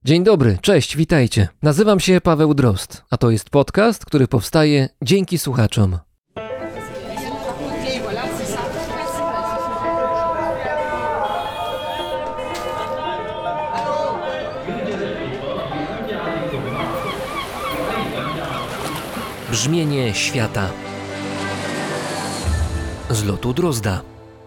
Dzień dobry, cześć, witajcie. Nazywam się Paweł Drozd, a to jest podcast, który powstaje dzięki słuchaczom. Brzmienie świata z lotu Drozda.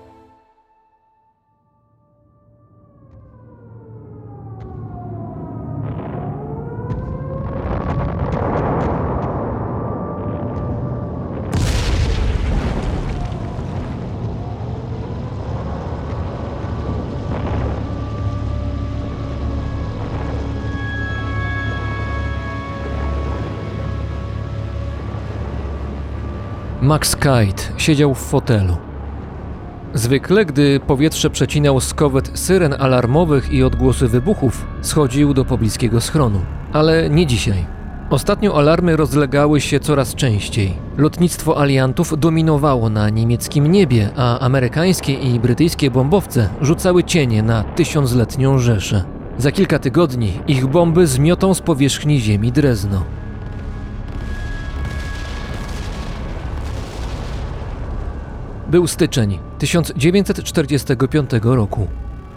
Max Kite siedział w fotelu. Zwykle, gdy powietrze przecinał skowet syren alarmowych i odgłosy wybuchów, schodził do pobliskiego schronu. Ale nie dzisiaj. Ostatnio alarmy rozlegały się coraz częściej. Lotnictwo aliantów dominowało na niemieckim niebie, a amerykańskie i brytyjskie bombowce rzucały cienie na tysiącletnią Rzeszę. Za kilka tygodni ich bomby zmiotą z powierzchni ziemi Drezno. Był styczeń 1945 roku.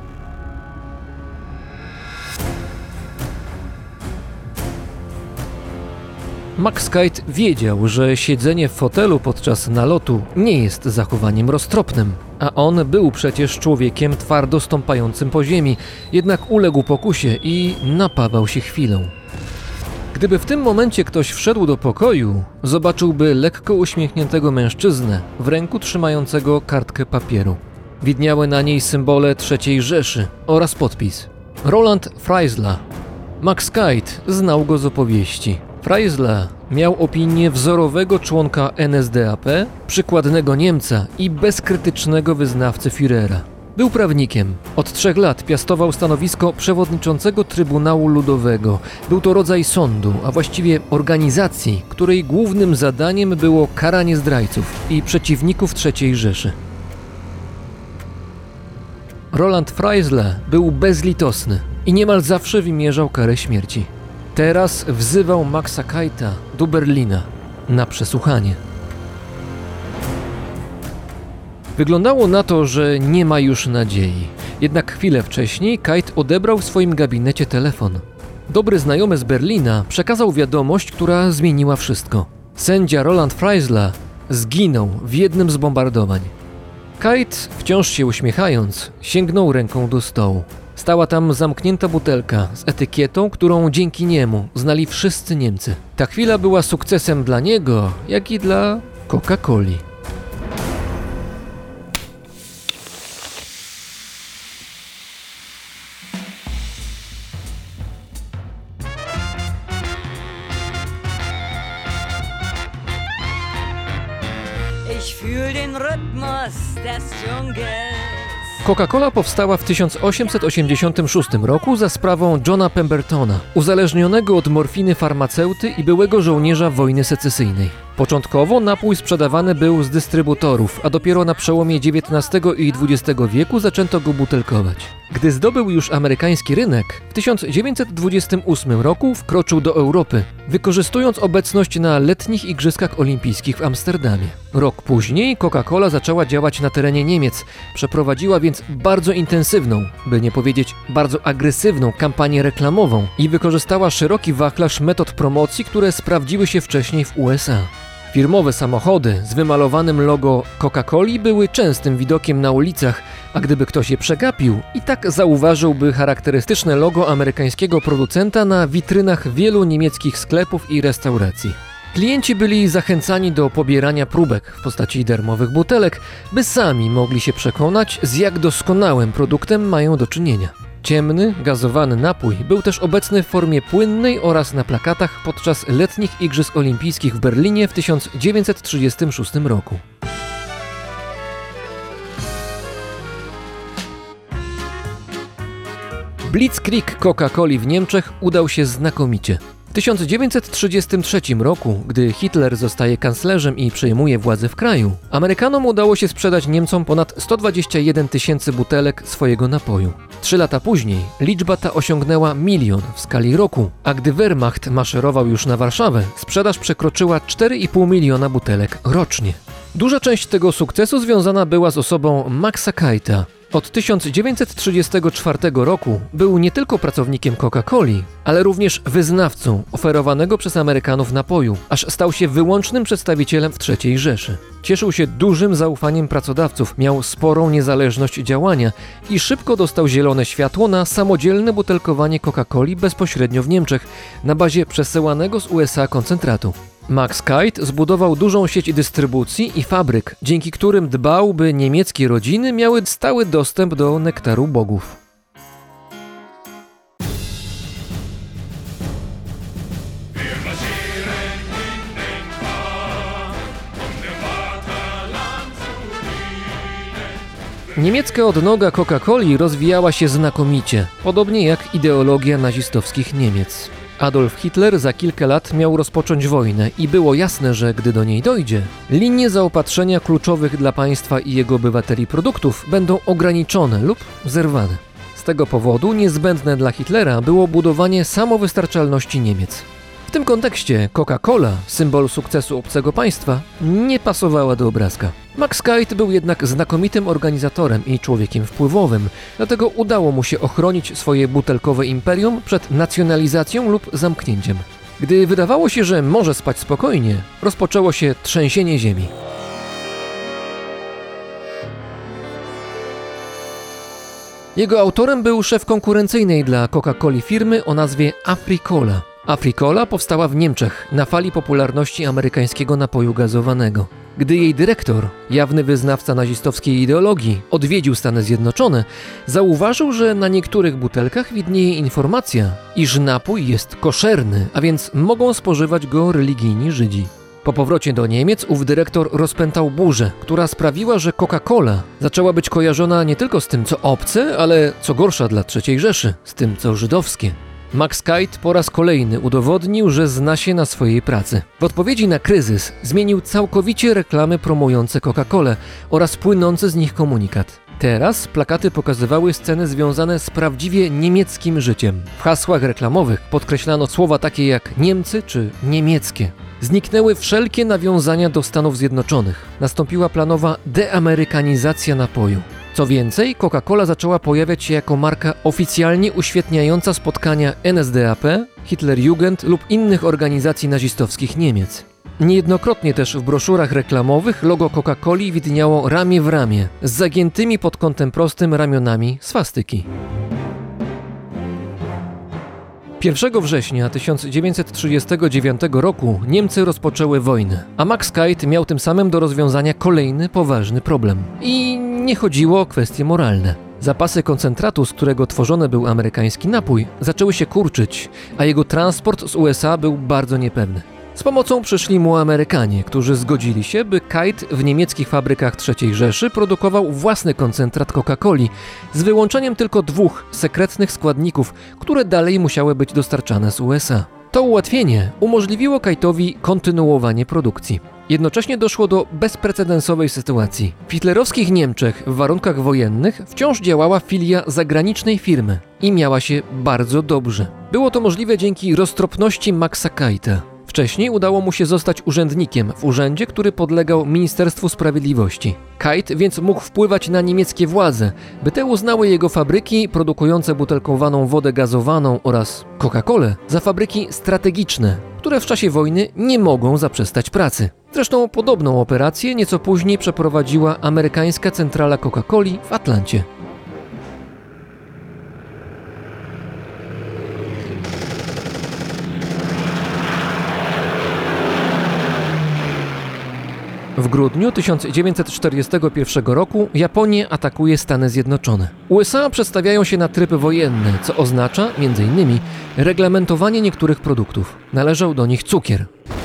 Max Kite wiedział, że siedzenie w fotelu podczas nalotu nie jest zachowaniem roztropnym, a on był przecież człowiekiem twardo stąpającym po ziemi, jednak uległ pokusie i napawał się chwilą. Gdyby w tym momencie ktoś wszedł do pokoju, zobaczyłby lekko uśmiechniętego mężczyznę w ręku trzymającego kartkę papieru. Widniały na niej symbole III Rzeszy oraz podpis Roland Freisler. Max Kite znał go z opowieści. Freisler miał opinię wzorowego członka NSDAP, przykładnego Niemca i bezkrytycznego wyznawcy Führera. Był prawnikiem. Od 3 lat piastował stanowisko przewodniczącego Trybunału Ludowego. Był to rodzaj sądu, a właściwie organizacji, której głównym zadaniem było karanie zdrajców i przeciwników III Rzeszy. Roland Freisler był bezlitosny i niemal zawsze wymierzał karę śmierci. Teraz wzywał Maxa Kite'a do Berlina na przesłuchanie. Wyglądało na to, że nie ma już nadziei. Jednak chwilę wcześniej Kite odebrał w swoim gabinecie telefon. Dobry znajomy z Berlina przekazał wiadomość, która zmieniła wszystko. Sędzia Roland Freisler zginął w jednym z bombardowań. Kite, wciąż się uśmiechając, sięgnął ręką do stołu. Stała tam zamknięta butelka z etykietą, którą dzięki niemu znali wszyscy Niemcy. Ta chwila była sukcesem dla niego, jak i dla Coca-Coli. Ich fühl den Rhythmus des Dschungels. Coca-Cola powstała w 1886 roku za sprawą Johna Pembertona, uzależnionego od morfiny farmaceuty i byłego żołnierza wojny secesyjnej. Początkowo napój sprzedawany był z dystrybutorów, a dopiero na przełomie XIX i XX wieku zaczęto go butelkować. Gdy zdobył już amerykański rynek, w 1928 roku wkroczył do Europy, wykorzystując obecność na letnich Igrzyskach Olimpijskich w Amsterdamie. Rok później Coca-Cola zaczęła działać na terenie Niemiec, przeprowadziła więc bardzo intensywną, by nie powiedzieć bardzo agresywną kampanię reklamową i wykorzystała szeroki wachlarz metod promocji, które sprawdziły się wcześniej w USA. Firmowe samochody z wymalowanym logo Coca-Coli były częstym widokiem na ulicach, a gdyby ktoś je przegapił, i tak zauważyłby charakterystyczne logo amerykańskiego producenta na witrynach wielu niemieckich sklepów i restauracji. Klienci byli zachęcani do pobierania próbek w postaci darmowych butelek, by sami mogli się przekonać, z jak doskonałym produktem mają do czynienia. Ciemny, gazowany napój był też obecny w formie płynnej oraz na plakatach podczas letnich Igrzysk Olimpijskich w Berlinie w 1936 roku. Blitzkrieg Coca-Coli w Niemczech udał się znakomicie. 1933 roku, gdy Hitler zostaje kanclerzem i przejmuje władzę w kraju, Amerykanom udało się sprzedać Niemcom ponad 121 000 butelek swojego napoju. 3 lata później liczba ta osiągnęła 1 000 000 w skali roku, a gdy Wehrmacht maszerował już na Warszawę, sprzedaż przekroczyła 4,5 miliona butelek rocznie. Duża część tego sukcesu związana była z osobą Maxa Kite'a. Od 1934 roku był nie tylko pracownikiem Coca-Coli, ale również wyznawcą oferowanego przez Amerykanów napoju, aż stał się wyłącznym przedstawicielem w III Rzeszy. Cieszył się dużym zaufaniem pracodawców, miał sporą niezależność działania i szybko dostał zielone światło na samodzielne butelkowanie Coca-Coli bezpośrednio w Niemczech na bazie przesyłanego z USA koncentratu. Max Kite zbudował dużą sieć dystrybucji i fabryk, dzięki którym dbał, by niemieckie rodziny miały stały dostęp do nektaru bogów. Niemiecka odnoga Coca-Coli rozwijała się znakomicie, podobnie jak ideologia nazistowskich Niemiec. Adolf Hitler za kilka lat miał rozpocząć wojnę i było jasne, że gdy do niej dojdzie, linie zaopatrzenia kluczowych dla państwa i jego obywateli produktów będą ograniczone lub zerwane. Z tego powodu niezbędne dla Hitlera było budowanie samowystarczalności Niemiec. W tym kontekście Coca-Cola, symbol sukcesu obcego państwa, nie pasowała do obrazka. Max Kite był jednak znakomitym organizatorem i człowiekiem wpływowym, dlatego udało mu się ochronić swoje butelkowe imperium przed nacjonalizacją lub zamknięciem. Gdy wydawało się, że może spać spokojnie, rozpoczęło się trzęsienie ziemi. Jego autorem był szef konkurencyjnej dla Coca-Coli firmy o nazwie Afri-Cola. Afri-Cola powstała w Niemczech na fali popularności amerykańskiego napoju gazowanego. Gdy jej dyrektor, jawny wyznawca nazistowskiej ideologii, odwiedził Stany Zjednoczone, zauważył, że na niektórych butelkach widnieje informacja, iż napój jest koszerny, a więc mogą spożywać go religijni Żydzi. Po powrocie do Niemiec ów dyrektor rozpętał burzę, która sprawiła, że Coca-Cola zaczęła być kojarzona nie tylko z tym, co obce, ale co gorsza dla III Rzeszy, z tym, co żydowskie. Max Kite po raz kolejny udowodnił, że zna się na swojej pracy. W odpowiedzi na kryzys zmienił całkowicie reklamy promujące Coca-Colę oraz płynący z nich komunikat. Teraz plakaty pokazywały sceny związane z prawdziwie niemieckim życiem. W hasłach reklamowych podkreślano słowa takie jak Niemcy czy niemieckie. Zniknęły wszelkie nawiązania do Stanów Zjednoczonych. Nastąpiła planowa deamerykanizacja napoju. Co więcej, Coca-Cola zaczęła pojawiać się jako marka oficjalnie uświetniająca spotkania NSDAP, Hitlerjugend lub innych organizacji nazistowskich Niemiec. Niejednokrotnie też w broszurach reklamowych logo Coca-Coli widniało ramię w ramię z zagiętymi pod kątem prostym ramionami swastyki. 1 września 1939 roku Niemcy rozpoczęły wojnę, a Max Kite miał tym samym do rozwiązania kolejny poważny problem. I nie chodziło o kwestie moralne. Zapasy koncentratu, z którego tworzony był amerykański napój, zaczęły się kurczyć, a jego transport z USA był bardzo niepewny. Z pomocą przyszli mu Amerykanie, którzy zgodzili się, by Kite w niemieckich fabrykach III Rzeszy produkował własny koncentrat Coca-Coli, z wyłączeniem tylko 2 sekretnych składników, które dalej musiały być dostarczane z USA. To ułatwienie umożliwiło Kite'owi kontynuowanie produkcji. Jednocześnie doszło do bezprecedensowej sytuacji. W hitlerowskich Niemczech w warunkach wojennych wciąż działała filia zagranicznej firmy i miała się bardzo dobrze. Było to możliwe dzięki roztropności Maxa Kite'a. Wcześniej udało mu się zostać urzędnikiem w urzędzie, który podlegał Ministerstwu Sprawiedliwości. Kite więc mógł wpływać na niemieckie władze, by te uznały jego fabryki produkujące butelkowaną wodę gazowaną oraz Coca-Colę za fabryki strategiczne, które w czasie wojny nie mogą zaprzestać pracy. Zresztą podobną operację nieco później przeprowadziła amerykańska centrala Coca-Coli w Atlancie. W grudniu 1941 roku Japonię atakuje Stany Zjednoczone. USA przestawiają się na tryb wojenny, co oznacza, m.in. reglamentowanie niektórych produktów. Należał do nich cukier.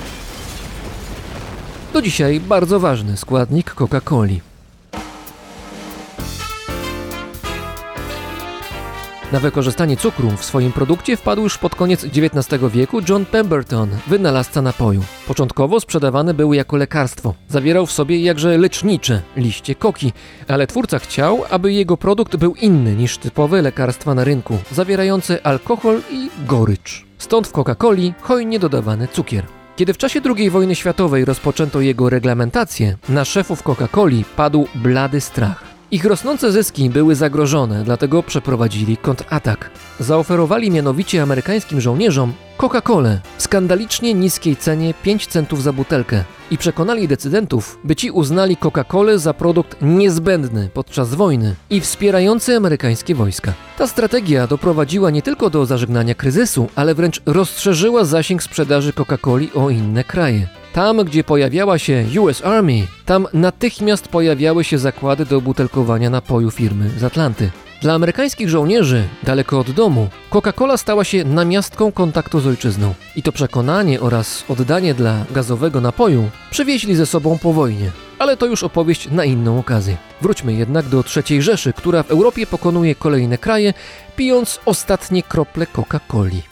Do dzisiaj bardzo ważny składnik Coca-Coli. Na wykorzystanie cukru w swoim produkcie wpadł już pod koniec XIX wieku John Pemberton, wynalazca napoju. Początkowo sprzedawany był jako lekarstwo. Zawierał w sobie jakże lecznicze liście koki, ale twórca chciał, aby jego produkt był inny niż typowe lekarstwa na rynku, zawierające alkohol i gorycz. Stąd w Coca-Coli hojnie dodawany cukier. Kiedy w czasie II wojny światowej rozpoczęto jego reglamentację, na szefów Coca-Coli padł blady strach. Ich rosnące zyski były zagrożone, dlatego przeprowadzili kontratak. Zaoferowali mianowicie amerykańskim żołnierzom Coca-Colę w skandalicznie niskiej cenie 5 centów za butelkę i przekonali decydentów, by ci uznali Coca-Colę za produkt niezbędny podczas wojny i wspierający amerykańskie wojska. Ta strategia doprowadziła nie tylko do zażegnania kryzysu, ale wręcz rozszerzyła zasięg sprzedaży Coca-Coli o inne kraje. Tam, gdzie pojawiała się US Army, tam natychmiast pojawiały się zakłady do butelkowania napoju firmy z Atlanty. Dla amerykańskich żołnierzy, daleko od domu, Coca-Cola stała się namiastką kontaktu z ojczyzną. I to przekonanie oraz oddanie dla gazowego napoju przywieźli ze sobą po wojnie. Ale to już opowieść na inną okazję. Wróćmy jednak do III Rzeszy, która w Europie pokonuje kolejne kraje, pijąc ostatnie krople Coca-Coli.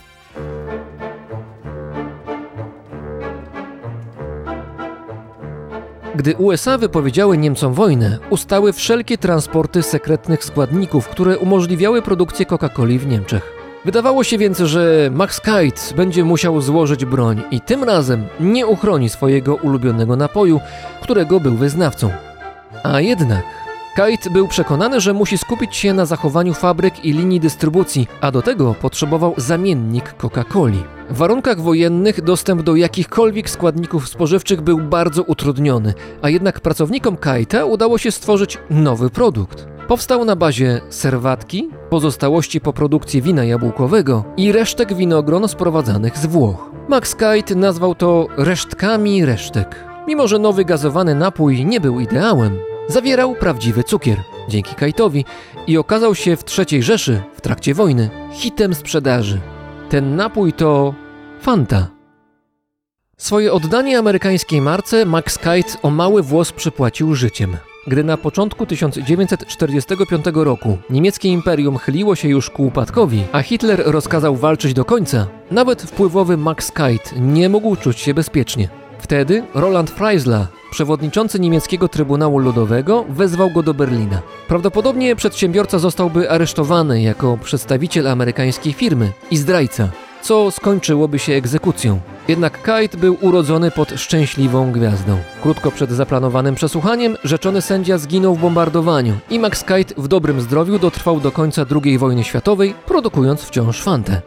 Gdy USA wypowiedziały Niemcom wojnę, ustały wszelkie transporty sekretnych składników, które umożliwiały produkcję Coca-Coli w Niemczech. Wydawało się więc, że Max Kite będzie musiał złożyć broń i tym razem nie uchroni swojego ulubionego napoju, którego był wyznawcą. A jednak Kite był przekonany, że musi skupić się na zachowaniu fabryk i linii dystrybucji, a do tego potrzebował zamiennik Coca-Coli. W warunkach wojennych dostęp do jakichkolwiek składników spożywczych był bardzo utrudniony, a jednak pracownikom Kite'a udało się stworzyć nowy produkt. Powstał na bazie serwatki, pozostałości po produkcji wina jabłkowego i resztek winogron sprowadzanych z Włoch. Max Kite nazwał to resztkami resztek. Mimo że nowy gazowany napój nie był ideałem, zawierał prawdziwy cukier, dzięki Kite'owi, i okazał się w III Rzeszy w trakcie wojny hitem sprzedaży. Ten napój to Fanta. Swoje oddanie amerykańskiej marce Max Kite o mały włos przypłacił życiem. Gdy na początku 1945 roku niemieckie imperium chyliło się już ku upadkowi, a Hitler rozkazał walczyć do końca, nawet wpływowy Max Kite nie mógł czuć się bezpiecznie. Wtedy Roland Freisler, przewodniczący niemieckiego Trybunału Ludowego, wezwał go do Berlina. Prawdopodobnie przedsiębiorca zostałby aresztowany jako przedstawiciel amerykańskiej firmy i zdrajca, co skończyłoby się egzekucją. Jednak Kite był urodzony pod szczęśliwą gwiazdą. Krótko przed zaplanowanym przesłuchaniem rzeczony sędzia zginął w bombardowaniu i Max Kite w dobrym zdrowiu dotrwał do końca II wojny światowej, produkując wciąż Fantę.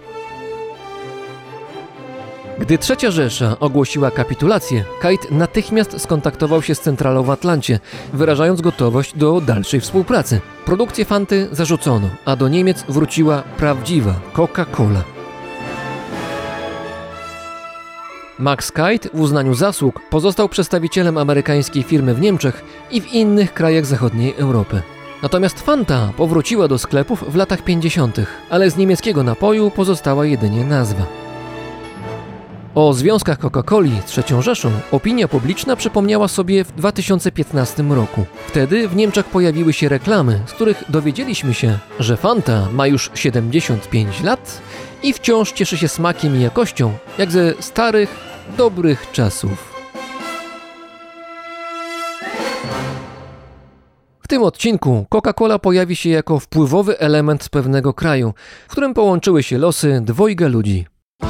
Gdy III Rzesza ogłosiła kapitulację, Kite natychmiast skontaktował się z centralą w Atlancie, wyrażając gotowość do dalszej współpracy. Produkcję Fanty zarzucono, a do Niemiec wróciła prawdziwa Coca-Cola. Max Kite w uznaniu zasług pozostał przedstawicielem amerykańskiej firmy w Niemczech i w innych krajach zachodniej Europy. Natomiast Fanta powróciła do sklepów w latach 50., ale z niemieckiego napoju pozostała jedynie nazwa. O związkach Coca-Coli z III Rzeszą opinia publiczna przypomniała sobie w 2015 roku. Wtedy w Niemczech pojawiły się reklamy, z których dowiedzieliśmy się, że Fanta ma już 75 lat i wciąż cieszy się smakiem i jakością, jak ze starych, dobrych czasów. W tym odcinku Coca-Cola pojawi się jako wpływowy element pewnego kraju, w którym połączyły się losy dwojga ludzi.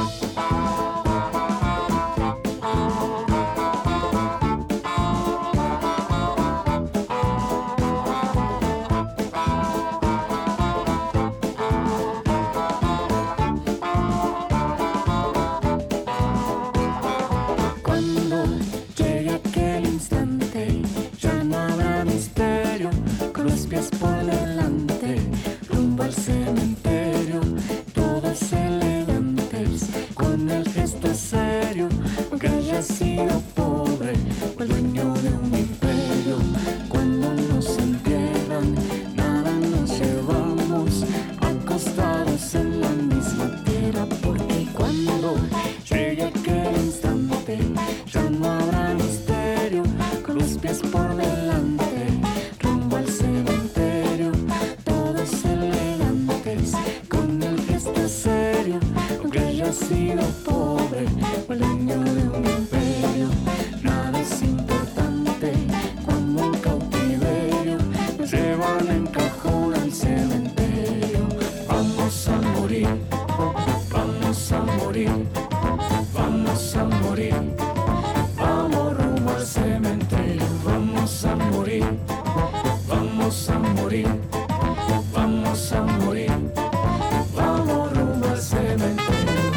Por delante, rumbo al cementerio, todo es elegante. haya sido pobre o el dueño de un imperio, nada es importante cuando en cautiverio nos llevan en cajón al cementerio. Vamos a morir, vamos a morir, vamos a morir, vamos rumbo al cementerio. Vamos a morir, vamos a morir, vamos a morir, vamos rumbo al cementerio.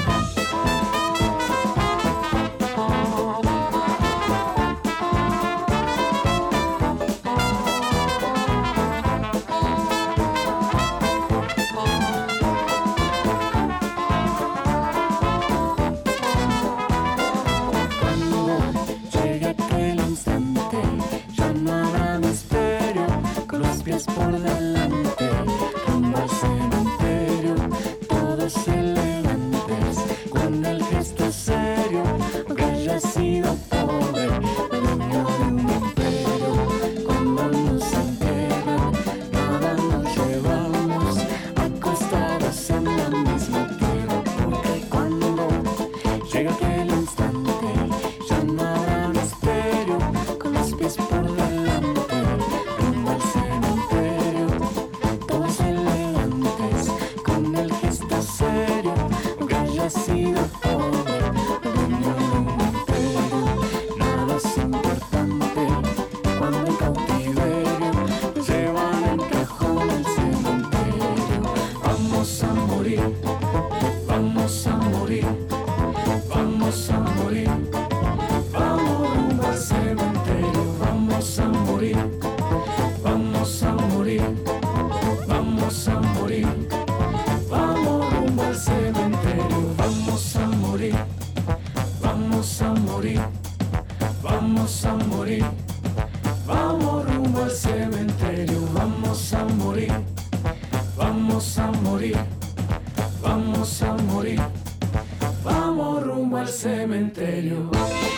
Por delante, rumbo al cementerio, todos elegantes, con el gesto serio, aunque haya sido pobre, dueño de un imperio. Cuando nos entierran, nada nos llevamos, acostados en la misma tierra, porque cuando llega aquel instante, ya no habrá misterio, con los pies por delante, rumbo al cementerio. Todos elegantes, con el gesto serio, aunque haya sido pobre, dueño de un imperio. Nada es importante cuando en cautiverio nos llevan en cajón al cementerio. Vamos a morir, vamos a morir, vamos a morir, vamos rumbo al cementerio. Vamos a morir, vamos a morir, vamos a morir, vamos rumbo al cementerio. Vamos a morir, vamos a morir, vamos a morir, vamos rumbo al cementerio. Vamos a morir, vamos a morir, vamos a morir, vamos rumbo al cementerio.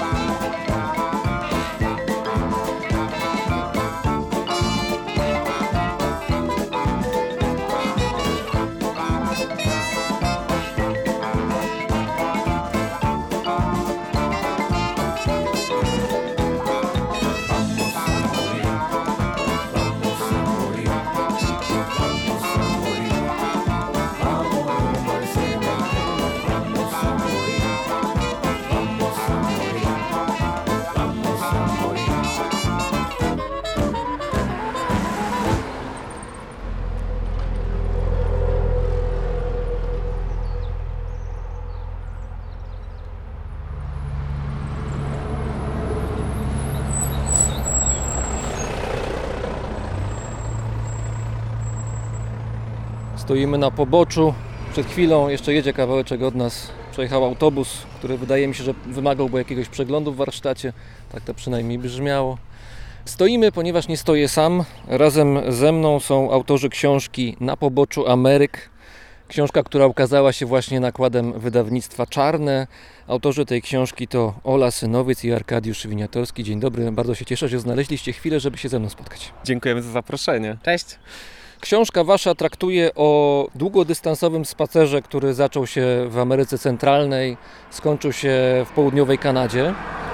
Stoimy na poboczu. Przed chwilą jeszcze jedzie kawałeczek od nas. Przejechał autobus, który wydaje mi się, że wymagałby jakiegoś przeglądu w warsztacie. Tak to przynajmniej brzmiało. Stoimy, ponieważ nie stoję sam. Razem ze mną są autorzy książki Na poboczu Ameryk. Książka, która ukazała się właśnie nakładem wydawnictwa Czarne. Autorzy tej książki to Ola Synowiec i Arkadiusz Winiatorski. Dzień dobry, bardzo się cieszę, że znaleźliście chwilę, żeby się ze mną spotkać. Dziękujemy za zaproszenie. Cześć. Książka wasza traktuje o długodystansowym spacerze, który zaczął się w Ameryce Centralnej, skończył się w południowej Kanadzie.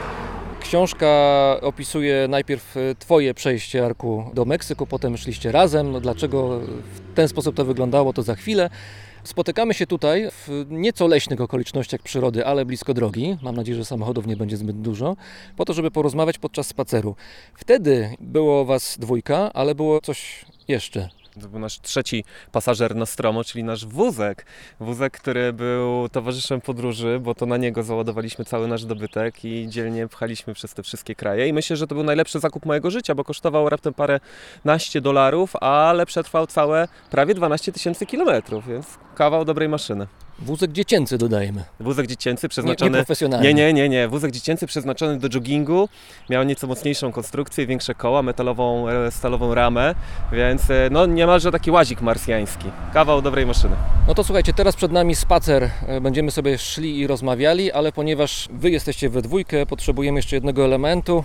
Książka opisuje najpierw twoje przejście, Arku, do Meksyku, potem szliście razem. No dlaczego w ten sposób to wyglądało, to za chwilę. Spotykamy się tutaj w nieco leśnych okolicznościach przyrody, ale blisko drogi. Mam nadzieję, że samochodów nie będzie zbyt dużo, po to, żeby porozmawiać podczas spaceru. Wtedy było was dwójka, ale było coś jeszcze. To był nasz trzeci pasażer Nostromo, czyli nasz wózek. Wózek, który był towarzyszem podróży, bo to na niego załadowaliśmy cały nasz dobytek i dzielnie pchaliśmy przez te wszystkie kraje. I myślę, że to był najlepszy zakup mojego życia, bo kosztował raptem paręnaście dolarów, ale przetrwał całe prawie 12 000 kilometrów, więc kawał dobrej maszyny. Wózek dziecięcy dodajemy. Wózek dziecięcy przeznaczony... Nie profesjonalny. Nie. Wózek dziecięcy przeznaczony do joggingu. Miał nieco mocniejszą konstrukcję, większe koła, metalową, stalową ramę, więc no niemalże taki łazik marsjański. Kawał dobrej maszyny. No to słuchajcie, teraz przed nami spacer. Będziemy sobie szli i rozmawiali, ale ponieważ wy jesteście we dwójkę, potrzebujemy jeszcze jednego elementu.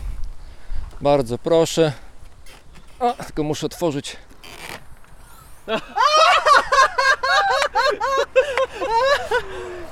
Bardzo proszę. Tylko muszę otworzyć.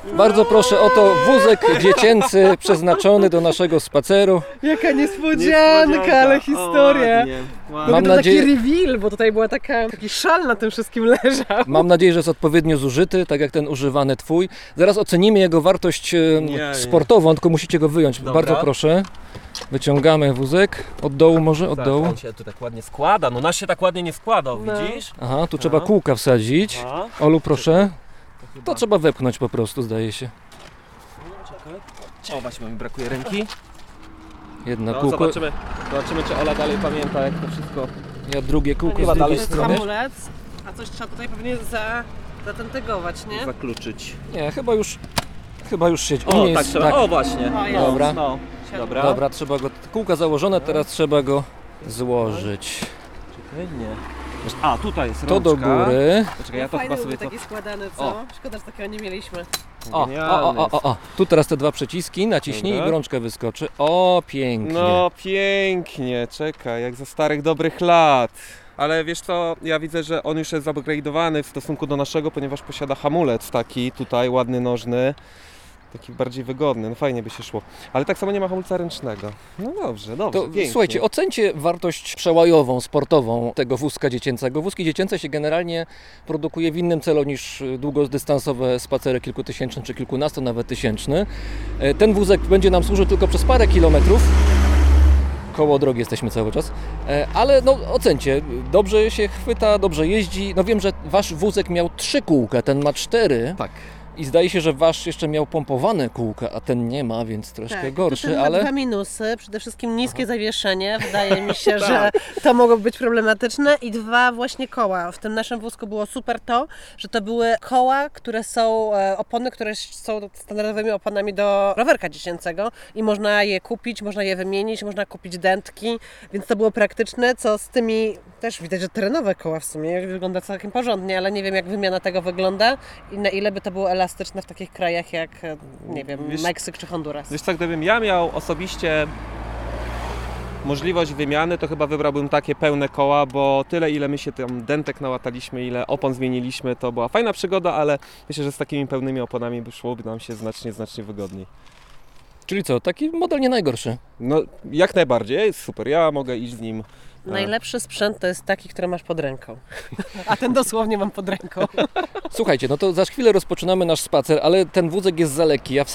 Bardzo proszę, oto wózek dziecięcy przeznaczony do naszego spaceru. Jaka niespodzianka, ale historia. Mam Mam nadzieję- taki reveal, bo tutaj była taki szal na tym wszystkim leżał. Mam nadzieję, że jest odpowiednio zużyty, tak jak ten używany twój. Zaraz ocenimy jego wartość Nie. sportową, tylko musicie go wyjąć. Dobra. Bardzo proszę. Wyciągamy wózek. Od dołu może, od dołu. On się tu tak ładnie składa, no nasz się tak ładnie nie składał, No. widzisz? Aha, tu trzeba kółka wsadzić. A? Olu, proszę. To trzeba wepchnąć po prostu, zdaje się. O, właśnie mi brakuje ręki. Jedno No, kółko. zobaczymy, czy Ola dalej pamięta, jak to wszystko... Ja drugie kółko Chyba z drugiej dalej strony. Hamulec, a coś trzeba tutaj pewnie zatentegować, nie? zakluczyć. Nie, chyba już siedzi. O, On nie tak jest, trzeba, o właśnie. O, jest. Dobra. No, dobra. Dobra, trzeba go. Kółka założone, teraz trzeba go złożyć. Czekaj, nie. A, tutaj jest To do rączka. góry. Poczekaj, ja to Fajne chyba były sobie to... takie składane, co? O. Szkoda, że takiego nie mieliśmy. O. Tu teraz te dwa przyciski, naciśnij Dobra. i rączka wyskoczy. O, pięknie. No pięknie, czekaj, jak za starych dobrych lat. Ale wiesz co, ja widzę, że on już jest upgrade'owany w stosunku do naszego, ponieważ posiada hamulec taki tutaj ładny, nożny. Taki bardziej wygodny, no fajnie by się szło. Ale tak samo nie ma hamulca ręcznego. No dobrze, To pięknie. słuchajcie, ocencie wartość przełajową, sportową tego wózka dziecięcego. Wózki dziecięce się generalnie produkuje w innym celu niż długodystansowe spacery kilkutysięczne czy kilkunasto nawet tysięczny. Ten wózek będzie nam służył tylko przez parę kilometrów. Koło drogi jesteśmy cały czas, ale no ocencie, dobrze się chwyta, dobrze jeździ. No wiem, że wasz wózek miał 3 kółka, ten ma 4. Tak. I zdaje się, że wasz jeszcze miał pompowane kółka, a ten nie ma, więc troszkę gorszy, ten ma ale... dwa minusy. Przede wszystkim niskie zawieszenie. Wydaje mi się, że to mogło być problematyczne. I 2 właśnie koła. W tym naszym wózku było super to, że to były koła, które są, opony, które są standardowymi oponami do rowerka dziecięcego i można je kupić, można je wymienić, można kupić dętki, więc to było praktyczne, co z tymi, też widać, że terenowe koła w sumie wygląda całkiem porządnie, ale nie wiem, jak wymiana tego wygląda i na ile by to było elastyczne w takich krajach jak, nie wiem, Wiesz- Meksyk czy Honduras. Wiesz co, gdybym ja miał osobiście możliwość wymiany, to chyba wybrałbym takie pełne koła, bo tyle ile my się tam dentek nałataliśmy, ile opon zmieniliśmy, to była fajna przygoda, ale myślę, że z takimi pełnymi oponami szłoby nam się znacznie wygodniej. Czyli co, taki model nie najgorszy. No jak najbardziej, jest super, ja mogę iść z nim. Najlepszy sprzęt to jest taki, który masz pod ręką. A ten dosłownie mam pod ręką. Słuchajcie, no to za chwilę rozpoczynamy nasz spacer, ale ten wózek jest za lekki. Ja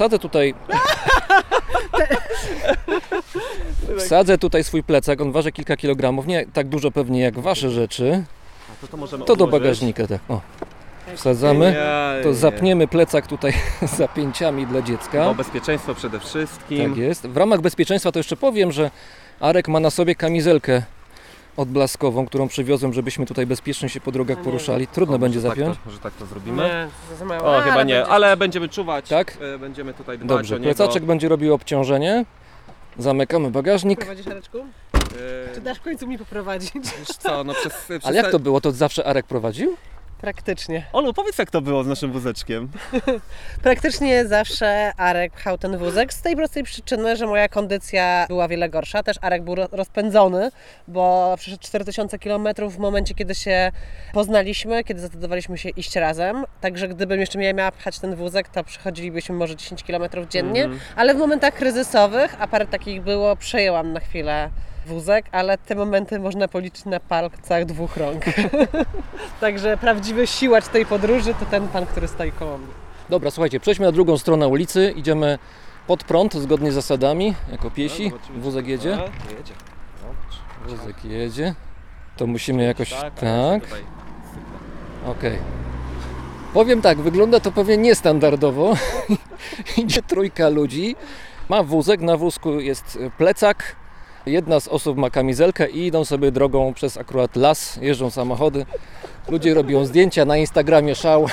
wsadzę tutaj swój plecak, on waży kilka kilogramów, nie tak dużo pewnie jak wasze rzeczy. A to możemy To do odłożyć. bagażnika, tak. O, wsadzamy. Genialnie. To zapniemy plecak tutaj zapięciami dla Bo dziecka. bezpieczeństwo przede wszystkim. Tak jest. W ramach bezpieczeństwa to jeszcze powiem, że Arek ma na sobie kamizelkę odblaskową, którą przywiozłem, żebyśmy tutaj bezpiecznie się po drogach poruszali. Trudno będzie zapiąć. Może tak to zrobimy? Nie, za mało. O, chyba nie, ale będziemy czuwać. Tak? Będziemy tutaj dbać Dobrze, o niego. plecaczek będzie robił obciążenie. Zamykamy bagażnik. Prowadzisz, Areczku? Czy dasz w końcu mi poprowadzić? Wiesz co, no przez Ale jak to było? To zawsze Arek prowadził? Praktycznie. Olu, powiedz jak to było z naszym wózeczkiem. Praktycznie zawsze Arek pchał ten wózek z tej prostej przyczyny, że moja kondycja była wiele gorsza. Też Arek był rozpędzony, bo przeszedł 4000 km w momencie, kiedy się poznaliśmy, kiedy zdecydowaliśmy się iść razem. Także gdybym jeszcze miała pchać ten wózek, to przechodzilibyśmy może 10 km dziennie, ale w momentach kryzysowych, a parę takich było, przejęłam na chwilę wózek, ale te momenty można policzyć na palcach 2 rąk. Także prawdziwy siłacz tej podróży to ten pan, który stoi koło mnie. Dobra, słuchajcie, przejdźmy na drugą stronę ulicy. Idziemy pod prąd, zgodnie z zasadami, jako piesi. Wózek jedzie. Jedzie. Wózek jedzie. To musimy jakoś... Tak. Okej. Powiem tak, wygląda to pewnie niestandardowo. Idzie 3 ludzi. Ma wózek, na wózku jest plecak. Jedna z osób ma kamizelkę i idą sobie drogą przez akurat las, jeżdżą samochody. Ludzie robią zdjęcia, na Instagramie szał.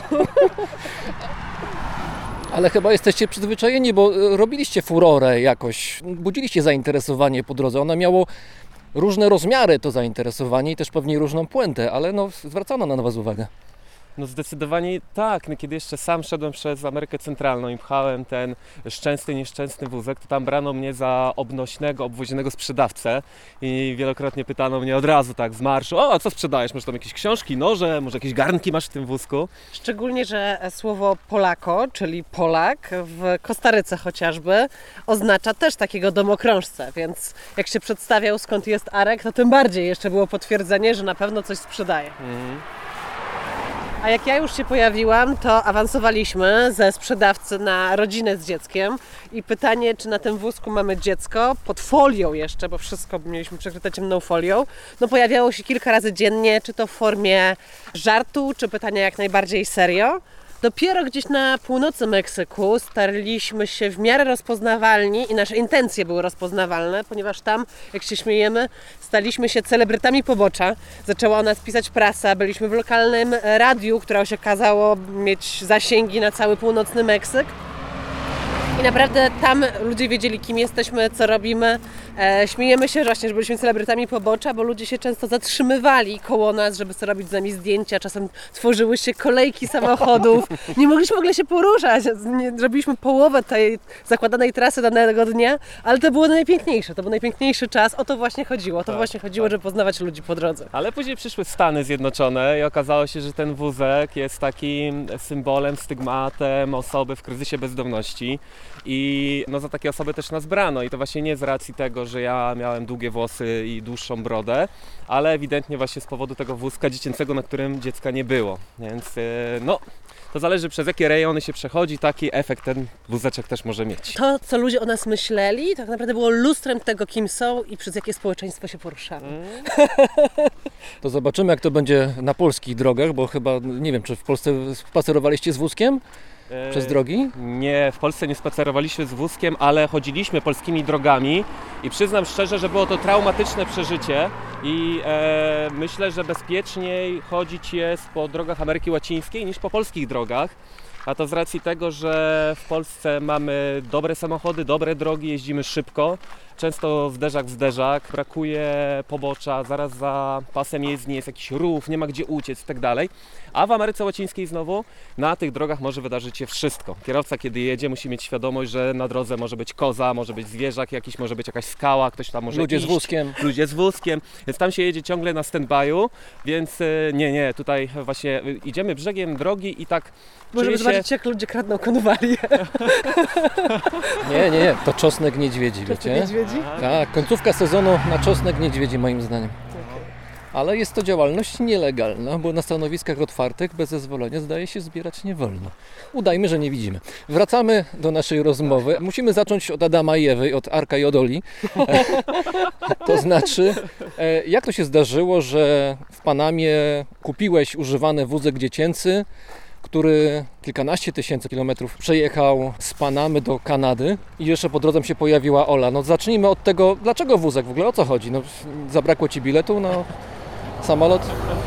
Ale chyba jesteście przyzwyczajeni, bo robiliście furorę jakoś, budziliście zainteresowanie po drodze. Ono miało różne rozmiary, to zainteresowanie, i też pewnie różną puentę, ale no, zwracano na was uwagę. No zdecydowanie tak. No, kiedy jeszcze sam szedłem przez Amerykę Centralną i pchałem ten szczęsny, nieszczęsny wózek, to tam brano mnie za obnośnego, obwoźnego sprzedawcę i wielokrotnie pytano mnie od razu tak z marszu: o, a co sprzedajesz? Może tam jakieś książki, noże, może jakieś garnki masz w tym wózku? Szczególnie, że słowo Polako, czyli Polak w Kostaryce chociażby, oznacza też takiego domokrążcę, więc jak się przedstawiał, skąd jest Arek, to tym bardziej jeszcze było potwierdzenie, że na pewno coś sprzedaje. A jak ja już się pojawiłam, to awansowaliśmy ze sprzedawcy na rodzinę z dzieckiem i pytanie, czy na tym wózku mamy dziecko, pod folią jeszcze, bo wszystko mieliśmy przykryte ciemną folią, no pojawiało się kilka razy dziennie, czy to w formie żartu, czy pytania jak najbardziej serio. Dopiero gdzieś na północy Meksyku staraliśmy się w miarę rozpoznawalni i nasze intencje były rozpoznawalne, ponieważ tam, jak się śmiejemy, staliśmy się celebrytami pobocza. Zaczęła o nas pisać prasa, byliśmy w lokalnym radiu, które się okazało mieć zasięgi na cały północny Meksyk. I naprawdę tam ludzie wiedzieli, kim jesteśmy, co robimy. Śmiejemy się właśnie, że byliśmy celebrytami pobocza, bo ludzie się często zatrzymywali koło nas, żeby sobie robić z nami zdjęcia. Czasem tworzyły się kolejki samochodów. Nie mogliśmy w ogóle się poruszać. Zrobiliśmy połowę tej zakładanej trasy danego dnia, ale to było najpiękniejsze. To był najpiękniejszy czas. O to właśnie chodziło. To właśnie chodziło, żeby poznawać ludzi po drodze. Ale później przyszły Stany Zjednoczone i okazało się, że ten wózek jest takim symbolem, stygmatem osoby w kryzysie bezdomności. I no za takie osoby też nas brano i to właśnie nie z racji tego, że ja miałem długie włosy i dłuższą brodę, ale ewidentnie właśnie z powodu tego wózka dziecięcego, na którym dziecka nie było. Więc no, to zależy, przez jakie rejony się przechodzi, taki efekt ten wózeczek też może mieć. To, co ludzie o nas myśleli, tak naprawdę było lustrem tego, kim są i przez jakie społeczeństwo się poruszamy. To zobaczymy, jak to będzie na polskich drogach, bo chyba, nie wiem, czy w Polsce spacerowaliście z wózkiem przez drogi? Nie, w Polsce nie spacerowaliśmy z wózkiem, ale chodziliśmy polskimi drogami i przyznam szczerze, że było to traumatyczne przeżycie i myślę, że bezpieczniej chodzić jest po drogach Ameryki Łacińskiej niż po polskich drogach. A to z racji tego, że w Polsce mamy dobre samochody, dobre drogi, jeździmy szybko, często zderzak w zderzak, brakuje pobocza, zaraz za pasem jezdni jest jakiś rów, nie ma gdzie uciec i tak dalej. A w Ameryce Łacińskiej znowu na tych drogach może wydarzyć się wszystko. Kierowca, kiedy jedzie, musi mieć świadomość, że na drodze może być koza, może być zwierzak jakiś, może być jakaś skała, ktoś tam może Ludzie iść. z wózkiem. Ludzie z wózkiem, więc tam się jedzie ciągle na stand-by'u, więc nie, tutaj właśnie idziemy brzegiem drogi i tak Możemy czuję się... zobaczyć, jak ludzie kradną konwalię. Nie, to czosnek niedźwiedzi, wiecie? Niedźwiedzi? Tak, końcówka sezonu na czosnek niedźwiedzi moim zdaniem. Ale jest to działalność nielegalna, bo na stanowiskach otwartych bez zezwolenia zdaje się zbierać nie wolno. Udajmy, że nie widzimy. Wracamy do naszej rozmowy. Musimy zacząć od Adama i Ewy, od Arka i od Oli. To znaczy, jak to się zdarzyło, że w Panamie kupiłeś używany wózek dziecięcy, który kilkanaście tysięcy kilometrów przejechał z Panamy do Kanady i jeszcze po drodze się pojawiła Ola. No zacznijmy od tego, dlaczego wózek w ogóle, o co chodzi? No, zabrakło Ci biletu na samolot?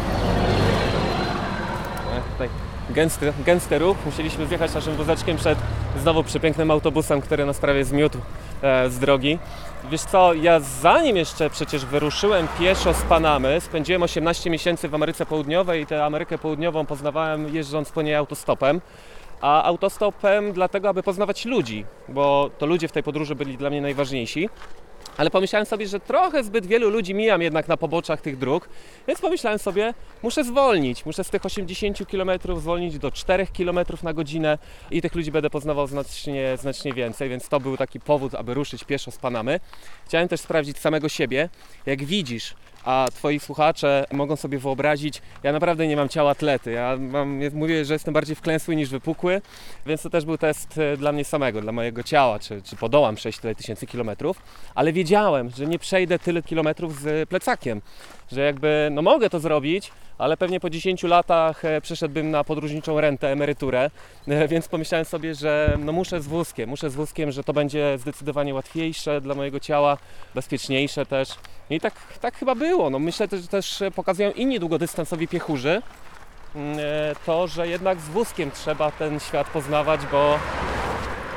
Tutaj gęsty ruch, musieliśmy zjechać naszym wózeczkiem przed znowu przepięknym autobusem, który nas prawie zmiótł z drogi. Wiesz co, ja zanim jeszcze przecież wyruszyłem pieszo z Panamy, spędziłem 18 miesięcy w Ameryce Południowej i tę Amerykę Południową poznawałem jeżdżąc po niej autostopem. A autostopem dlatego, aby poznawać ludzi, bo to ludzie w tej podróży byli dla mnie najważniejsi. Ale pomyślałem sobie, że trochę zbyt wielu ludzi mijam jednak na poboczach tych dróg, więc pomyślałem sobie, muszę zwolnić. Muszę z tych 80 km zwolnić do 4 km na godzinę i tych ludzi będę poznawał znacznie więcej, więc to był taki powód, aby ruszyć pieszo z Panamy. Chciałem też sprawdzić samego siebie. Jak widzisz, a Twoi słuchacze mogą sobie wyobrazić, ja naprawdę nie mam ciała atlety. Mówię, że jestem bardziej wklęsły niż wypukły, więc to też był test dla mnie samego, dla mojego ciała, czy podołam przejść tyle tysięcy kilometrów, ale wiedziałem, że nie przejdę tyle kilometrów z plecakiem, że jakby no mogę to zrobić, ale pewnie po 10 latach przeszedłbym na podróżniczą rentę, emeryturę, więc pomyślałem sobie, że no muszę z wózkiem, że to będzie zdecydowanie łatwiejsze dla mojego ciała, bezpieczniejsze też. I tak chyba było. No myślę, że też pokazują inni długodystansowi piechurzy to, że jednak z wózkiem trzeba ten świat poznawać,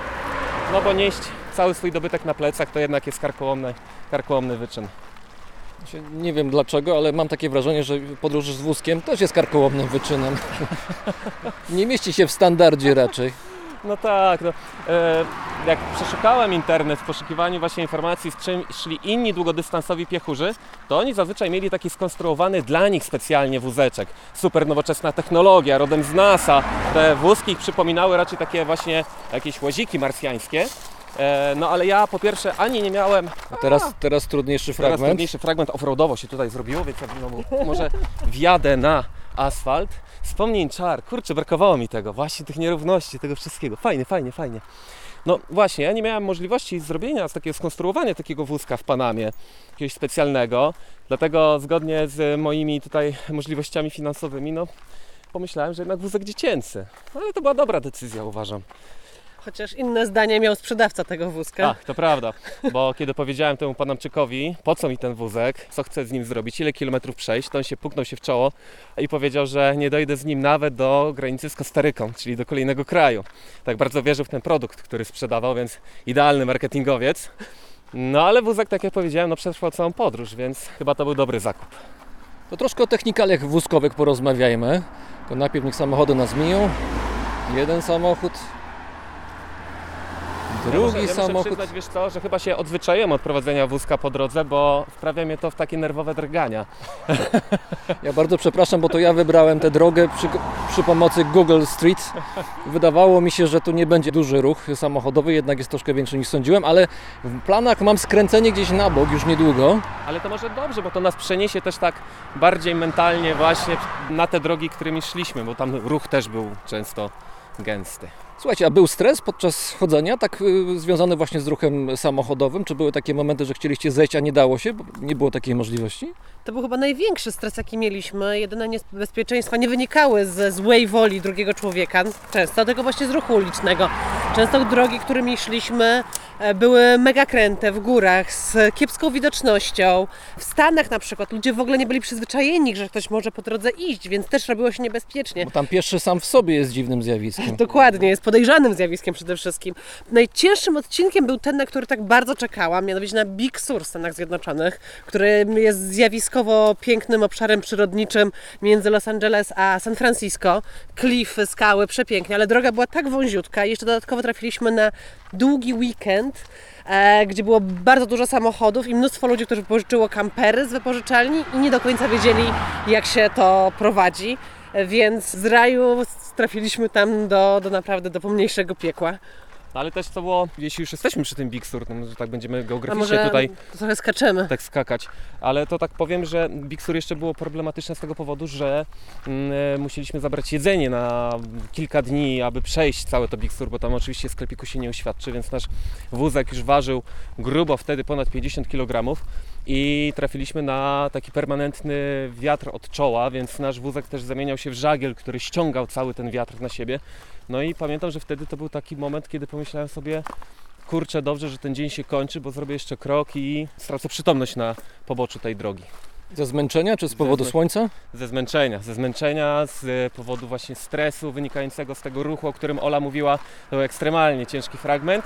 bo nieść cały swój dobytek na plecach to jednak jest karkołomny wyczyn. Nie wiem dlaczego, ale mam takie wrażenie, że podróż z wózkiem też jest karkołomnym wyczynem. Nie mieści się w standardzie raczej. No tak, jak przeszukałem internet w poszukiwaniu właśnie informacji, z czym szli inni długodystansowi piechurzy, to oni zazwyczaj mieli taki skonstruowany dla nich specjalnie wózeczek. Super nowoczesna technologia, rodem z NASA. Te wózki ich przypominały raczej takie właśnie jakieś łaziki marsjańskie. No ale ja po pierwsze ani nie miałem... Teraz trudniejszy fragment. Teraz trudniejszy fragment offroadowo się tutaj zrobiło, więc ja może wjadę na asfalt. Wspomnień czar, kurczę, brakowało mi tego, właśnie tych nierówności, tego wszystkiego. Fajnie. No właśnie, ja nie miałem możliwości zrobienia skonstruowania takiego wózka w Panamie, jakiegoś specjalnego, dlatego zgodnie z moimi tutaj możliwościami finansowymi, no pomyślałem, że jednak wózek dziecięcy. Ale to była dobra decyzja, uważam. Chociaż inne zdanie miał sprzedawca tego wózka. To prawda, bo kiedy powiedziałem temu Panamczykowi, po co mi ten wózek, co chcę z nim zrobić, ile kilometrów przejść, to on puknął się w czoło i powiedział, że nie dojdę z nim nawet do granicy z Kostaryką, czyli do kolejnego kraju. Tak bardzo wierzył w ten produkt, który sprzedawał, więc idealny marketingowiec. No ale wózek, tak jak powiedziałem, przetrwał całą podróż, więc chyba to był dobry zakup. To troszkę o technikaliach wózkowych porozmawiajmy. To najpierw niech samochody nas miją. Jeden samochód. Drugi samochód. Muszę przyznać, wiesz co, że chyba się odzwyczaiłem od prowadzenia wózka po drodze, bo wprawia mnie to w takie nerwowe drgania. Ja bardzo przepraszam, bo to ja wybrałem tę drogę przy pomocy Google Street. Wydawało mi się, że tu nie będzie duży ruch samochodowy, jednak jest troszkę większy niż sądziłem, ale w planach mam skręcenie gdzieś na bok już niedługo. Ale to może dobrze, bo to nas przeniesie też tak bardziej mentalnie właśnie na te drogi, którymi szliśmy, bo tam ruch też był często gęsty. Słuchajcie, a był stres podczas chodzenia, tak związany właśnie z ruchem samochodowym? Czy były takie momenty, że chcieliście zejść, a nie dało się, bo nie było takiej możliwości? To był chyba największy stres, jaki mieliśmy. Jedyne niebezpieczeństwa nie wynikały ze złej woli drugiego człowieka, często tylko właśnie z ruchu ulicznego. Często drogi, którymi szliśmy, były mega kręte w górach, z kiepską widocznością. W Stanach na przykład ludzie w ogóle nie byli przyzwyczajeni, że ktoś może po drodze iść, więc też robiło się niebezpiecznie. Bo tam pieszy sam w sobie jest dziwnym zjawiskiem. Dokładnie, jest podejrzanym zjawiskiem przede wszystkim. Najcięższym odcinkiem był ten, na który tak bardzo czekałam, mianowicie na Big Sur w Stanach Zjednoczonych, który jest zjawiskowo pięknym obszarem przyrodniczym między Los Angeles a San Francisco. Klify, skały, przepięknie, ale droga była tak wąziutka i jeszcze dodatkowo trafiliśmy na długi weekend, gdzie było bardzo dużo samochodów i mnóstwo ludzi, którzy pożyczyło kampery z wypożyczalni i nie do końca wiedzieli, jak się to prowadzi. Więc z raju trafiliśmy tam do naprawdę do pomniejszego piekła. Ale też to było, jeśli już jesteśmy przy tym Big Sur, to może tak będziemy geograficznie może tutaj trochę skaczemy. tak skakać, ale to tak powiem, że Big Sur jeszcze było problematyczne z tego powodu, że musieliśmy zabrać jedzenie na kilka dni, aby przejść całe to Big Sur, bo tam oczywiście sklepiku się nie uświadczy, więc nasz wózek już ważył grubo wtedy ponad 50 kg i trafiliśmy na taki permanentny wiatr od czoła, więc nasz wózek też zamieniał się w żagiel, który ściągał cały ten wiatr na siebie. No i pamiętam, że wtedy to był taki moment, kiedy pomyślałem sobie, kurczę, dobrze, że ten dzień się kończy, bo zrobię jeszcze krok i stracę przytomność na poboczu tej drogi. Ze zmęczenia czy z powodu słońca? Ze zmęczenia, z powodu właśnie stresu wynikającego z tego ruchu, o którym Ola mówiła. To był ekstremalnie ciężki fragment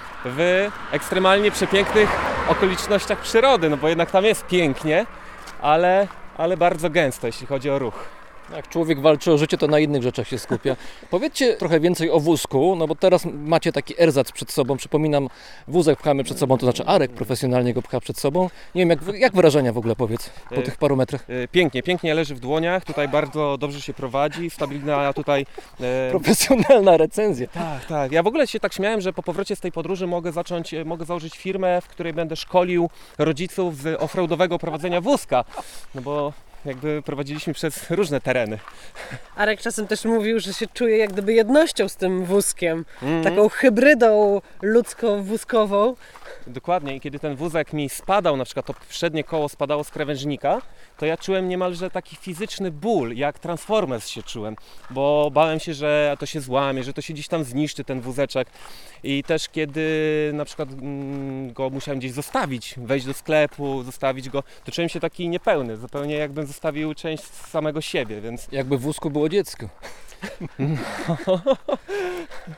w ekstremalnie przepięknych okolicznościach przyrody, no bo jednak tam jest pięknie, ale bardzo gęsto, jeśli chodzi o ruch. Jak człowiek walczy o życie, to na innych rzeczach się skupia. Powiedzcie trochę więcej o wózku, no bo teraz macie taki erzac przed sobą. Przypominam, wózek pchamy przed sobą, to znaczy Arek profesjonalnie go pcha przed sobą. Nie wiem, jak wrażenia w ogóle, powiedz, po tych paru metrach? Pięknie leży w dłoniach, tutaj bardzo dobrze się prowadzi, stabilna tutaj... Profesjonalna recenzja. Tak. Ja w ogóle się tak śmiałem, że po powrocie z tej podróży mogę założyć firmę, w której będę szkolił rodziców z offroadowego prowadzenia wózka, no bo jakby prowadziliśmy przez różne tereny. Arek czasem też mówił, że się czuje jak gdyby jednością z tym wózkiem, taką hybrydą ludzko-wózkową. Dokładnie i kiedy ten wózek mi spadał, na przykład to przednie koło spadało z krawężnika, to ja czułem niemalże taki fizyczny ból, jak Transformers się czułem, bo bałem się, że to się złamie, że to się gdzieś tam zniszczy ten wózeczek i też kiedy na przykład go musiałem gdzieś zostawić, wejść do sklepu, zostawić go, to czułem się taki niepełny, zupełnie jakbym zostawił część samego siebie, więc... Jakby w wózku było dziecko.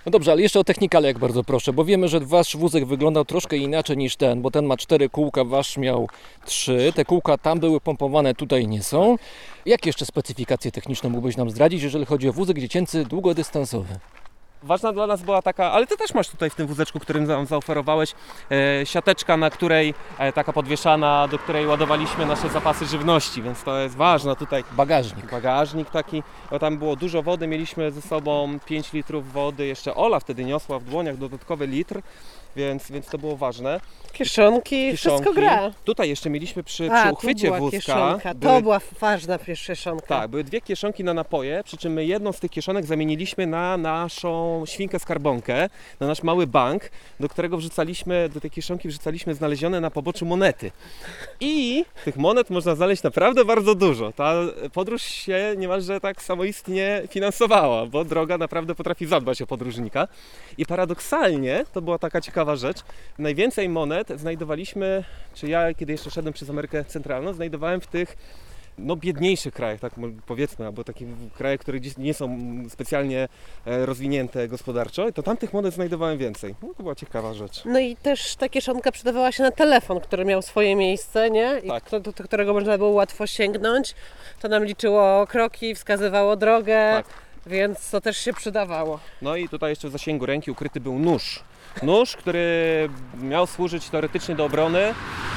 No dobrze, ale jeszcze o technikalek bardzo proszę, bo wiemy, że wasz wózek wyglądał troszkę inaczej niż ten, bo ten ma 4 kółka, wasz miał 3. Te kółka tam były pompowane, tutaj nie są. Jakie jeszcze specyfikacje techniczne mógłbyś nam zdradzić, jeżeli chodzi o wózek dziecięcy długodystansowy? Ważna dla nas była taka, ale ty też masz tutaj w tym wózeczku, którym nam zaoferowałeś, siateczka, na której, taka podwieszana, do której ładowaliśmy nasze zapasy żywności, więc to jest ważne tutaj. Bagażnik taki, bo tam było dużo wody, mieliśmy ze sobą 5 litrów wody, jeszcze Ola wtedy niosła w dłoniach dodatkowy litr, więc to było ważne. Kieszonki, wszystko gra. Tutaj jeszcze mieliśmy przy Tu uchwycie była wózka. kieszonka. To była ważna kieszonka. Tak, były 2 kieszonki na napoje, przy czym my jedną z tych kieszonek zamieniliśmy na naszą świnkę skarbonkę, na nasz mały bank, do którego do tej kieszonki wrzucaliśmy znalezione na poboczu monety. I tych monet można znaleźć naprawdę bardzo dużo. Ta podróż się niemalże tak samoistnie finansowała, bo droga naprawdę potrafi zadbać o podróżnika. I paradoksalnie, to była taka ciekawa rzecz, najwięcej monet znajdowaliśmy, czy ja kiedy jeszcze szedłem przez Amerykę Centralną, znajdowałem w tych biedniejszych krajach, tak powiedzmy, albo takich krajach, które gdzieś nie są specjalnie rozwinięte gospodarczo, to tam tych monet znajdowałem więcej. No, to była ciekawa rzecz. No i też ta kieszonka przydawała się na telefon, który miał swoje miejsce, nie? I Tak. do którego można było łatwo sięgnąć. To nam liczyło kroki, wskazywało drogę, Tak. więc to też się przydawało. No i tutaj jeszcze w zasięgu ręki ukryty był nóż. Nóż, który miał służyć teoretycznie do obrony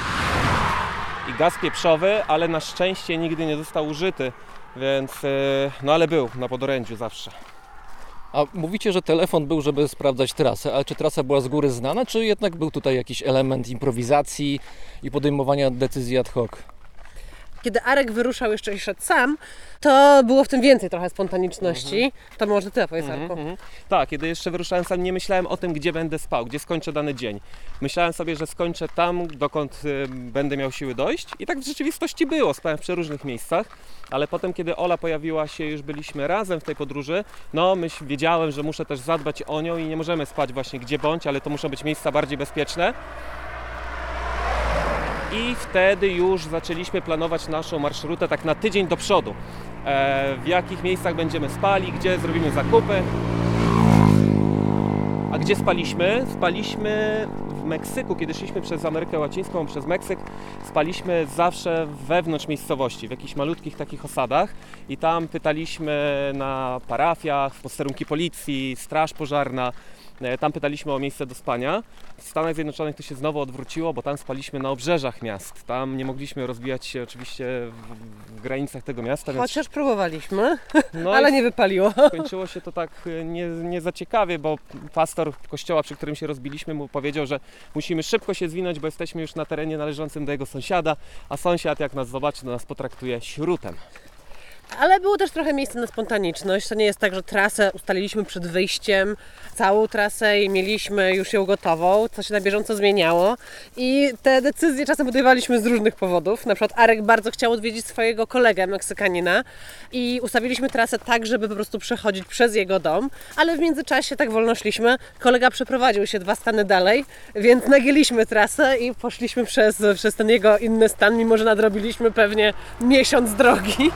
i gaz pieprzowy, ale na szczęście nigdy nie został użyty, więc ale był na podorędziu zawsze. A mówicie, że telefon był, żeby sprawdzać trasę, ale czy trasa była z góry znana, czy jednak był tutaj jakiś element improwizacji i podejmowania decyzji ad hoc? Kiedy Arek wyruszał jeszcze i szedł sam, to było w tym więcej trochę spontaniczności. To może ty opowiedz, Arku. Tak, kiedy jeszcze wyruszałem sam, nie myślałem o tym, gdzie będę spał, gdzie skończę dany dzień. Myślałem sobie, że skończę tam, dokąd będę miał siły dojść i tak w rzeczywistości było. Spałem w przeróżnych miejscach, ale potem, kiedy Ola pojawiła się, już byliśmy razem w tej podróży, wiedziałem, że muszę też zadbać o nią i nie możemy spać właśnie gdzie bądź, ale to muszą być miejsca bardziej bezpieczne. I wtedy już zaczęliśmy planować naszą marszrutę tak na tydzień do przodu. W jakich miejscach będziemy spali, gdzie zrobimy zakupy. A gdzie spaliśmy? Spaliśmy w Meksyku, kiedy szliśmy przez Amerykę Łacińską, przez Meksyk, spaliśmy zawsze wewnątrz miejscowości, w jakichś malutkich takich osadach i tam pytaliśmy na parafiach, posterunki policji, straż pożarna. Tam pytaliśmy o miejsce do spania. W Stanach Zjednoczonych to się znowu odwróciło, bo tam spaliśmy na obrzeżach miast. Tam nie mogliśmy rozbijać się oczywiście w granicach tego miasta. Chociaż próbowaliśmy, No ale i nie wypaliło. skończyło się to tak nie za ciekawie, bo pastor kościoła, przy którym się rozbiliśmy, mu powiedział, że musimy szybko się zwinąć, bo jesteśmy już na terenie należącym do jego sąsiada, a sąsiad jak nas zobaczy, to nas potraktuje śrutem. Ale było też trochę miejsca na spontaniczność. To nie jest tak, że trasę ustaliliśmy przed wyjściem, całą trasę i mieliśmy już ją gotową, co się na bieżąco zmieniało. I te decyzje czasem podejmowaliśmy z różnych powodów. Na przykład Arek bardzo chciał odwiedzić swojego kolegę Meksykanina i ustawiliśmy trasę tak, żeby po prostu przechodzić przez jego dom, ale w międzyczasie tak wolno szliśmy. Kolega przeprowadził się 2 stany dalej, więc nagięliśmy trasę i poszliśmy przez ten jego inny stan, mimo że nadrobiliśmy pewnie miesiąc drogi.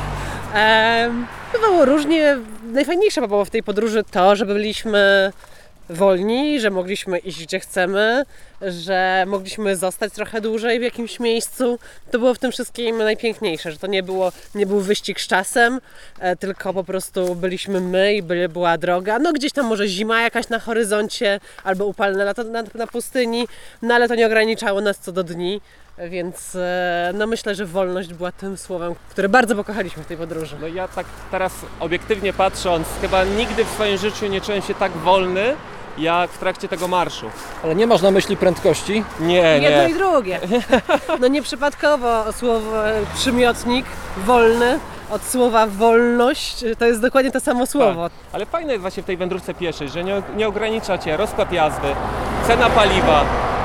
Bywało różnie. Najfajniejsze było w tej podróży to, że byliśmy wolni, że mogliśmy iść gdzie chcemy, że mogliśmy zostać trochę dłużej w jakimś miejscu. To było w tym wszystkim najpiękniejsze, że to nie był wyścig z czasem, tylko po prostu byliśmy my i była droga. No gdzieś tam może zima jakaś na horyzoncie albo upalne lato na pustyni, no ale to nie ograniczało nas co do dni. Więc myślę, że wolność była tym słowem, które bardzo pokochaliśmy w tej podróży. No ja tak teraz obiektywnie patrząc, chyba nigdy w swoim życiu nie czułem się tak wolny, jak w trakcie tego marszu. Ale nie masz na myśli prędkości? Nie. Jedno i drugie. No nieprzypadkowo słowo przymiotnik wolny od słowa wolność to jest dokładnie to samo słowo. Tak. Ale fajne jest właśnie w tej wędrówce pieszej, że nie ogranicza Cię rozkład jazdy, cena paliwa.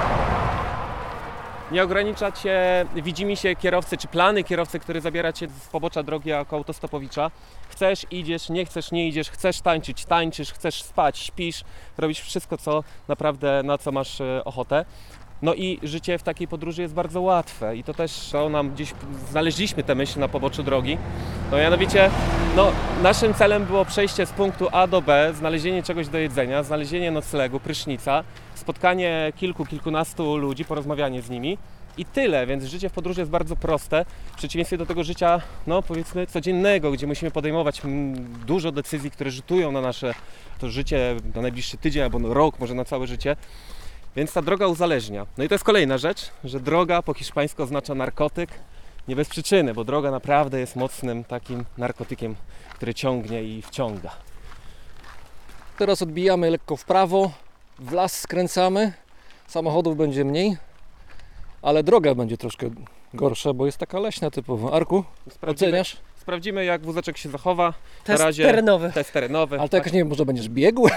Nie ogranicza Cię widzimisię kierowcy, czy plany kierowcy, który zabiera Cię z pobocza drogi jako autostopowicza. Chcesz, idziesz, nie chcesz, nie idziesz, chcesz tańczyć, tańczysz, chcesz spać, śpisz, robisz wszystko, co naprawdę, na co masz ochotę. No i życie w takiej podróży jest bardzo łatwe i to też nam gdzieś znaleźliśmy tę myśl na poboczu drogi. No mianowicie, naszym celem było przejście z punktu A do B, znalezienie czegoś do jedzenia, znalezienie noclegu, prysznica, spotkanie kilkunastu ludzi, porozmawianie z nimi i tyle, więc życie w podróży jest bardzo proste, w przeciwieństwie do tego życia, powiedzmy codziennego, gdzie musimy podejmować dużo decyzji, które rzutują na nasze to życie na najbliższy tydzień albo rok, może na całe życie. Więc ta droga uzależnia. No i to jest kolejna rzecz, że droga po hiszpańsku oznacza narkotyk. Nie bez przyczyny, bo droga naprawdę jest mocnym takim narkotykiem, który ciągnie i wciąga. Teraz odbijamy lekko w prawo, w las skręcamy, samochodów będzie mniej, ale droga będzie troszkę gorsza, bo jest taka leśna typowo. Arku, oceniasz? Sprawdzimy, jak wózeczek się zachowa. Test Na razie terenowy. Test terenowy. Ale to jakoś nie wiem, może będziesz biegł?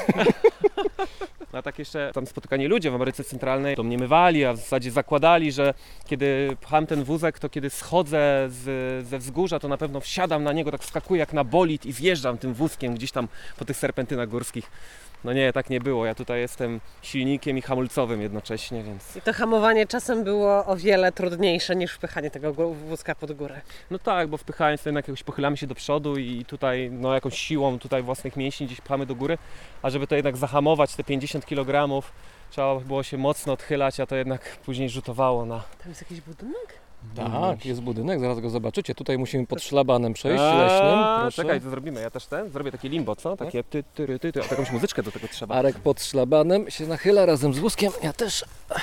A tak jeszcze tam spotykani ludzie w Ameryce Centralnej domniemywali, a w zasadzie zakładali, że kiedy pcham ten wózek, to kiedy schodzę ze wzgórza, to na pewno wsiadam na niego, tak wskakuję jak na bolid i zjeżdżam tym wózkiem gdzieś tam po tych serpentynach górskich. No nie, tak nie było. Ja tutaj jestem silnikiem i hamulcowym jednocześnie, więc... I to hamowanie czasem było o wiele trudniejsze niż wpychanie tego wózka pod górę. No tak, bo wpychając to jednak jakoś pochylamy się do przodu i tutaj jakąś siłą tutaj własnych mięśni gdzieś pchamy do góry, a żeby to jednak zahamować te 50 kg, trzeba było się mocno odchylać, a to jednak później rzutowało na... Tam jest jakiś budynek? Tak, jest budynek, zaraz go zobaczycie. Tutaj musimy pod szlabanem przejść leśnym. Proszę. Czekaj, to zrobimy. Ja też zrobię takie limbo, co? Takie ty, a jakąś muzyczkę do tego trzeba. Arek pod szlabanem się nachyla razem z wózkiem, ja też.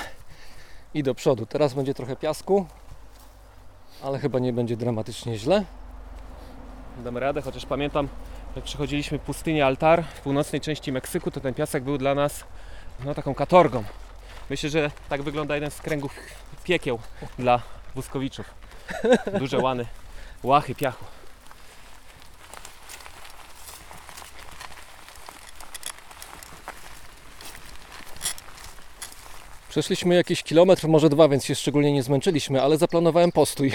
I do przodu. Teraz będzie trochę piasku, ale chyba nie będzie dramatycznie źle. Damy radę, chociaż pamiętam, jak przechodziliśmy pustynię Altar w północnej części Meksyku, to ten piasek był dla nas taką katorgą. Myślę, że tak wygląda jeden z kręgów piekieł dla wózkowiczów. Duże łachy piachu. Przeszliśmy jakiś kilometr, może 2, więc się szczególnie nie zmęczyliśmy, ale zaplanowałem postój.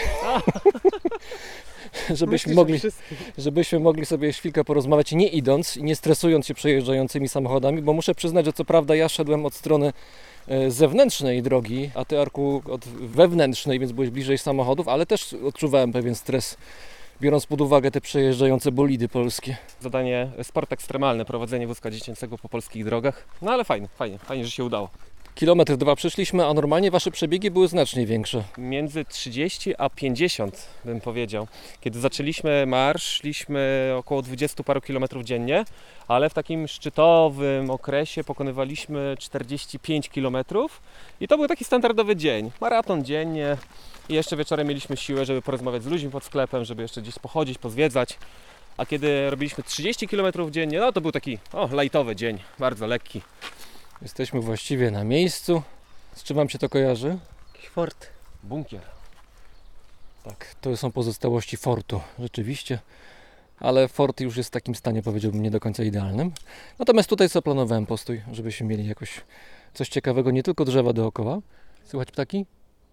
Żebyśmy mogli sobie chwilkę porozmawiać, nie idąc i nie stresując się przejeżdżającymi samochodami, bo muszę przyznać, że co prawda ja szedłem od strony zewnętrznej drogi, a ty, Arku, od wewnętrznej, więc byłeś bliżej samochodów, ale też odczuwałem pewien stres, biorąc pod uwagę te przejeżdżające bolidy polskie. Zadanie sport ekstremalny, prowadzenie wózka dziecięcego po polskich drogach. No ale fajnie, że się udało. Kilometr 2 przeszliśmy, a normalnie wasze przebiegi były znacznie większe. Między 30 a 50 bym powiedział. Kiedy zaczęliśmy marsz, szliśmy około 20 paru kilometrów dziennie, ale w takim szczytowym okresie pokonywaliśmy 45 kilometrów i to był taki standardowy dzień. Maraton dziennie i jeszcze wieczorem mieliśmy siłę, żeby porozmawiać z ludźmi pod sklepem, żeby jeszcze gdzieś pochodzić, pozwiedzać. A kiedy robiliśmy 30 kilometrów dziennie, to był taki lajtowy dzień, bardzo lekki. Jesteśmy właściwie na miejscu. Z czym wam się to kojarzy? Jakiś fort. Bunkier. Tak, to są pozostałości fortu, rzeczywiście. Ale fort już jest w takim stanie, powiedziałbym, nie do końca idealnym. Natomiast tutaj zaplanowałem postój, żebyśmy mieli jakoś coś ciekawego, nie tylko drzewa dookoła. Słychać ptaki?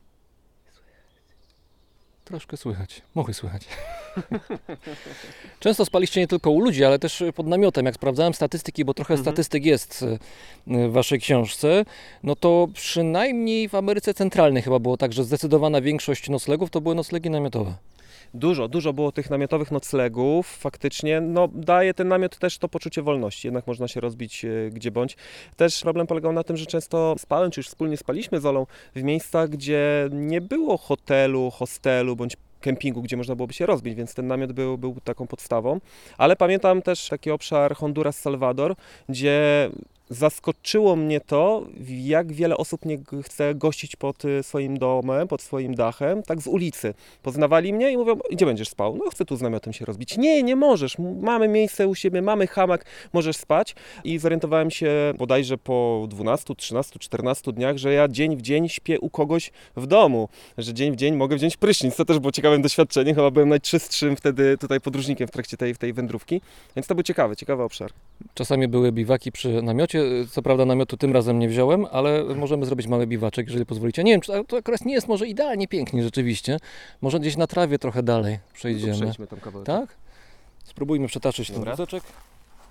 Troszkę słychać, muchy słychać. Często spaliście nie tylko u ludzi, ale też pod namiotem. Jak sprawdzałem statystyki, bo trochę statystyk jest w waszej książce, no to przynajmniej w Ameryce Centralnej chyba było tak, że zdecydowana większość noclegów to były noclegi namiotowe. Dużo było tych namiotowych noclegów, faktycznie, daje ten namiot też to poczucie wolności, jednak można się rozbić gdzie bądź. Też problem polegał na tym, że często spałem, czy już wspólnie spaliśmy z Olą w miejscach, gdzie nie było hotelu, hostelu bądź kempingu, gdzie można byłoby się rozbić, więc ten namiot był taką podstawą. Ale pamiętam też taki obszar Honduras-Salwador, gdzie zaskoczyło mnie to, jak wiele osób mnie chce gościć pod swoim domem, pod swoim dachem, tak z ulicy. Poznawali mnie i mówią, gdzie będziesz spał? No chcę tu z namiotem się rozbić. Nie możesz, mamy miejsce u siebie, mamy hamak, możesz spać. I zorientowałem się bodajże po 12, 13, 14 dniach, że ja dzień w dzień śpię u kogoś w domu, że dzień w dzień mogę wziąć prysznic. To też było ciekawym doświadczeniem, chyba byłem najczystszym wtedy tutaj podróżnikiem w trakcie tej wędrówki, więc to był ciekawy obszar. Czasami były biwaki przy namiocie, co prawda namiotu tym razem nie wziąłem, ale możemy zrobić mały biwaczek, jeżeli pozwolicie. Nie wiem, czy to akurat nie jest może idealnie pięknie rzeczywiście. Może gdzieś na trawie trochę dalej przejdziemy. Przejdźmy tam kawałek. Tak? Spróbujmy przetaczyć ten Dobra. wózeczek.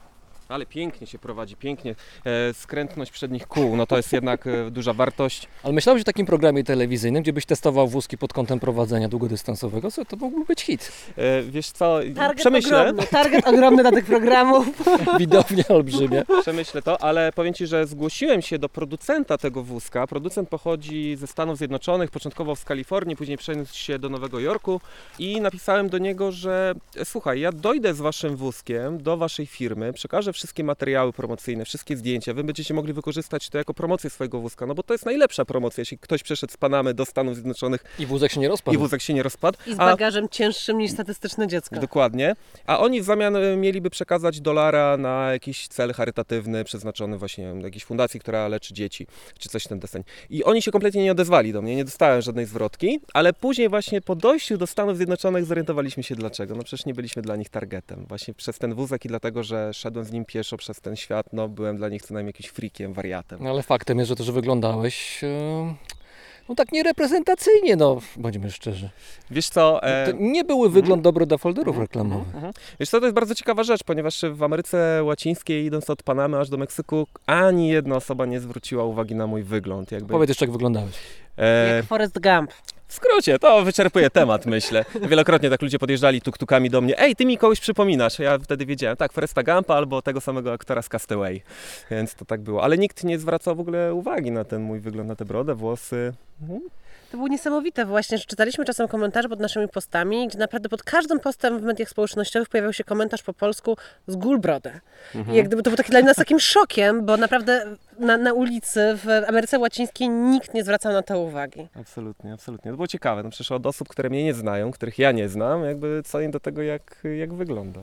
Ale pięknie się prowadzi, pięknie. Skrętność przednich kół, no to jest jednak duża wartość. Ale myślałeś o takim programie telewizyjnym, gdzie byś testował wózki pod kątem prowadzenia długodystansowego? Co, to mógłby być hit. Wiesz co, Target ogromny dla tych programów. Widownia olbrzymia. przemyślę to, ale powiem Ci, że zgłosiłem się do producenta tego wózka. Producent pochodzi ze Stanów Zjednoczonych, początkowo z Kalifornii, później przeniósł się do Nowego Jorku i napisałem do niego, że słuchaj, ja dojdę z Waszym wózkiem do Waszej firmy, przekażę wszystkie materiały promocyjne, wszystkie zdjęcia, Wy będziecie mogli wykorzystać to jako promocję swojego wózka, no bo to jest najlepsza promocja, jeśli ktoś przeszedł z Panamy do Stanów Zjednoczonych I wózek się nie rozpadł. i wózek się nie rozpadł. I z bagażem cięższym niż statystyczne dziecko. Dokładnie. A oni w zamian mieliby przekazać $1 na jakiś cel charytatywny przeznaczony właśnie do jakiejś fundacji, która leczy dzieci, czy coś w ten deseń. I oni się kompletnie nie odezwali do mnie, nie dostałem żadnej zwrotki, ale później właśnie po dojściu do Stanów Zjednoczonych zorientowaliśmy się dlaczego. No przecież nie byliśmy dla nich targetem. Właśnie przez ten wózek i dlatego, że szedłem z nim pieszo przez ten świat, no byłem dla nich co najmniej jakimś freakiem, wariatem. No ale faktem jest, że to, że wyglądałeś no tak niereprezentacyjnie, no bądźmy szczerzy. Wiesz co? To nie były wygląd dobry dla folderów reklamowych. Wiesz co, to jest bardzo ciekawa rzecz, ponieważ w Ameryce Łacińskiej, idąc od Panamy aż do Meksyku, ani jedna osoba nie zwróciła uwagi na mój wygląd. Jakby, Powiedz jeszcze, jak wyglądałeś. Jak Forrest Gump. w skrócie, to wyczerpuje temat, myślę. Wielokrotnie tak ludzie podjeżdżali tuk-tukami do mnie. Ej, ty mi kogoś przypominasz. Ja wtedy wiedziałem, tak, Forresta Gumpa albo tego samego aktora z Castaway. Więc to tak było. Ale nikt nie zwracał w ogóle uwagi na ten mój wygląd, na tę brodę, włosy. To było niesamowite właśnie, że czytaliśmy czasem komentarze pod naszymi postami, gdzie naprawdę pod każdym postem w mediach społecznościowych pojawiał się komentarz po polsku "zgól brodę". I jak gdyby to był taki dla nas takim szokiem, bo naprawdę na ulicy w Ameryce Łacińskiej nikt nie zwracał na to uwagi. Absolutnie, absolutnie. To było ciekawe. No przecież od osób, które mnie nie znają, których ja nie znam, jakby co im do tego, jak wygląda.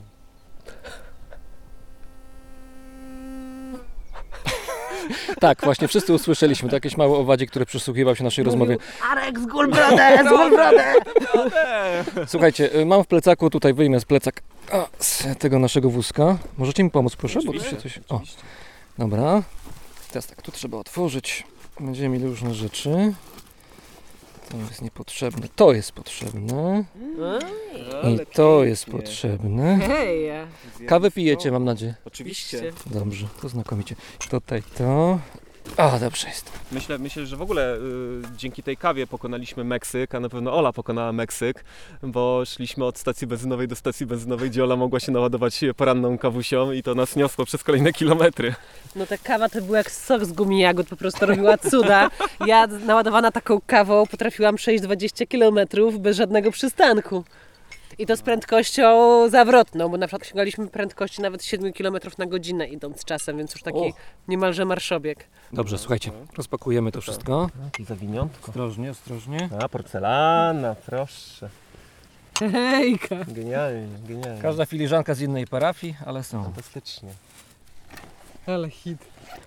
Tak, właśnie wszyscy usłyszeliśmy. To jakieś małe owadzie, które przysłuchiwał się naszej rozmowie. Arek, zgól brodę, zgól brodę! Słuchajcie, mam w plecaku, tutaj wyjmę z plecak z tego naszego wózka. Możecie mi pomóc, proszę? Bo tu się coś... O, dobra. Teraz tak, tu trzeba otworzyć. Będziemy mieli różne rzeczy. To jest niepotrzebne. To jest potrzebne. I to jest potrzebne. Hej! Kawę pijecie, mam nadzieję. Oczywiście. Dobrze, to znakomicie. Tutaj to... O, dobrze jest. Myślę, że w ogóle dzięki tej kawie pokonaliśmy Meksyk, a na pewno Ola pokonała Meksyk, bo szliśmy od stacji benzynowej do stacji benzynowej, gdzie Ola mogła się naładować poranną kawusią i to nas niosło przez kolejne kilometry. No ta kawa to był jak sok z gumi jagód, po prostu robiła cuda. Ja naładowana taką kawą potrafiłam przejść 20 km bez żadnego przystanku. I to z prędkością zawrotną, bo na przykład osiągaliśmy prędkości nawet 7 km na godzinę idąc czasem, więc już taki niemalże marszobieg. Dobrze, słuchajcie, rozpakujemy to wszystko. I zawiniątko. Ostrożnie, ostrożnie. A, porcelana, proszę. Hejka! Genialnie, genialnie. Każda filiżanka z innej parafii, ale są. Fantastycznie. Ale hit.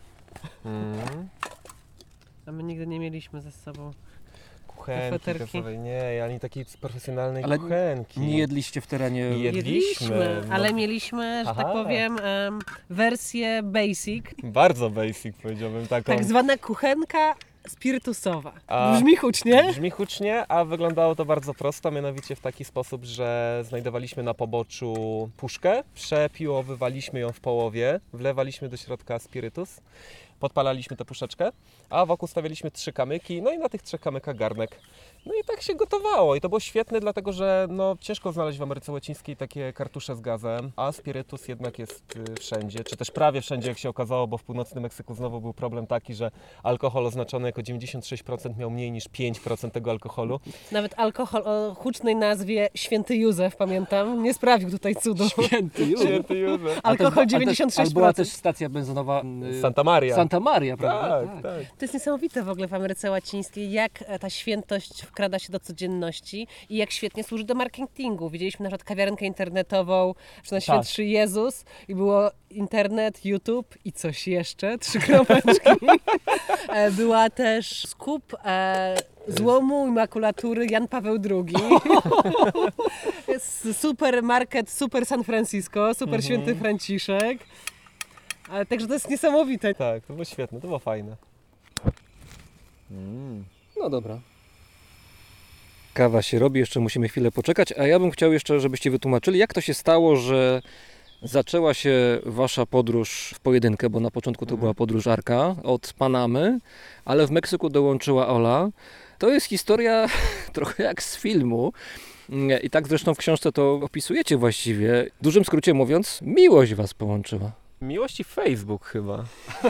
Mm. A my nigdy nie mieliśmy ze sobą. Kuchenki Kafeterki. kawowej, nie, ani takiej profesjonalnej Ale kuchenki. Nie jedliście w terenie... Jedliśmy, no. ale mieliśmy, że tak Aha. powiem, wersję basic, Bardzo basic powiedziałbym, taką. tak zwana kuchenka spirytusowa. A- Brzmi hucznie? Brzmi hucznie, a wyglądało to bardzo prosto, mianowicie w taki sposób, że znajdowaliśmy na poboczu puszkę, przepiłowywaliśmy ją w połowie, wlewaliśmy do środka spirytus, podpalaliśmy tę puszeczkę, a wokół stawialiśmy 3 kamyki, no i na tych 3 kamykach garnek. No i tak się gotowało i to było świetne, dlatego że no, ciężko znaleźć w Ameryce Łacińskiej takie kartusze z gazem, a spirytus jednak jest wszędzie, czy też prawie wszędzie, jak się okazało, bo w północnym Meksyku znowu był problem taki, że alkohol oznaczony jako 96% miał mniej niż 5% tego alkoholu. Nawet alkohol o hucznej nazwie Święty Józef, pamiętam, nie sprawił tutaj cudu. Święty Józef. Święty Józef. Alkohol Ale 96%. była też stacja benzynowa Santa Maria. Santa Maria, prawda? Tak, tak. To jest niesamowite w ogóle w Ameryce Łacińskiej, jak ta świętość wkrada się do codzienności i jak świetnie służy do marketingu. Widzieliśmy na przykład kawiarenkę internetową, że na Świętszy Jezus i było internet, YouTube i coś jeszcze, 3 kropeczki. Była też skup złomu i makulatury Jan Paweł II. Supermarket Super San Francisco, Super Święty Franciszek. Ale także to jest niesamowite. Tak, to było świetne, to było fajne. No dobra. Kawa się robi, jeszcze musimy chwilę poczekać, a ja bym chciał jeszcze, żebyście wytłumaczyli, jak to się stało, że Zaczęła się wasza podróż w pojedynkę, bo na początku to była podróż Arka od Panamy, ale w Meksyku dołączyła Ola. To jest historia trochę jak z filmu. I tak zresztą w książce to opisujecie właściwie. W dużym skrócie mówiąc, miłość was połączyła. Miłości Facebook chyba.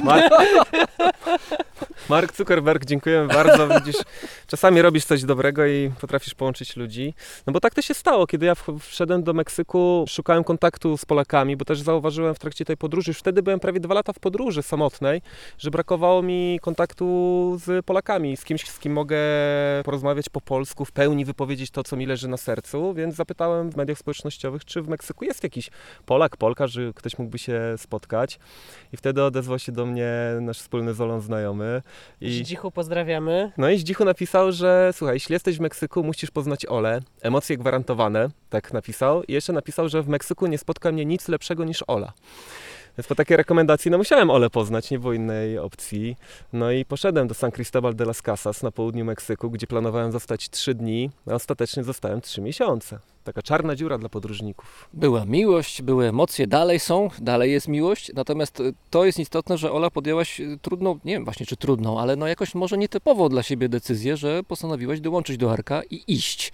Mark Zuckerberg, dziękujemy bardzo. Widzisz, czasami robisz coś dobrego i potrafisz połączyć ludzi. No bo tak to się stało, kiedy ja wszedłem do Meksyku, szukałem kontaktu z Polakami, bo też zauważyłem w trakcie tej podróży, już wtedy byłem prawie 2 lata w podróży samotnej, że brakowało mi kontaktu z Polakami, z kimś, z kim mogę porozmawiać po polsku, w pełni wypowiedzieć to, co mi leży na sercu, więc zapytałem w mediach społecznościowych, czy w Meksyku jest jakiś Polak, Polka, że ktoś mógłby się spotkać. I wtedy odezwał się do mnie nasz wspólny z Olą znajomy. Zdzichu pozdrawiamy. No i Zdzichu napisał, że słuchaj, jeśli jesteś w Meksyku, musisz poznać Olę. Emocje gwarantowane, tak napisał. I jeszcze napisał, że w Meksyku nie spotka mnie nic lepszego niż Ola. Więc po takiej rekomendacji, no musiałem Olę poznać, nie było innej opcji. No i poszedłem do San Cristóbal de las Casas na południu Meksyku, gdzie planowałem zostać 3 dni, a ostatecznie zostałem 3 miesiące. Taka czarna dziura dla podróżników. Była miłość, były emocje, dalej jest miłość, natomiast to jest istotne, że Ola podjęłaś trudną, nie wiem właśnie czy trudną, ale no jakoś może nietypową dla siebie decyzję, że postanowiłaś dołączyć do Arka i iść.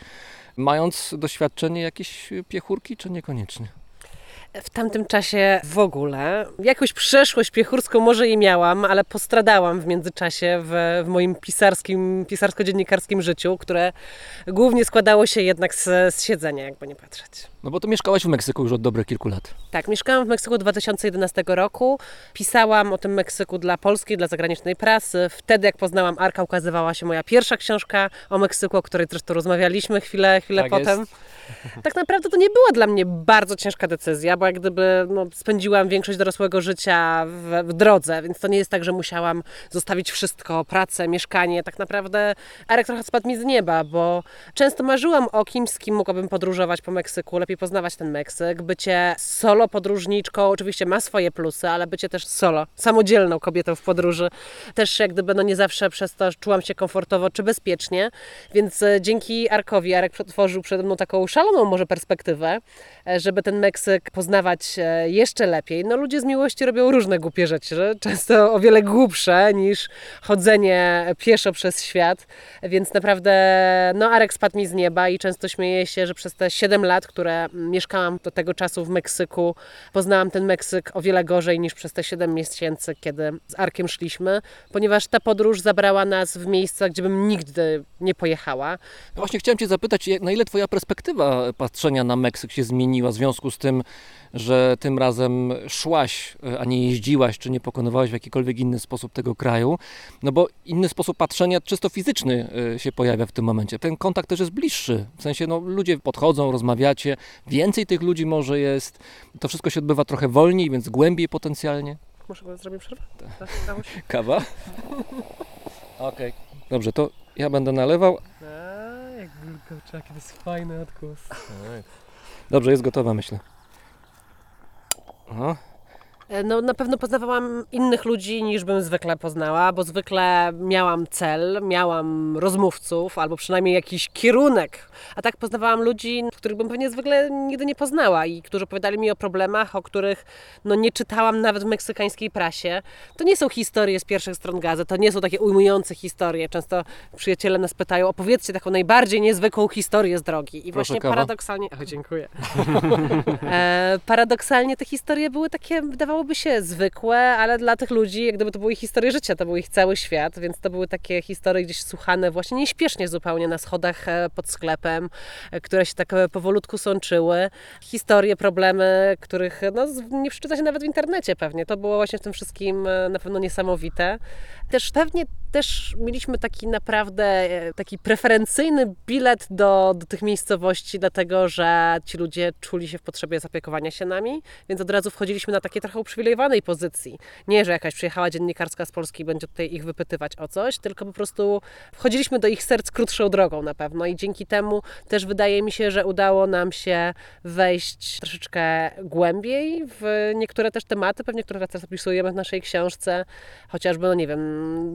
Mając doświadczenie jakieś piechurki, czy niekoniecznie? W tamtym czasie w ogóle jakąś przeszłość piechurską może i miałam, ale postradałam w międzyczasie w moim pisarsko-dziennikarskim życiu, które głównie składało się jednak z siedzenia, jakby nie patrzeć. No bo to mieszkałaś w Meksyku już od dobrych kilku lat. Tak, mieszkałam w Meksyku 2011 roku. Pisałam o tym Meksyku dla polskiej, dla zagranicznej prasy. Wtedy, jak poznałam Arka, ukazywała się moja pierwsza książka o Meksyku, o której zresztą rozmawialiśmy chwilę Tak potem. jest. Tak naprawdę to nie była dla mnie bardzo ciężka decyzja, bo jak gdyby spędziłam większość dorosłego życia w drodze, więc to nie jest tak, że musiałam zostawić wszystko, pracę, mieszkanie. Tak naprawdę Arek trochę spadł mi z nieba, bo często marzyłam o kimś, z kim mogłabym podróżować po Meksyku, lepiej poznawać ten Meksyk. Bycie solo podróżniczką oczywiście ma swoje plusy, ale bycie też solo, samodzielną kobietą w podróży też jak gdyby nie zawsze przez to czułam się komfortowo czy bezpiecznie, więc dzięki Arkowi Arek otworzył przede mną taką szaloną może perspektywę, żeby ten Meksyk poznawać jeszcze lepiej. No ludzie z miłości robią różne głupie rzeczy, często o wiele głupsze niż chodzenie pieszo przez świat, więc naprawdę Arek spadł mi z nieba i często śmieję się, że przez te 7 lat, które mieszkałam do tego czasu w Meksyku, poznałam ten Meksyk o wiele gorzej niż przez te 7 miesięcy, kiedy z Arkiem szliśmy, ponieważ ta podróż zabrała nas w miejsca, gdzie bym nigdy nie pojechała. No właśnie chciałem Cię zapytać, na ile Twoja perspektywa patrzenia na Meksyk się zmieniła w związku z tym, że tym razem szłaś, a nie jeździłaś, czy nie pokonywałaś w jakikolwiek inny sposób tego kraju, no bo inny sposób patrzenia, czysto fizyczny się pojawia w tym momencie. Ten kontakt też jest bliższy, w sensie ludzie podchodzą, rozmawiacie, więcej tych ludzi może jest, to wszystko się odbywa trochę wolniej, więc głębiej potencjalnie. Może zrobię przerwę? Tak, Kawa? Okej. Dobrze, to ja będę nalewał. jak wilgocze, jaki to jest fajny odgłos. Dobrze, jest gotowa, myślę. Aha. No, na pewno poznawałam innych ludzi niż bym zwykle poznała, bo zwykle miałam cel, miałam rozmówców albo przynajmniej jakiś kierunek, a tak poznawałam ludzi, których bym pewnie zwykle nigdy nie poznała i którzy opowiadali mi o problemach, o których nie czytałam nawet w meksykańskiej prasie. To nie są historie z pierwszych stron gazet, to nie są takie ujmujące historie. Często przyjaciele nas pytają, opowiedzcie taką najbardziej niezwykłą historię z drogi. I Proszę, właśnie kawa. paradoksalnie... dziękuję. Paradoksalnie te historie były takie, wydawałoby się zwykłe, ale dla tych ludzi, jak gdyby to były ich historie życia, to był ich cały świat, więc to były takie historie gdzieś słuchane właśnie nieśpiesznie zupełnie na schodach pod sklepem, które się tak powolutku sączyły. Historie, problemy, których nie przeczyta się nawet w internecie pewnie. To było właśnie w tym wszystkim na pewno niesamowite. Pewnie mieliśmy taki naprawdę taki preferencyjny bilet do tych miejscowości, dlatego że ci ludzie czuli się w potrzebie zapiekowania się nami, więc od razu wchodziliśmy na takie trochę uprzywilejowanej pozycji. Nie, że jakaś przyjechała dziennikarska z Polski i będzie tutaj ich wypytywać o coś, tylko po prostu wchodziliśmy do ich serc krótszą drogą na pewno i dzięki temu też wydaje mi się, że udało nam się wejść troszeczkę głębiej w niektóre też tematy, pewnie które teraz opisujemy w naszej książce, chociażby, zatrzymaliśmy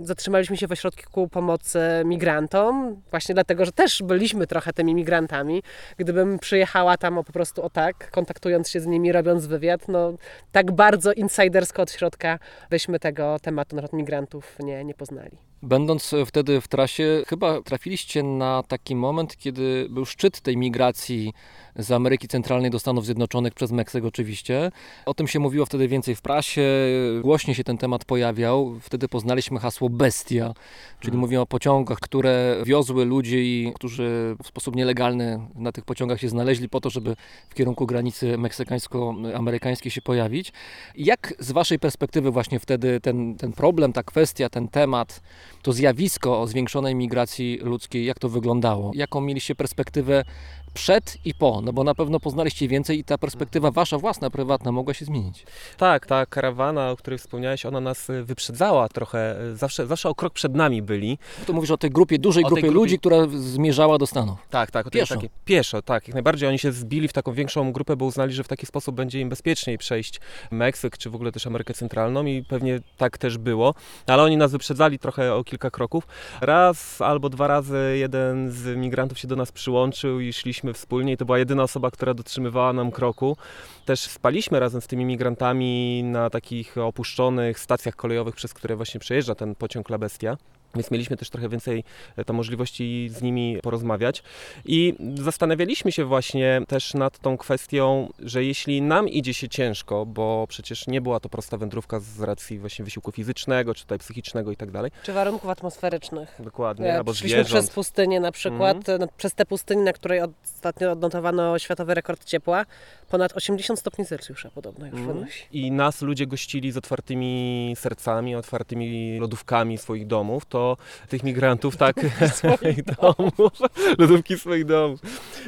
znaleźliśmy się w ośrodku pomocy migrantom, właśnie dlatego, że też byliśmy trochę tymi migrantami. Gdybym przyjechała tam po prostu o tak, kontaktując się z nimi, robiąc wywiad, no tak bardzo insidersko od środka byśmy tego tematu na przykład migrantów nie poznali. Będąc wtedy w trasie, chyba trafiliście na taki moment, kiedy był szczyt tej migracji z Ameryki Centralnej do Stanów Zjednoczonych przez Meksyk oczywiście. O tym się mówiło wtedy więcej w prasie, głośniej się ten temat pojawiał. Wtedy poznaliśmy hasło bestia, czyli mówimy o pociągach, które wiozły ludzi, którzy w sposób nielegalny na tych pociągach się znaleźli po to, żeby w kierunku granicy meksykańsko-amerykańskiej się pojawić. Jak z waszej perspektywy właśnie wtedy ten problem, ta kwestia, ten temat, to zjawisko o zwiększonej migracji ludzkiej, jak to wyglądało? Jaką mieliście perspektywę przed i po? No bo na pewno poznaliście więcej i ta perspektywa wasza własna, prywatna mogła się zmienić. Tak, ta karawana, o której wspomniałeś, ona nas wyprzedzała trochę, zawsze o krok przed nami byli. Tu mówisz o tej grupie, dużej O tej grupie grupie. ludzi, która zmierzała do Stanów. Tak, Pieszo. Pieszo, tak, jak najbardziej. Oni się zbili w taką większą grupę, bo uznali, że w taki sposób będzie im bezpieczniej przejść Meksyk, czy w ogóle też Amerykę Centralną i pewnie tak też było. Ale oni nas wyprzedzali trochę o kilka kroków. Raz albo dwa razy jeden z migrantów się do nas przyłączył i szliśmy wspólnie i to była jedyna osoba, która dotrzymywała nam kroku. Też spaliśmy razem z tymi migrantami na takich opuszczonych stacjach kolejowych, przez które właśnie przejeżdża ten pociąg La Bestia. Więc mieliśmy też trochę więcej możliwości z nimi porozmawiać i zastanawialiśmy się właśnie też nad tą kwestią, że jeśli nam idzie się ciężko, bo przecież nie była to prosta wędrówka z racji właśnie wysiłku fizycznego, czy tutaj psychicznego i tak dalej. Czy warunków atmosferycznych. Dokładnie, albo Szliśmy zwierząt. przez pustynię na przykład, przez te pustynie, na której ostatnio odnotowano światowy rekord ciepła, ponad 80 stopni Celsjusza podobno już wynosi. I nas ludzie gościli z otwartymi sercami, otwartymi lodówkami swoich domów, to tych migrantów, tak, swoich domów, lodówki swoich domów,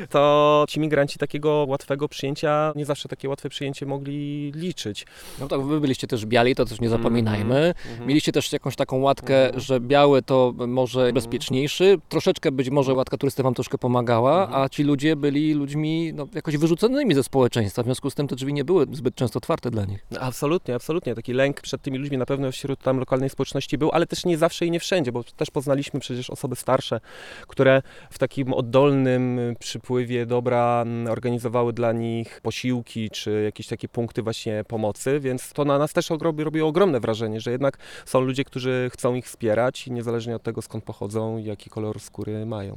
to ci migranci takiego łatwego przyjęcia, nie zawsze takie łatwe przyjęcie mogli liczyć. No tak, wy byliście też biali, to też nie zapominajmy. Mieliście też jakąś taką łatkę, że biały to może bezpieczniejszy. Troszeczkę być może łatka turysty wam troszkę pomagała, a ci ludzie byli ludźmi jakoś wyrzuconymi ze społeczeństwa. W związku z tym te drzwi nie były zbyt często otwarte dla nich. Absolutnie, absolutnie. Taki lęk przed tymi ludźmi na pewno wśród tam lokalnej społeczności był, ale też nie zawsze i nie wszędzie, bo też poznaliśmy przecież osoby starsze, które w takim oddolnym przypływie dobra organizowały dla nich posiłki, czy jakieś takie punkty właśnie pomocy, więc to na nas też robiło ogromne wrażenie, że jednak są ludzie, którzy chcą ich wspierać i niezależnie od tego, skąd pochodzą i jaki kolor skóry mają.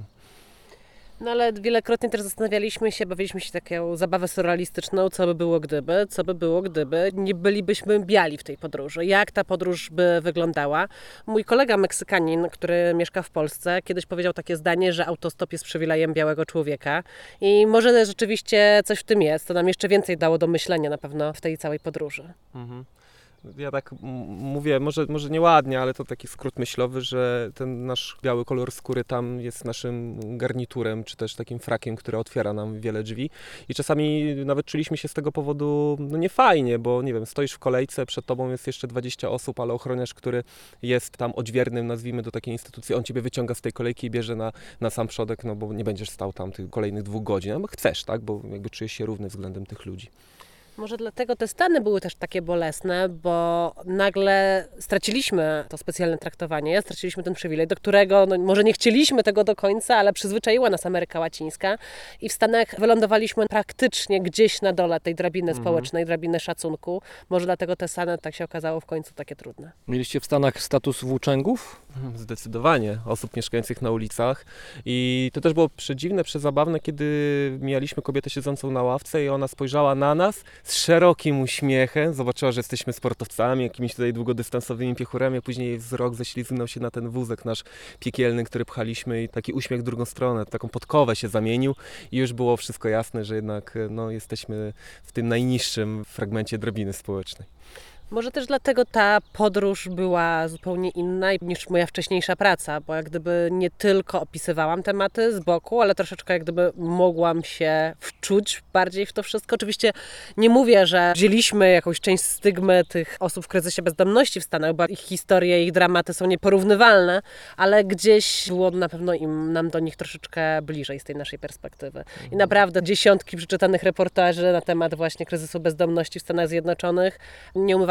No ale wielokrotnie też zastanawialiśmy się, bawiliśmy się taką zabawę surrealistyczną, co by było, gdyby nie bylibyśmy biali w tej podróży. Jak ta podróż by wyglądała? Mój kolega Meksykanin, który mieszka w Polsce, kiedyś powiedział takie zdanie, że autostop jest przywilejem białego człowieka i może rzeczywiście coś w tym jest. To nam jeszcze więcej dało do myślenia na pewno w tej całej podróży. Ja tak mówię, może nieładnie, ale to taki skrót myślowy, że ten nasz biały kolor skóry tam jest naszym garniturem, czy też takim frakiem, który otwiera nam wiele drzwi. I czasami nawet czuliśmy się z tego powodu niefajnie, bo nie wiem, stoisz w kolejce, przed tobą jest jeszcze 20 osób, ale ochroniarz, który jest tam odźwiernym, nazwijmy, do takiej instytucji, on ciebie wyciąga z tej kolejki i bierze na sam przodek, no bo nie będziesz stał tam tych kolejnych 2 godzin, no bo chcesz, tak, bo jakby czujesz się równy względem tych ludzi. Może dlatego te stany były też takie bolesne, bo nagle straciliśmy to specjalne traktowanie, straciliśmy ten przywilej, do którego może nie chcieliśmy tego do końca, ale przyzwyczaiła nas Ameryka Łacińska i w Stanach wylądowaliśmy praktycznie gdzieś na dole tej drabiny społecznej, drabiny szacunku. Może dlatego te Stany, tak się okazało, w końcu takie trudne. Mieliście w Stanach status włóczęgów? Zdecydowanie, osób mieszkających na ulicach i to też było przedziwne, przezabawne, kiedy mijaliśmy kobietę siedzącą na ławce i ona spojrzała na nas z szerokim uśmiechem, zobaczyła, że jesteśmy sportowcami, jakimiś tutaj długodystansowymi piechurami, a później jej wzrok ześlizgnął się na ten wózek nasz piekielny, który pchaliśmy i taki uśmiech w drugą stronę, taką podkowę się zamienił i już było wszystko jasne, że jednak jesteśmy w tym najniższym fragmencie drabiny społecznej. Może też dlatego ta podróż była zupełnie inna niż moja wcześniejsza praca, bo jak gdyby nie tylko opisywałam tematy z boku, ale troszeczkę jak gdyby mogłam się wczuć bardziej w to wszystko. Oczywiście nie mówię, że wzięliśmy jakąś część stygmy tych osób w kryzysie bezdomności w Stanach, bo ich historie, ich dramaty są nieporównywalne, ale gdzieś było na pewno nam do nich troszeczkę bliżej z tej naszej perspektywy. I naprawdę dziesiątki przeczytanych reportaży na temat właśnie kryzysu bezdomności w Stanach Zjednoczonych. Nie umywajmy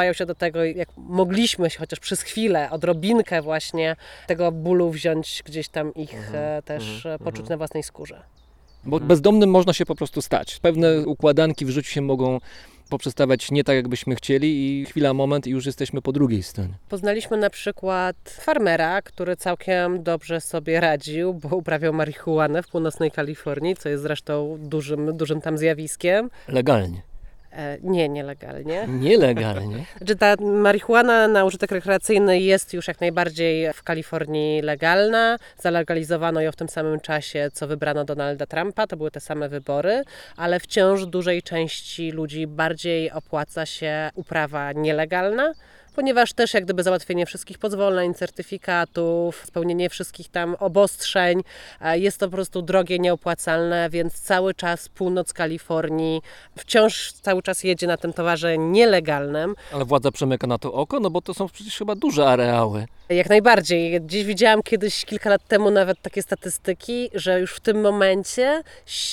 odzywają się do tego, jak mogliśmy się chociaż przez chwilę, odrobinkę właśnie tego bólu wziąć gdzieś tam ich też poczuć na własnej skórze. Bo bezdomnym można się po prostu stać. Pewne układanki w życiu się mogą poprzestawiać nie tak, jakbyśmy chcieli i chwila, moment i już jesteśmy po drugiej stronie. Poznaliśmy na przykład farmera, który całkiem dobrze sobie radził, bo uprawiał marihuanę w północnej Kalifornii, co jest zresztą dużym tam zjawiskiem. Legalnie. Nie, nielegalnie. Nielegalnie. Znaczy ta marihuana na użytek rekreacyjny jest już jak najbardziej w Kalifornii legalna. Zalegalizowano ją w tym samym czasie, co wybrano Donalda Trumpa. To były te same wybory, ale wciąż dużej części ludzi bardziej opłaca się uprawa nielegalna, ponieważ też jak gdyby załatwienie wszystkich pozwoleń, certyfikatów, spełnienie wszystkich tam obostrzeń jest to po prostu drogie, nieopłacalne, więc cały czas północ Kalifornii wciąż cały czas jedzie na tym towarze nielegalnym. Ale władza przemyka na to oko, no bo to są przecież chyba duże areały. Jak najbardziej. Gdzieś widziałam kiedyś, kilka lat temu nawet takie statystyki, że już w tym momencie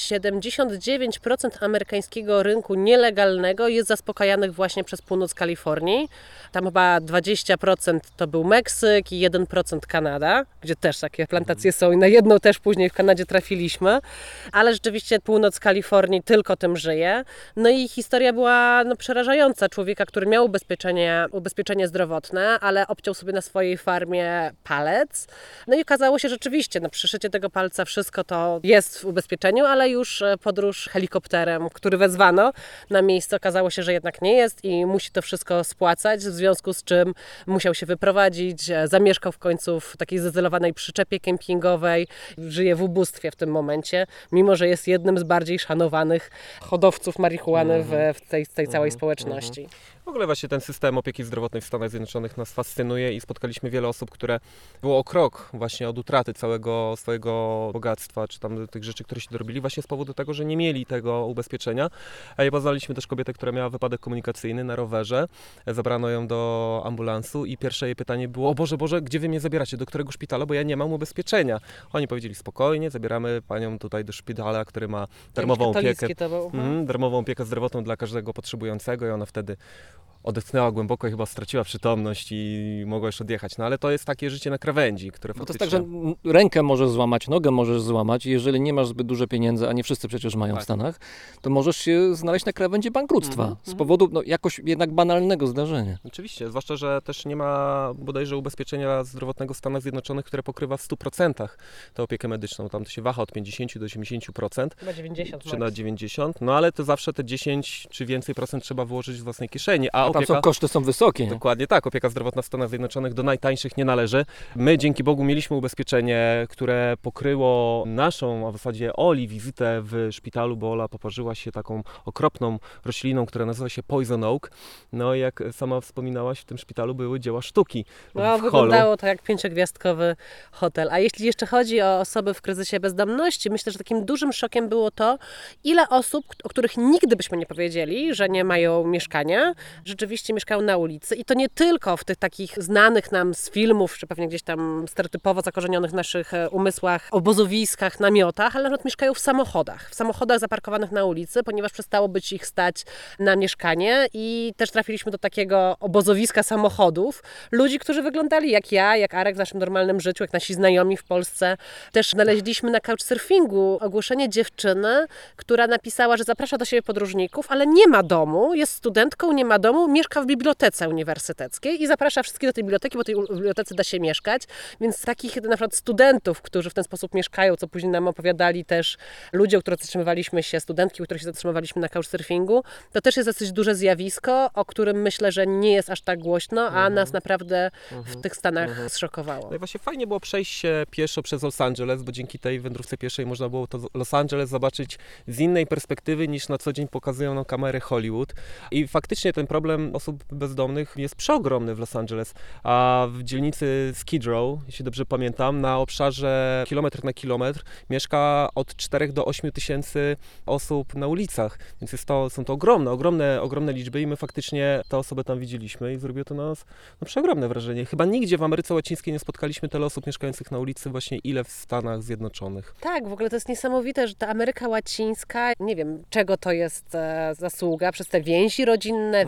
79% amerykańskiego rynku nielegalnego jest zaspokajanych właśnie przez północ Kalifornii. Tam chyba 20% to był Meksyk i 1% Kanada, gdzie też takie plantacje są i na jedną też później w Kanadzie trafiliśmy. Ale rzeczywiście północ Kalifornii tylko tym żyje. No i historia była przerażająca. Człowieka, który miał ubezpieczenie zdrowotne, ale obciął sobie na swojej farmie palec. No i okazało się rzeczywiście, przy szycie tego palca wszystko to jest w ubezpieczeniu, ale już podróż helikopterem, który wezwano na miejsce, okazało się, że jednak nie jest i musi to wszystko spłacać, w związku z czym musiał się wyprowadzić, zamieszkał w końcu w takiej zizolowanej przyczepie kempingowej, żyje w ubóstwie w tym momencie, mimo że jest jednym z bardziej szanowanych hodowców marihuany w tej całej społeczności. W ogóle właśnie ten system opieki zdrowotnej w Stanach Zjednoczonych nas fascynuje i spotkaliśmy wiele osób, które było o krok właśnie od utraty całego swojego bogactwa, czy tam tych rzeczy, które się dorobili właśnie z powodu tego, że nie mieli tego ubezpieczenia. A poznaliśmy też kobietę, która miała wypadek komunikacyjny na rowerze. Zabrano ją do ambulansu i pierwsze jej pytanie było: o Boże, gdzie wy mnie zabieracie? Do którego szpitala? Bo ja nie mam ubezpieczenia. Oni powiedzieli: spokojnie, zabieramy panią tutaj do szpitala, który ma darmową opiekę. To był. Darmową opiekę zdrowotną dla każdego potrzebującego i ona wtedy odetchnęła głęboko i chyba straciła przytomność i mogła już odjechać. No ale to jest takie życie na krawędzi, które No to faktycznie... jest tak, że rękę możesz złamać, nogę możesz złamać i jeżeli nie masz zbyt duże pieniędzy, a nie wszyscy przecież mają w Stanach, to możesz się znaleźć na krawędzi bankructwa z powodu jakoś jednak banalnego zdarzenia. Oczywiście, zwłaszcza, że też nie ma bodajże ubezpieczenia zdrowotnego w Stanach Zjednoczonych, które pokrywa w 100% tę opiekę medyczną. Tam to się waha od 50 do 80%. Chyba 90. Czy na 90, no ale to zawsze te 10 czy więcej procent trzeba wyłożyć z własnej kieszeni. A Tam koszty są wysokie. Nie? Dokładnie tak, opieka zdrowotna w Stanach Zjednoczonych do najtańszych nie należy. My dzięki Bogu mieliśmy ubezpieczenie, które pokryło naszą, a w zasadzie Oli, wizytę w szpitalu, bo Ola poparzyła się taką okropną rośliną, która nazywa się Poison Oak. No i jak sama wspominałaś, w tym szpitalu były dzieła sztuki No, w wyglądało holu. to jak 5-gwiazdkowy hotel. A jeśli jeszcze chodzi o osoby w kryzysie bezdomności, myślę, że takim dużym szokiem było to, ile osób, o których nigdy byśmy nie powiedzieli, że nie mają mieszkania, rzeczywiście mieszkają na ulicy. I to nie tylko w tych takich znanych nam z filmów, czy pewnie gdzieś tam stereotypowo zakorzenionych w naszych umysłach, obozowiskach, namiotach, ale nawet mieszkają w samochodach zaparkowanych na ulicy, ponieważ przestało być ich stać na mieszkanie i też trafiliśmy do takiego obozowiska samochodów. Ludzi, którzy wyglądali jak ja, jak Arek w naszym normalnym życiu, jak nasi znajomi w Polsce. Też znaleźliśmy na couchsurfingu ogłoszenie dziewczyny, która napisała, że zaprasza do siebie podróżników, ale nie ma domu, jest studentką, nie ma domu, mieszka w bibliotece uniwersyteckiej i zaprasza wszystkich do tej biblioteki, bo w tej bibliotece da się mieszkać. Więc takich na przykład studentów, którzy w ten sposób mieszkają, co później nam opowiadali też ludzie, u których zatrzymywaliśmy się, studentki, u których się zatrzymywaliśmy na couchsurfingu, to też jest dosyć duże zjawisko, o którym myślę, że nie jest aż tak głośno, a nas naprawdę w tych Stanach zszokowało. No i właśnie fajnie było przejść się pieszo przez Los Angeles, bo dzięki tej wędrówce pieszej można było to Los Angeles zobaczyć z innej perspektywy niż na co dzień pokazują nam kamery Hollywood. I faktycznie ten problem osób bezdomnych jest przeogromny w Los Angeles, a w dzielnicy Skid Row, jeśli dobrze pamiętam, na obszarze kilometr na kilometr mieszka od 4 do 8 tysięcy osób na ulicach, więc są to ogromne liczby i my faktycznie te osoby tam widzieliśmy i zrobiło to na nas przeogromne wrażenie. Chyba nigdzie w Ameryce Łacińskiej nie spotkaliśmy tyle osób mieszkających na ulicy właśnie ile w Stanach Zjednoczonych. Tak, w ogóle to jest niesamowite, że ta Ameryka Łacińska, nie wiem czego to jest zasługa, przez te więzi rodzinne, więzi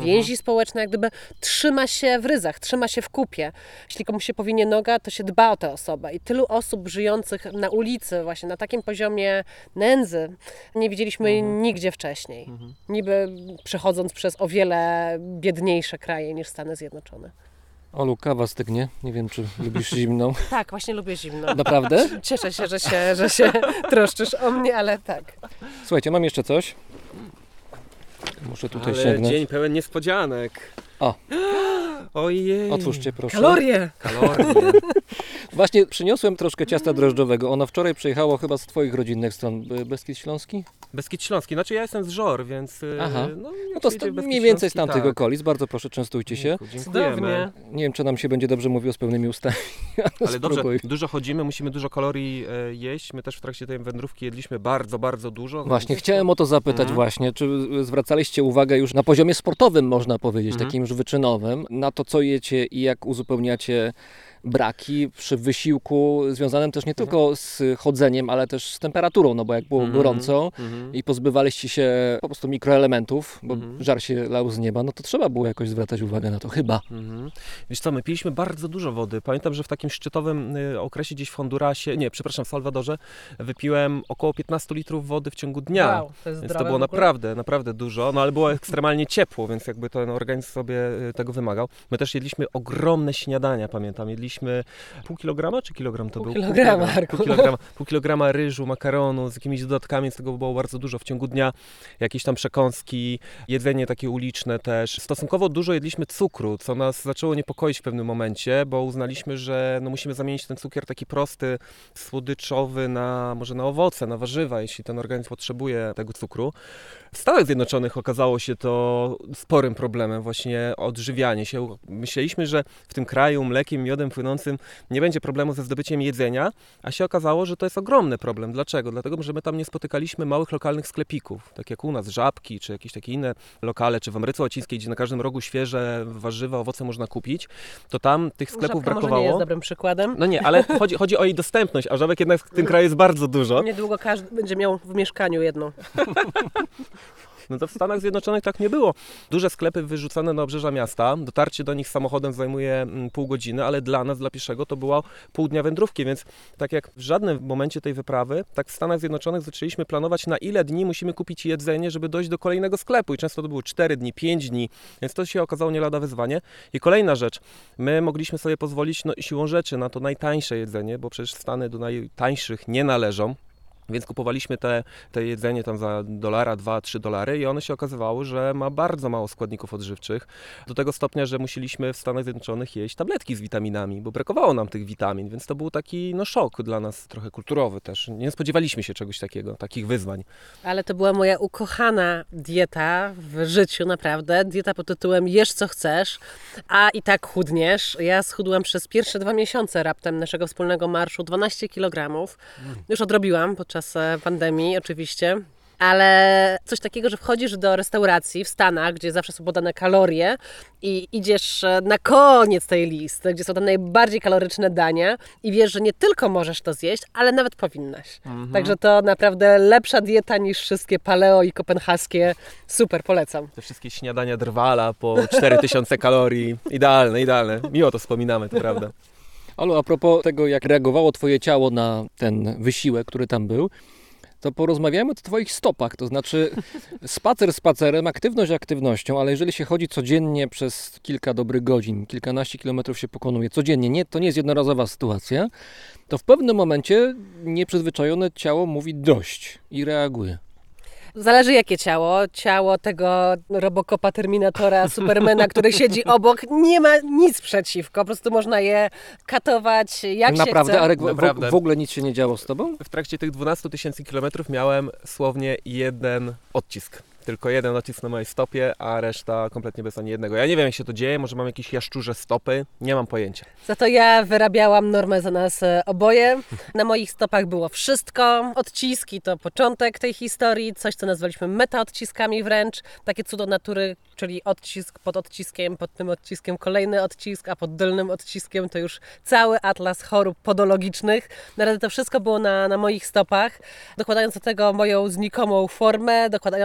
społeczna jak gdyby trzyma się w ryzach, trzyma się w kupie. Jeśli komuś się powinie noga, to się dba o tę osobę. I tylu osób żyjących na ulicy, właśnie na takim poziomie nędzy, nie widzieliśmy nigdzie wcześniej. Niby przechodząc przez o wiele biedniejsze kraje niż Stany Zjednoczone. Olu, kawa stygnie. Nie wiem, czy lubisz zimną. Tak, właśnie lubię zimno. Naprawdę? Cieszę się, że się troszczysz o mnie, ale tak. Słuchajcie, mam jeszcze coś. Muszę tutaj Ale sięgnąć. dzień pełen niespodzianek. O. Ojej. Otwórzcie, proszę. Kalorie! Kalorie. Właśnie przyniosłem troszkę ciasta drożdżowego. Ono wczoraj przyjechało chyba z twoich rodzinnych stron. Beskid Śląski? Beskid Śląski. Znaczy ja jestem z Żor, więc Aha. no No to przyjedzie Beskid mniej więcej z Śląski, tamtych tak. okolic. Bardzo proszę, częstujcie się. Dziękujemy. Cudownie. Nie wiem, czy nam się będzie dobrze mówiło z pełnymi ustami. Ale dobrze, Spróbuj. dużo chodzimy, musimy dużo kalorii jeść. My też w trakcie tej wędrówki jedliśmy bardzo, bardzo dużo. Właśnie, chciałem o to zapytać właśnie. Czy zwracaliście uwagę już na poziomie sportowym, można powiedzieć, takim już wyczynowym, na to, co jecie i jak uzupełniacie braki przy wysiłku związanym też nie tylko z chodzeniem, ale też z temperaturą, no bo jak było gorąco i pozbywaliście się po prostu mikroelementów, bo żar się lał z nieba, no to trzeba było jakoś zwracać uwagę na to, chyba. Wiesz co, my piliśmy bardzo dużo wody. Pamiętam, że w takim szczytowym okresie gdzieś w Hondurasie, w Salwadorze wypiłem około 15 litrów wody w ciągu dnia. Wow, to jest Więc zdrowe to było w ogóle. naprawdę dużo, no ale było ekstremalnie ciepło, więc jakby ten organizm sobie tego wymagał. My też jedliśmy ogromne śniadania, pamiętam. Jedliśmy pół kilograma, czy kilogram to był? Pół kilograma ryżu, makaronu z jakimiś dodatkami, z tego było bardzo dużo w ciągu dnia. Jakieś tam przekąski, jedzenie takie uliczne też. Stosunkowo dużo jedliśmy cukru, co nas zaczęło niepokoić w pewnym momencie, bo uznaliśmy, że no musimy zamienić ten cukier taki prosty, słodyczowy może na owoce, na warzywa, jeśli ten organizm potrzebuje tego cukru. W Stanach Zjednoczonych okazało się to sporym problemem, właśnie odżywianie się. Myśleliśmy, że w tym kraju mlekiem, miodem płynącym nie będzie problemu ze zdobyciem jedzenia, a się okazało, że to jest ogromny problem. Dlaczego? Dlatego, że my tam nie spotykaliśmy małych lokalnych sklepików, tak jak u nas Żabki, czy jakieś takie inne lokale, czy w Ameryce Łacińskiej, gdzie na każdym rogu świeże warzywa, owoce można kupić, to tam tych sklepów Żabka brakowało. może nie jest dobrym przykładem. No nie, ale chodzi o jej dostępność, a żabek jednak w tym kraju jest bardzo dużo. Niedługo każdy będzie miał w mieszkaniu jedną. No to w Stanach Zjednoczonych tak nie było. Duże sklepy wyrzucone na obrzeża miasta, dotarcie do nich samochodem zajmuje pół godziny, ale dla nas, dla pieszego, to było pół dnia wędrówki, więc tak jak w żadnym momencie tej wyprawy, tak w Stanach Zjednoczonych zaczęliśmy planować, na ile dni musimy kupić jedzenie, żeby dojść do kolejnego sklepu i często to były 4 dni, 5 dni, więc to się okazało nie lada wyzwanie. I kolejna rzecz, my mogliśmy sobie pozwolić siłą rzeczy na to najtańsze jedzenie, bo przecież Stany do najtańszych nie należą. Więc kupowaliśmy te jedzenie tam za $1, $2, $3 i one się okazywały, że ma bardzo mało składników odżywczych. Do tego stopnia, że musieliśmy w Stanach Zjednoczonych jeść tabletki z witaminami, bo brakowało nam tych witamin, więc to był taki szok dla nas trochę kulturowy też. Nie spodziewaliśmy się czegoś takiego, takich wyzwań. Ale to była moja ukochana dieta w życiu, naprawdę. Dieta pod tytułem jesz co chcesz, a i tak chudniesz. Ja schudłam przez pierwsze 2 miesiące raptem naszego wspólnego marszu 12 kg. Już odrobiłam podczas pandemii oczywiście. Ale coś takiego, że wchodzisz do restauracji w Stanach, gdzie zawsze są podane kalorie i idziesz na koniec tej listy, gdzie są te najbardziej kaloryczne dania i wiesz, że nie tylko możesz to zjeść, ale nawet powinnaś. Także to naprawdę lepsza dieta niż wszystkie paleo i kopenhaskie. Super, polecam. Te wszystkie śniadania drwala po 4000 kalorii. Idealne. Miło to wspominamy, to prawda. Olu, a propos tego, jak reagowało twoje ciało na ten wysiłek, który tam był, to porozmawiajmy o twoich stopach, to znaczy spacer spacerem, aktywność aktywnością, ale jeżeli się chodzi codziennie przez kilka dobrych godzin, kilkanaście kilometrów się pokonuje codziennie, to nie jest jednorazowa sytuacja, to w pewnym momencie nieprzyzwyczajone ciało mówi dość i reaguje. Zależy jakie ciało. Ciało tego Robocopa, Terminatora, Supermana, który siedzi obok, nie ma nic przeciwko. Po prostu można je katować jak Naprawdę, się chce. Arek, Naprawdę. w ogóle nic się nie działo z tobą? W trakcie tych 12 000 kilometrów miałem słownie jeden odcisk. Tylko jeden odcisk na mojej stopie, a reszta kompletnie bez ani jednego. Ja nie wiem, jak się to dzieje, może mam jakieś jaszczurze stopy, nie mam pojęcia. Za to ja wyrabiałam normę za nas oboje. Na moich stopach było wszystko. Odciski to początek tej historii, coś co nazwaliśmy metaodciskami wręcz. Takie cudo natury, czyli odcisk pod odciskiem, pod tym odciskiem kolejny odcisk, a pod dolnym odciskiem to już cały atlas chorób podologicznych. Naprawdę to wszystko było na moich stopach. Dokładając do tego moją znikomą formę, dokładając do tego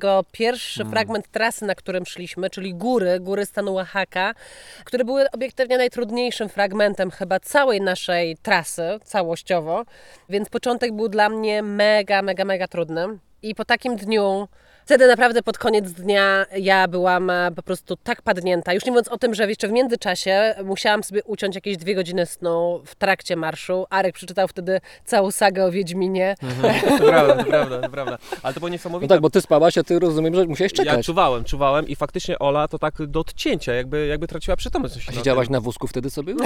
jego pierwszy fragment trasy, na którym szliśmy, czyli góry stanu Oaxaca, które były obiektywnie najtrudniejszym fragmentem chyba całej naszej trasy, całościowo, więc początek był dla mnie mega trudny. I po takim dniu, wtedy naprawdę pod koniec dnia ja byłam po prostu tak padnięta. Już nie mówiąc o tym, że jeszcze w międzyczasie musiałam sobie uciąć jakieś 2 godziny snu w trakcie marszu. Arek przeczytał wtedy całą sagę o Wiedźminie. To prawda. Ale to było No niesamowite. tak, bo ty spałaś, a ty rozumiem, że musiałeś Ja czekać. czuwałem i faktycznie Ola to tak do odcięcia, jakby traciła przytomność. A siedziałaś na wózku wtedy sobie?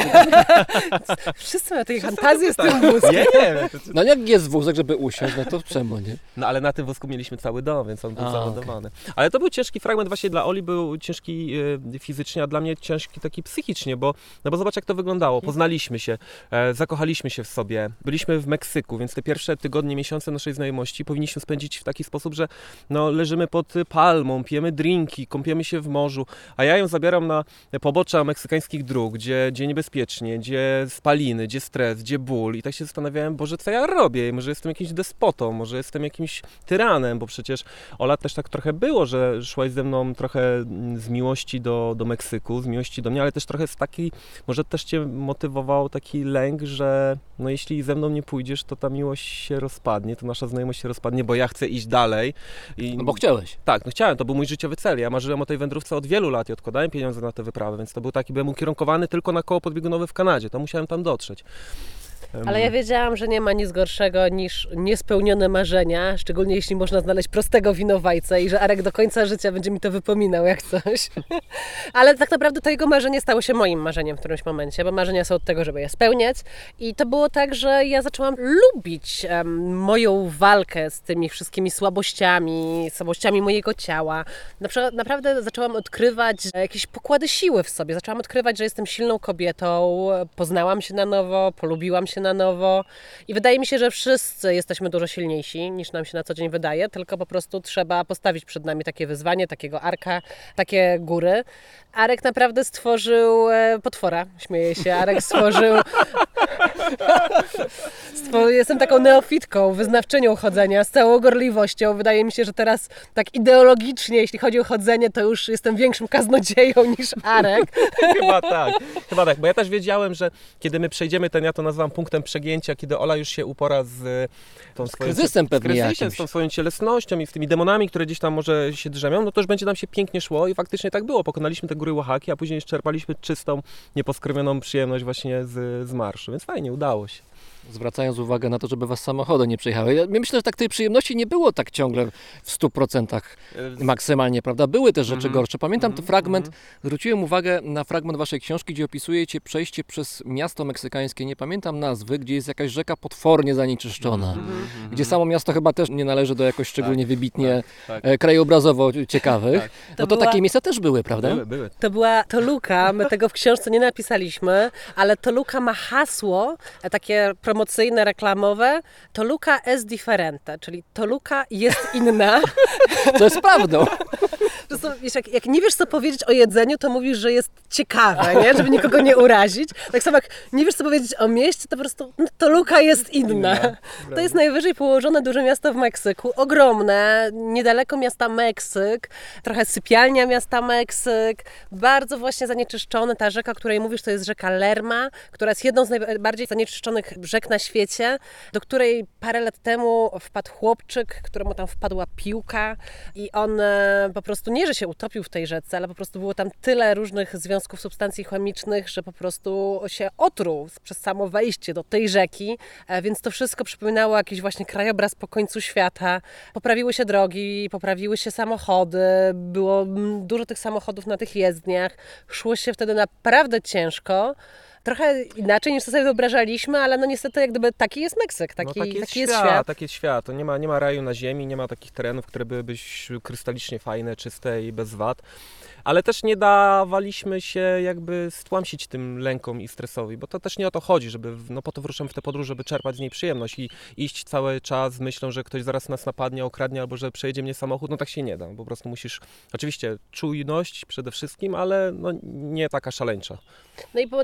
Wszyscy mają takie fantazje z tym wózkiem. Nie wiem. No jak jest wózek, żeby usiąść, no to czemu, nie? No ale na tym wózku mieliśmy cały dom, więc on był A, załadowany. Ale to był ciężki fragment właśnie dla Oli, był ciężki fizycznie, a dla mnie ciężki taki psychicznie, bo zobacz jak to wyglądało. Poznaliśmy się, zakochaliśmy się w sobie, byliśmy w Meksyku, więc te pierwsze tygodnie, miesiące naszej znajomości powinniśmy spędzić w taki sposób, że no, leżymy pod palmą, pijemy drinki, kąpiemy się w morzu, a ja ją zabieram na pobocza meksykańskich dróg, gdzie niebezpiecznie, gdzie spaliny, gdzie stres, gdzie ból i tak się zastanawiałem, Boże, co ja robię? Może jestem jakimś despotą, może jestem jakimś tyranem, bo przecież Ola też tak trochę było, że szłaś ze mną trochę z miłości do Meksyku, z miłości do mnie, ale też trochę z takiej, może też Cię motywował taki lęk, że no jeśli ze mną nie pójdziesz, to ta miłość się rozpadnie, to nasza znajomość się rozpadnie, bo ja chcę iść dalej. No bo chciałeś. Tak, no chciałem, to był mój życiowy cel. Ja marzyłem o tej wędrówce od wielu lat i odkładałem pieniądze na tę wyprawę, więc to był taki, byłem ukierunkowany tylko na koło podbiegunowe w Kanadzie, to musiałem tam dotrzeć. Ale ja wiedziałam, że nie ma nic gorszego niż niespełnione marzenia, szczególnie jeśli można znaleźć prostego winowajcę i że Arek do końca życia będzie mi to wypominał jak coś. Ale tak naprawdę to jego marzenie stało się moim marzeniem w którymś momencie, bo marzenia są od tego, żeby je spełniać. I to było tak, że ja zaczęłam lubić moją walkę z tymi wszystkimi słabościami mojego ciała. Naprawdę zaczęłam odkrywać jakieś pokłady siły w sobie. Zaczęłam odkrywać, że jestem silną kobietą, poznałam się na nowo, polubiłam się na nowo i wydaje mi się, że wszyscy jesteśmy dużo silniejsi niż nam się na co dzień wydaje, tylko po prostu trzeba postawić przed nami takie wyzwanie, takiego Arka, takie góry. Arek naprawdę stworzył potwora, śmieję się, Arek stworzył... Jestem taką neofitką, wyznawczynią chodzenia z całą gorliwością. Wydaje mi się, że teraz tak ideologicznie, jeśli chodzi o chodzenie, to już jestem większym kaznodzieją niż Arek. Chyba tak, bo ja też wiedziałem, że kiedy my przejdziemy ten, ja to nazywam punktem przegięcia, kiedy Ola już się upora z tą swoją... kryzysem pewnie jakimś. Z tą swoją cielesnością i z tymi demonami, które gdzieś tam może się drzemią, no to już będzie nam się pięknie szło i faktycznie tak było. Pokonaliśmy te góry Oaxaki, a później czerpaliśmy czystą, nieposkrywioną przyjemność właśnie z marszu, więc fajnie, udało się. Zwracając uwagę na to, żeby was samochody nie przejechały. Ja myślę, że tak tej przyjemności nie było tak ciągle w 100% maksymalnie, prawda? Były też rzeczy gorsze. Pamiętam ten fragment, zwróciłem uwagę na fragment waszej książki, gdzie opisujecie przejście przez miasto meksykańskie, nie pamiętam nazwy, gdzie jest jakaś rzeka potwornie zanieczyszczona, gdzie samo miasto chyba też nie należy do jakoś szczególnie wybitnie krajobrazowo ciekawych. No to takie miejsca też były, prawda? Były. To była Toluca, my tego w książce nie napisaliśmy, ale Toluca ma hasło, takie promocyjne, reklamowe, Toluca es diferente, czyli Toluca jest inna. To jest prawdą. Po prostu, wiesz, jak nie wiesz, co powiedzieć o jedzeniu, to mówisz, że jest ciekawe, nie? Żeby nikogo nie urazić. Tak samo jak nie wiesz, co powiedzieć o mieście, to po prostu Toluca jest inna. To jest najwyżej położone duże miasto w Meksyku, ogromne, niedaleko miasta Meksyk, trochę sypialnia miasta Meksyk, bardzo właśnie zanieczyszczone. Ta rzeka, o której mówisz, to jest rzeka Lerma, która jest jedną z najbardziej zanieczyszczonych rzek na świecie, do której parę lat temu wpadł chłopczyk, któremu tam wpadła piłka i on po prostu nie, że się utopił w tej rzece, ale po prostu było tam tyle różnych związków substancji chemicznych, że po prostu się otruł przez samo wejście do tej rzeki, więc to wszystko przypominało jakiś właśnie krajobraz po końcu świata. Poprawiły się drogi, poprawiły się samochody, było dużo tych samochodów na tych jezdniach, szło się wtedy naprawdę ciężko. Trochę inaczej niż to sobie wyobrażaliśmy, ale no niestety jak gdyby taki jest Meksyk, taki jest świat. Taki jest świat. To nie ma raju na ziemi, nie ma takich terenów, które byłyby krystalicznie fajne, czyste i bez wad. Ale też nie dawaliśmy się jakby stłamsić tym lękom i stresowi, bo to też nie o to chodzi, żeby, no po to wyruszamy w tę podróż, żeby czerpać z niej przyjemność i iść cały czas z myślą, że ktoś zaraz nas napadnie, okradnie albo że przejedzie mnie samochód, no tak się nie da. Po prostu musisz, oczywiście czujność przede wszystkim, ale no nie taka szaleńcza. No i przede wszystkim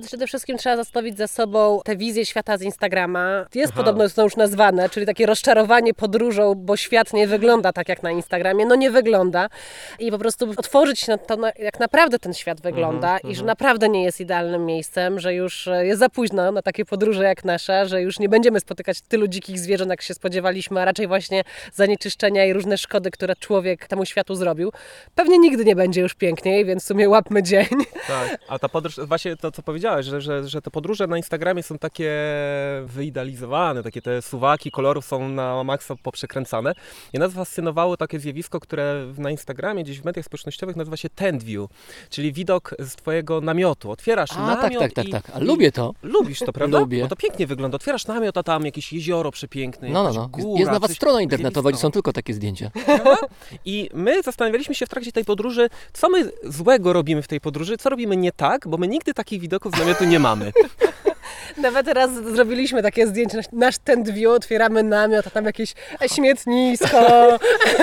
wszystkim trzeba zostawić za sobą tę wizję świata z Instagrama. Jest podobno to już nazwane, czyli takie rozczarowanie podróżą, bo świat nie wygląda tak jak na Instagramie. No nie wygląda. I po prostu otworzyć się na to, jak naprawdę ten świat wygląda i że naprawdę nie jest idealnym miejscem, że już jest za późno na takie podróże jak nasza, że już nie będziemy spotykać tylu dzikich zwierząt, jak się spodziewaliśmy, a raczej właśnie zanieczyszczenia i różne szkody, które człowiek temu światu zrobił. Pewnie nigdy nie będzie już piękniej, więc w sumie łapmy dzień. Tak, a ta podróż, właśnie to co powiedziałeś, że te podróże na Instagramie są takie wyidealizowane, takie te suwaki kolorów są na maksa poprzekręcane. I nas fascynowało takie zjawisko, które na Instagramie, gdzieś w mediach społecznościowych nazywa się tent view, czyli widok z twojego namiotu. Otwierasz namiot tak. A lubię to. Lubisz to, prawda? Lubię. Bo to pięknie wygląda. Otwierasz namiot, a tam jakieś jezioro przepiękne, jakaś góra, Jest nawet coś strona internetowa, gdzie zjawisko. są tylko takie zdjęcia. I my zastanawialiśmy się w trakcie tej podróży, co my złego robimy w tej podróży, co robimy nie tak, bo my nigdy takich widoków z namiotu nie mamy. Nawet teraz zrobiliśmy takie zdjęcie, nasz tent view, otwieramy namiot, a tam jakieś śmietnisko.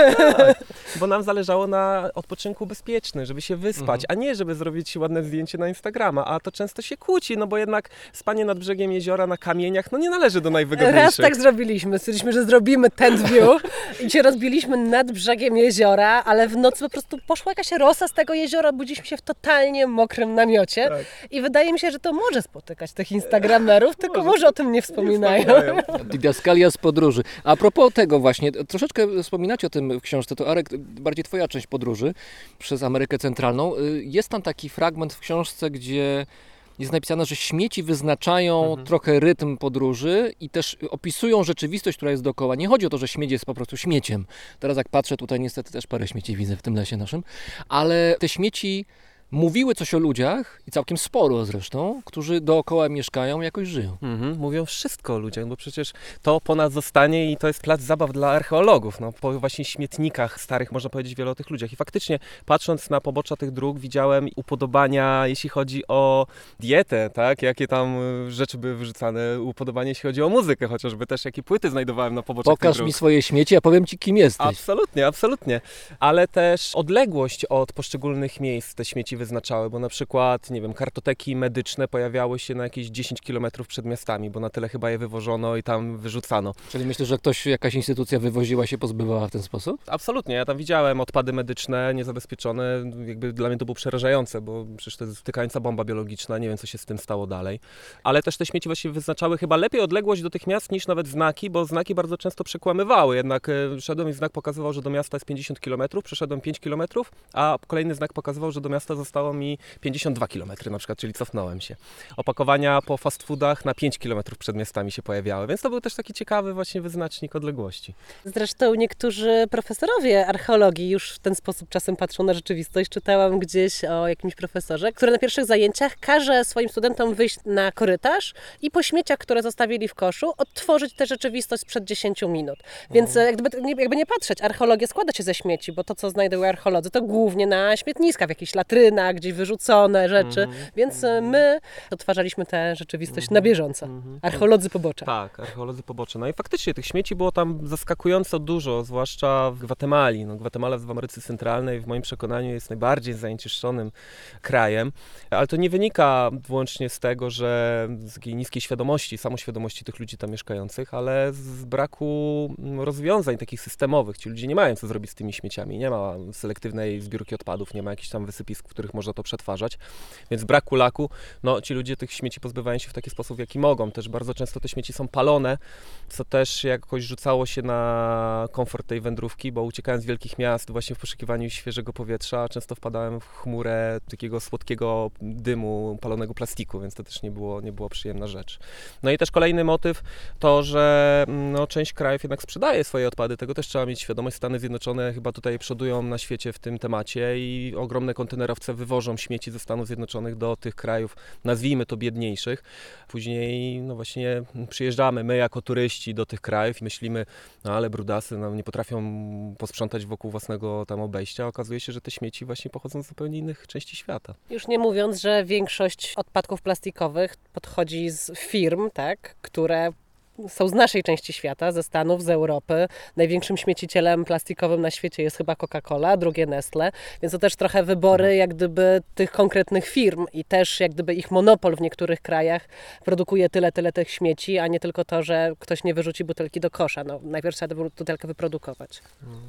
Bo nam zależało na odpoczynku bezpiecznym, żeby się wyspać, a nie żeby zrobić ładne zdjęcie na Instagrama, a to często się kłóci, no bo jednak spanie nad brzegiem jeziora na kamieniach, no nie należy do najwygodniejszych. Raz tak zrobiliśmy, stwierdziliśmy, że zrobimy tent view i się rozbiliśmy nad brzegiem jeziora, ale w nocy po prostu poszła jakaś rosa z tego jeziora, budziliśmy się w totalnie mokrym namiocie i wydaje mi się, że to może spotykać tych instagramerów, tylko może o tym nie wspominają. Didaskalia z podróży. A propos tego właśnie, troszeczkę wspominacie o tym w książce, to Arek, bardziej twoja część podróży przez Amerykę Centralną. Jest tam taki fragment w książce, gdzie jest napisane, że śmieci wyznaczają trochę rytm podróży i też opisują rzeczywistość, która jest dookoła. Nie chodzi o to, że śmieć jest po prostu śmieciem. Teraz jak patrzę, tutaj niestety też parę śmieci widzę w tym lesie naszym, ale te śmieci mówiły coś o ludziach, i całkiem sporo zresztą, którzy dookoła mieszkają, jakoś żyją. Mówią wszystko o ludziach, bo przecież to po nas zostanie i to jest plac zabaw dla archeologów. No, po właśnie śmietnikach starych można powiedzieć wiele o tych ludziach. I faktycznie, patrząc na pobocza tych dróg, widziałem upodobania, jeśli chodzi o dietę, tak? Jakie tam rzeczy były wyrzucane, upodobania, jeśli chodzi o muzykę, chociażby też jakie płyty znajdowałem na poboczach tych Pokaż dróg. mi swoje śmieci, a powiem ci, kim jesteś. Absolutnie, absolutnie. Ale też odległość od poszczególnych miejsc te śmieci wyznaczały, bo na przykład, nie wiem, kartoteki medyczne pojawiały się na jakieś 10 km przed miastami, bo na tyle chyba je wywożono i tam wyrzucano. Czyli myślę, że jakaś instytucja wywoziła się, pozbywała w ten sposób? Absolutnie, ja tam widziałem odpady medyczne niezabezpieczone, jakby dla mnie to było przerażające, bo przecież to jest tykająca bomba biologiczna, nie wiem co się z tym stało dalej. Ale też te śmieci właściwie wyznaczały chyba lepiej odległość do tych miast niż nawet znaki, bo znaki bardzo często przekłamywały, jednak szedłem i znak pokazywał, że do miasta jest 50 km, przeszedłem 5 km, a kolejny znak pokazywał, że do miasta zostało mi 52 km na przykład, czyli cofnąłem się. Opakowania po fast foodach na 5 km przed miastami się pojawiały, więc to był też taki ciekawy właśnie wyznacznik odległości. Zresztą niektórzy profesorowie archeologii już w ten sposób czasem patrzą na rzeczywistość. Czytałam gdzieś o jakimś profesorze, który na pierwszych zajęciach każe swoim studentom wyjść na korytarz i po śmieciach, które zostawili w koszu, odtworzyć tę rzeczywistość sprzed 10 minut. Więc jakby nie patrzeć, archeologia składa się ze śmieci, bo to, co znajdują archeolodzy, to głównie na śmietniskach, w jakichś latrynach, gdzieś wyrzucone rzeczy. Więc my odtwarzaliśmy tę rzeczywistość na bieżąco. Archeolodzy pobocza. Tak, archeolodzy pobocze. No i faktycznie tych śmieci było tam zaskakująco dużo, zwłaszcza w Gwatemali. No, Gwatemala w Ameryce Centralnej w moim przekonaniu jest najbardziej zanieczyszczonym krajem, ale to nie wynika wyłącznie z tego, że z takiej niskiej świadomości, samoświadomości tych ludzi tam mieszkających, ale z braku rozwiązań takich systemowych. Ci ludzie nie mają co zrobić z tymi śmieciami, nie ma selektywnej zbiórki odpadów, nie ma jakichś tam wysypisk, w których można to przetwarzać, więc braku laku, no ci ludzie tych śmieci pozbywają się w taki sposób, w jaki mogą. Też bardzo często te śmieci są palone, co też jakoś rzucało się na komfort tej wędrówki, bo uciekając z wielkich miast właśnie w poszukiwaniu świeżego powietrza, często wpadałem w chmurę takiego słodkiego dymu palonego plastiku, więc to też nie było przyjemna rzecz. No i też kolejny motyw to, że no, część krajów jednak sprzedaje swoje odpady, tego też trzeba mieć świadomość. Stany Zjednoczone chyba tutaj przodują na świecie w tym temacie i ogromne kontenerowce wywożą śmieci ze Stanów Zjednoczonych do tych krajów, nazwijmy to biedniejszych. Później no właśnie przyjeżdżamy my jako turyści do tych krajów i myślimy, no ale brudasy no, nie potrafią posprzątać wokół własnego tam obejścia. Okazuje się, że te śmieci właśnie pochodzą z zupełnie innych części świata. Już nie mówiąc, że większość odpadków plastikowych podchodzi z firm, tak, które są z naszej części świata, ze Stanów, z Europy. Największym śmiecicielem plastikowym na świecie jest chyba Coca-Cola, drugie Nestle, więc to też trochę wybory jak gdyby tych konkretnych firm i też jak gdyby ich monopol w niektórych krajach produkuje tyle tych śmieci, a nie tylko to, że ktoś nie wyrzuci butelki do kosza. No, najpierw trzeba tę butelkę wyprodukować.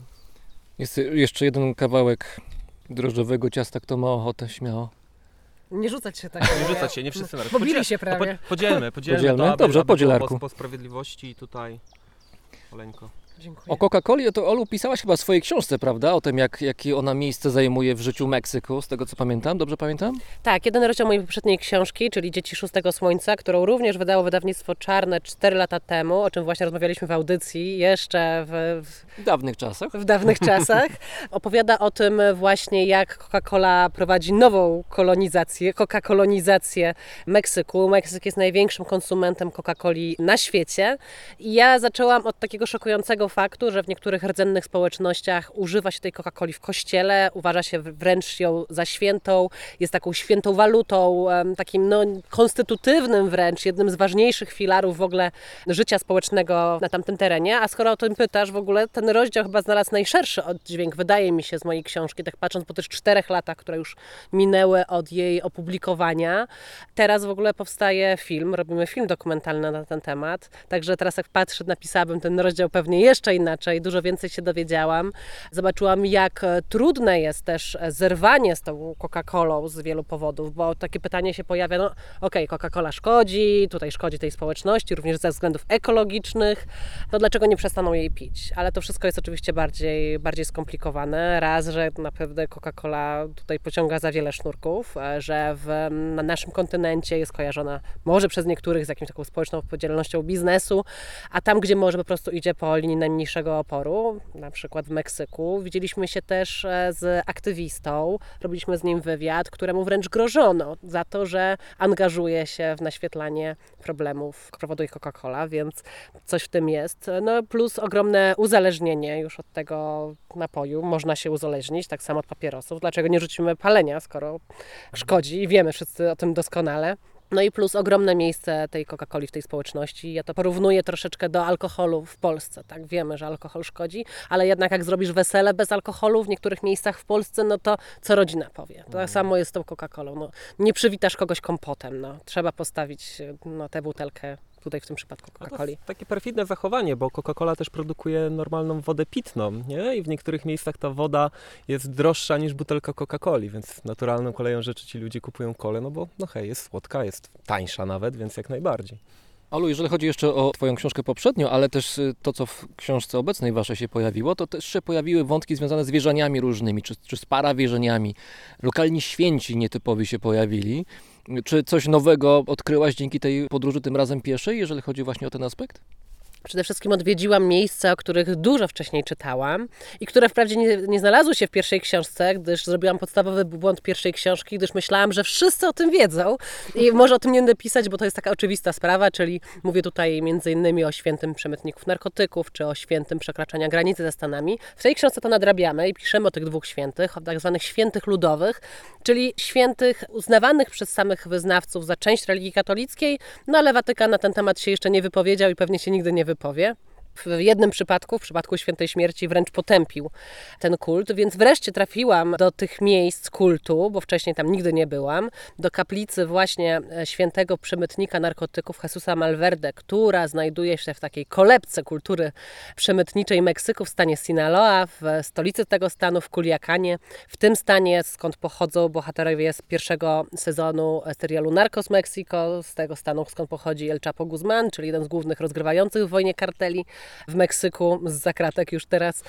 Jest jeszcze jeden kawałek drożdżowego ciasta, kto ma ochotę, śmiało. Nie rzucać się tak. Nie rzucać się, nie wszyscy naraz. Bo bili się prawie. Podzielmy Podzielmy? to, Dobrze, po dzielarku. po sprawiedliwości i tutaj Oleńko. Dziękuję. O Coca-Coli to Olu pisałaś chyba w swojej książce, prawda? O tym, jakie ona miejsce zajmuje w życiu Meksyku, z tego co pamiętam. Dobrze pamiętam? Tak, jeden rozdział mojej poprzedniej książki, czyli Dzieci Szóstego Słońca, którą również wydało wydawnictwo Czarne 4 lata temu, o czym właśnie rozmawialiśmy w audycji, jeszcze W dawnych czasach. w dawnych czasach. Opowiada o tym właśnie, jak Coca-Cola prowadzi nową kolonizację, Coca-kolonizację Meksyku. Meksyk jest największym konsumentem Coca-Coli na świecie. I ja zaczęłam od takiego szokującego faktu, że w niektórych rdzennych społecznościach używa się tej Coca-Coli w kościele, uważa się wręcz ją za świętą, jest taką świętą walutą, takim konstytutywnym wręcz, jednym z ważniejszych filarów w ogóle życia społecznego na tamtym terenie. A skoro o tym pytasz, w ogóle ten rozdział chyba znalazł najszerszy oddźwięk, wydaje mi się, z mojej książki, tak patrząc po tych 4 latach, które już minęły od jej opublikowania. Teraz w ogóle powstaje film, robimy film dokumentalny na ten temat, także teraz jak patrzę, napisałabym ten rozdział pewnie jeszcze inaczej, dużo więcej się dowiedziałam. Zobaczyłam, jak trudne jest też zerwanie z tą Coca-Colą z wielu powodów, bo takie pytanie się pojawia, no okej, Coca-Cola szkodzi, tutaj szkodzi tej społeczności, również ze względów ekologicznych, to dlaczego nie przestaną jej pić? Ale to wszystko jest oczywiście bardziej skomplikowane. Raz, że naprawdę Coca-Cola tutaj pociąga za wiele sznurków, że na naszym kontynencie jest kojarzona może przez niektórych z jakąś taką społeczną odpowiedzialnością biznesu, a tam, gdzie może po prostu idzie po linii najmniejszego oporu, na przykład w Meksyku, widzieliśmy się też z aktywistą, robiliśmy z nim wywiad, któremu wręcz grożono za to, że angażuje się w naświetlanie problemów, które powoduje Coca-Cola, więc coś w tym jest. No plus ogromne uzależnienie już od tego napoju. Można się uzależnić, tak samo od papierosów. Dlaczego nie rzucimy palenia, skoro szkodzi i wiemy wszyscy o tym doskonale. No i plus ogromne miejsce tej Coca-Coli w tej społeczności. Ja to porównuję troszeczkę do alkoholu w Polsce. Tak, wiemy, że alkohol szkodzi, ale jednak jak zrobisz wesele bez alkoholu w niektórych miejscach w Polsce, no to co rodzina powie? To tak samo jest z tą Coca-Colą. No, nie przywitasz kogoś kompotem. No. Trzeba postawić tę butelkę tutaj w tym przypadku Coca-Coli. Takie perfidne zachowanie, bo Coca-Cola też produkuje normalną wodę pitną, nie? I w niektórych miejscach ta woda jest droższa niż butelka Coca-Coli, więc naturalną koleją rzeczy ci ludzie kupują kolę, no bo jest słodka, jest tańsza nawet, więc jak najbardziej. Olu, jeżeli chodzi jeszcze o Twoją książkę poprzednio, ale też to, co w książce obecnej Waszej się pojawiło, to też się pojawiły wątki związane z wierzeniami różnymi, czy z parawierzeniami. Lokalni święci nietypowi się pojawili. Czy coś nowego odkryłaś dzięki tej podróży, tym razem pieszej, jeżeli chodzi właśnie o ten aspekt? Przede wszystkim odwiedziłam miejsca, o których dużo wcześniej czytałam i które wprawdzie nie znalazły się w pierwszej książce, gdyż zrobiłam podstawowy błąd pierwszej książki, gdyż myślałam, że wszyscy o tym wiedzą i może o tym nie będę pisać, bo to jest taka oczywista sprawa, czyli mówię tutaj między innymi o świętym przemytników narkotyków, czy o świętym przekraczania granicy ze Stanami. W tej książce to nadrabiamy i piszemy o tych 2 świętych, o tak zwanych świętych ludowych, czyli świętych uznawanych przez samych wyznawców za część religii katolickiej, no ale Watykan na ten temat się jeszcze nie wypowiedział i pewnie się nigdy nie wypowie. W jednym przypadku, w przypadku Świętej Śmierci, wręcz potępił ten kult, więc wreszcie trafiłam do tych miejsc kultu, bo wcześniej tam nigdy nie byłam, do kaplicy właśnie świętego przemytnika narkotyków Jesusa Malverde, która znajduje się w takiej kolebce kultury przemytniczej Meksyku w stanie Sinaloa, w stolicy tego stanu, w Culiacanie, w tym stanie, skąd pochodzą bohaterowie z pierwszego sezonu serialu Narcos Mexico, z tego stanu, skąd pochodzi El Chapo Guzman, czyli jeden z głównych rozgrywających w wojnie karteli w Meksyku, zza kratek już teraz.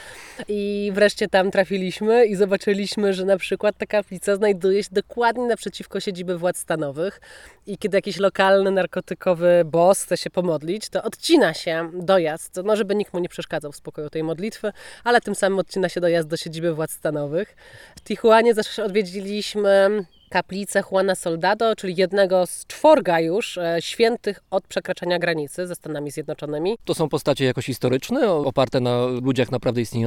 I wreszcie tam trafiliśmy i zobaczyliśmy, że na przykład ta kaplica znajduje się dokładnie naprzeciwko siedziby władz stanowych i kiedy jakiś lokalny narkotykowy boss chce się pomodlić, to odcina się dojazd, no żeby nikt mu nie przeszkadzał w spokoju tej modlitwy, ale tym samym odcina się dojazd do siedziby władz stanowych. W Tijuanie zawsze odwiedziliśmy kaplicę Juana Soldado, czyli jednego z 4 już świętych od przekraczania granicy ze Stanami Zjednoczonymi. To są postacie jakoś historyczne, oparte na ludziach naprawdę istniejących?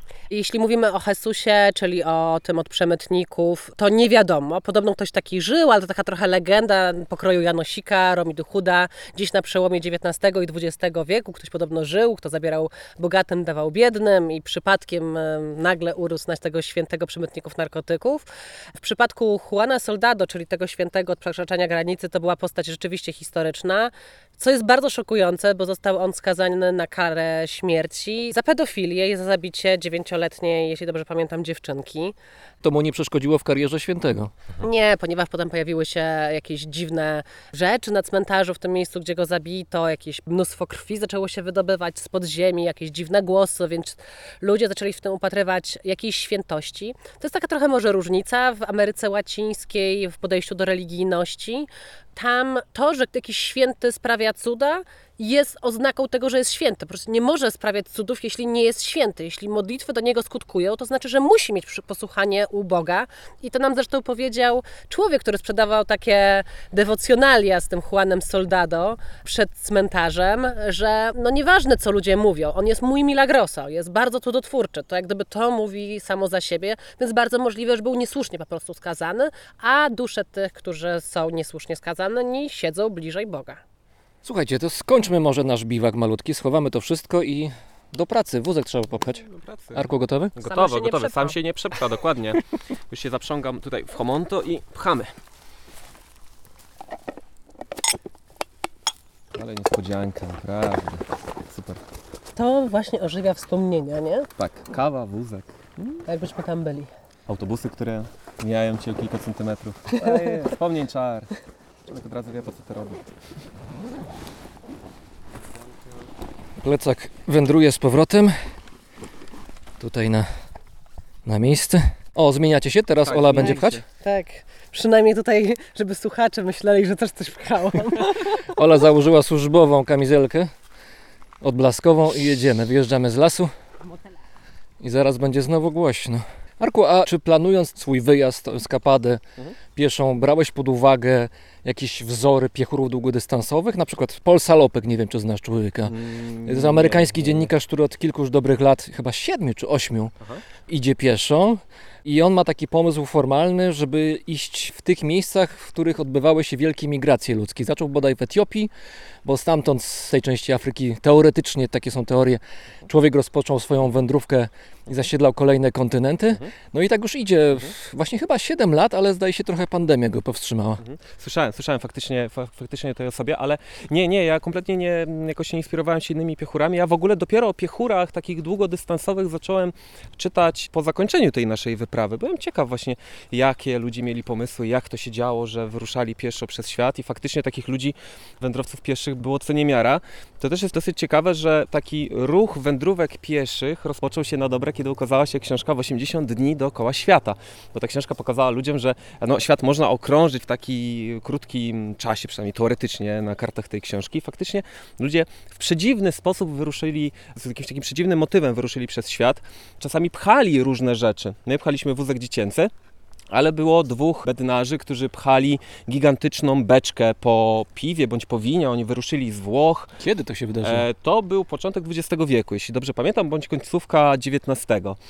Jeśli mówimy o Jezusie, czyli o tym od przemytników, to nie wiadomo. Podobno ktoś taki żył, ale to taka trochę legenda pokroju Janosika, Romidu Huda. Gdzieś na przełomie XIX i XX wieku ktoś podobno żył, kto zabierał bogatym, dawał biednym i przypadkiem nagle urósł na tego świętego przemytników narkotyków. W przypadku Juana Soldado, czyli tego świętego od przekraczania granicy, to była postać rzeczywiście historyczna, co jest bardzo szokujące, bo został on skazany na karę śmierci za pedofilię i za zabicie 9-letniej, jeśli dobrze pamiętam, dziewczynki. To mu nie przeszkodziło w karierze świętego. Nie, ponieważ potem pojawiły się jakieś dziwne rzeczy na cmentarzu w tym miejscu, gdzie go zabito, jakieś mnóstwo krwi zaczęło się wydobywać spod ziemi, jakieś dziwne głosy, więc ludzie zaczęli w tym upatrywać jakiejś świętości. To jest taka trochę może różnica w Ameryce Łacińskiej, w podejściu do religijności. Tam to, że jakiś święty sprawia cuda, jest oznaką tego, że jest święty. Po prostu nie może sprawiać cudów, jeśli nie jest święty. Jeśli modlitwy do niego skutkują, to znaczy, że musi mieć posłuchanie u Boga. I to nam zresztą powiedział człowiek, który sprzedawał takie dewocjonalia z tym Juanem Soldado przed cmentarzem, że no nieważne, co ludzie mówią, on jest muy milagroso, jest bardzo cudotwórczy. To jak gdyby to mówi samo za siebie, więc bardzo możliwe, że był niesłusznie po prostu skazany, a dusze tych, którzy są niesłusznie skazani, siedzą bliżej Boga. Słuchajcie, to skończmy może nasz biwak malutki, schowamy to wszystko i do pracy. Wózek trzeba popchać. Arku, gotowy? Gotowe. Sam się nie przepcha, dokładnie. Już się zaprzągam tutaj w homonto i pchamy. Ale niespodzianka, naprawdę. Super. To właśnie ożywia wspomnienia, nie? Tak, kawa, wózek. Jakbyśmy tam byli. Autobusy, które mijają cię o kilka centymetrów. Wspomnień czar. Człowiek od razu wie, po co to robi. Plecak wędruje z powrotem. Tutaj na miejsce. O, zmieniacie się? Teraz Tak, Ola zmieniamy będzie pchać? się. Tak, przynajmniej tutaj, żeby słuchacze myśleli, że też coś pchałam. Ola założyła służbową kamizelkę odblaskową i jedziemy. Wyjeżdżamy z lasu i zaraz będzie znowu głośno. Arku, a czy planując swój wyjazd, eskapadę pieszą, brałeś pod uwagę jakieś wzory piechurów długodystansowych? Na przykład Paul Salopek, nie wiem czy znasz człowieka. To jest amerykański dziennikarz, który od kilku już dobrych lat, chyba 7 czy 8, idzie pieszo. I on ma taki pomysł formalny, żeby iść w tych miejscach, w których odbywały się wielkie migracje ludzkie. Zaczął bodaj w Etiopii, bo stamtąd, z tej części Afryki, teoretycznie, takie są teorie, człowiek rozpoczął swoją wędrówkę i zasiedlał kolejne kontynenty. No i tak już idzie, właśnie chyba 7 lat, ale zdaje się trochę pandemia go powstrzymała. Słyszałem faktycznie tej osobie, ale nie, ja kompletnie nie, jakoś nie inspirowałem się innymi piechurami. Ja w ogóle dopiero o piechurach takich długodystansowych zacząłem czytać po zakończeniu tej naszej wyprawy. Byłem ciekaw właśnie, jakie ludzie mieli pomysły, jak to się działo, że wyruszali pieszo przez świat i faktycznie takich ludzi, wędrowców pieszych było co niemiara. To też jest dosyć ciekawe, że taki ruch wędrówek pieszych rozpoczął się na dobre, kiedy ukazała się książka w 80 dni dookoła świata. Bo ta książka pokazała ludziom, że świat można okrążyć w taki krótkim czasie, przynajmniej teoretycznie na kartach tej książki. Faktycznie ludzie w przedziwny sposób wyruszyli, z jakimś takim przedziwnym motywem wyruszyli przez świat. Czasami pchali różne rzeczy. My pchaliśmy wózek dziecięcy, ale było 2 bednarzy, którzy pchali gigantyczną beczkę po piwie bądź po winie. Oni wyruszyli z Włoch. Kiedy to się wydarzyło? To był początek XX wieku, jeśli dobrze pamiętam, bądź końcówka XIX.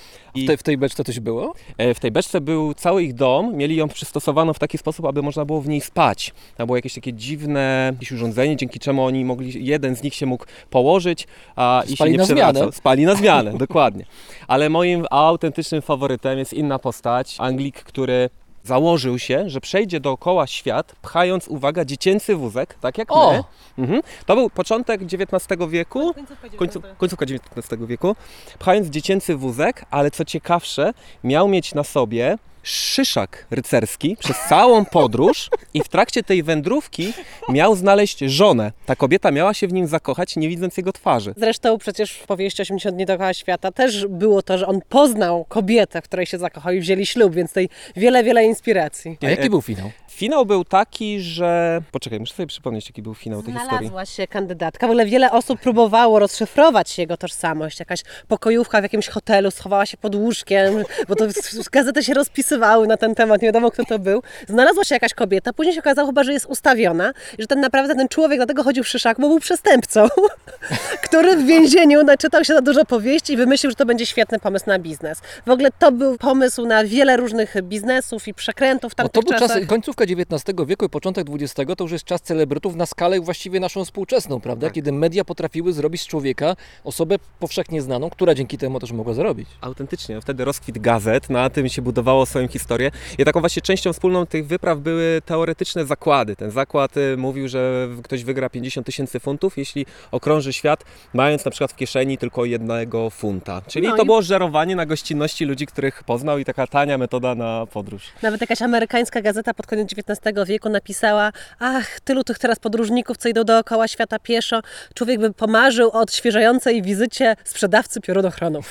I W tej beczce coś było? w tej beczce był cały ich dom. Mieli ją przystosowaną w taki sposób, aby można było w niej spać. Tam było jakieś takie dziwne urządzenie, dzięki czemu oni mogli, jeden z nich się mógł położyć, a i się nie przewracał. Spali na zmianę, dokładnie. Ale moim autentycznym faworytem jest inna postać, Anglik, który założył się, że przejdzie dookoła świat, pchając, uwaga, dziecięcy wózek, tak jak my. To był początek XIX wieku, końcówka XIX wieku, pchając dziecięcy wózek, ale co ciekawsze, miał mieć na sobie szyszak rycerski przez całą podróż i w trakcie tej wędrówki miał znaleźć żonę. Ta kobieta miała się w nim zakochać, nie widząc jego twarzy. Zresztą przecież w powieści 80 dni dookoła świata też było to, że on poznał kobietę, w której się zakochał i wzięli ślub, więc tutaj wiele inspiracji. A jaki był finał? Finał był taki, że... Poczekaj, muszę sobie przypomnieć, jaki był finał tej historii. Znalazła się kandydatka. W ogóle wiele osób próbowało rozszyfrować jego tożsamość. Jakaś pokojówka w jakimś hotelu schowała się pod łóżkiem, bo to gazety się rozpisywały na ten temat, nie wiadomo kto to był. Znalazła się jakaś kobieta, później się okazało chyba, że jest ustawiona i że naprawdę ten człowiek dlatego chodził w szyszaku, bo był przestępcą, który w więzieniu naczytał się na dużo powieści i wymyślił, że to będzie świetny pomysł na biznes. W ogóle to był pomysł na wiele różnych biznesów i przekrętów w Bo tamtych to był czasach. czas, końcówka XIX wieku i początek XX, to już jest czas celebrytów na skalę właściwie naszą współczesną, prawda? Tak. Kiedy media potrafiły zrobić z człowieka osobę powszechnie znaną, która dzięki temu też mogła zarobić. Autentycznie, wtedy rozkwit gazet, na tym się budowało swoją historię i taką właśnie częścią wspólną tych wypraw były teoretyczne zakłady. Ten zakład mówił, że ktoś wygra 50 000 funtów, jeśli okrąży świat, mając na przykład w kieszeni tylko 1 funta. Czyli No to i- było żerowanie na gościnności ludzi, których poznał i taka tania metoda na podróż. Nawet jakaś amerykańska gazeta pod koniec XIX wieku napisała: ach, tylu tych teraz podróżników, co idą dookoła świata pieszo. Człowiek by pomarzył o odświeżającej wizycie sprzedawcy piorunochronów.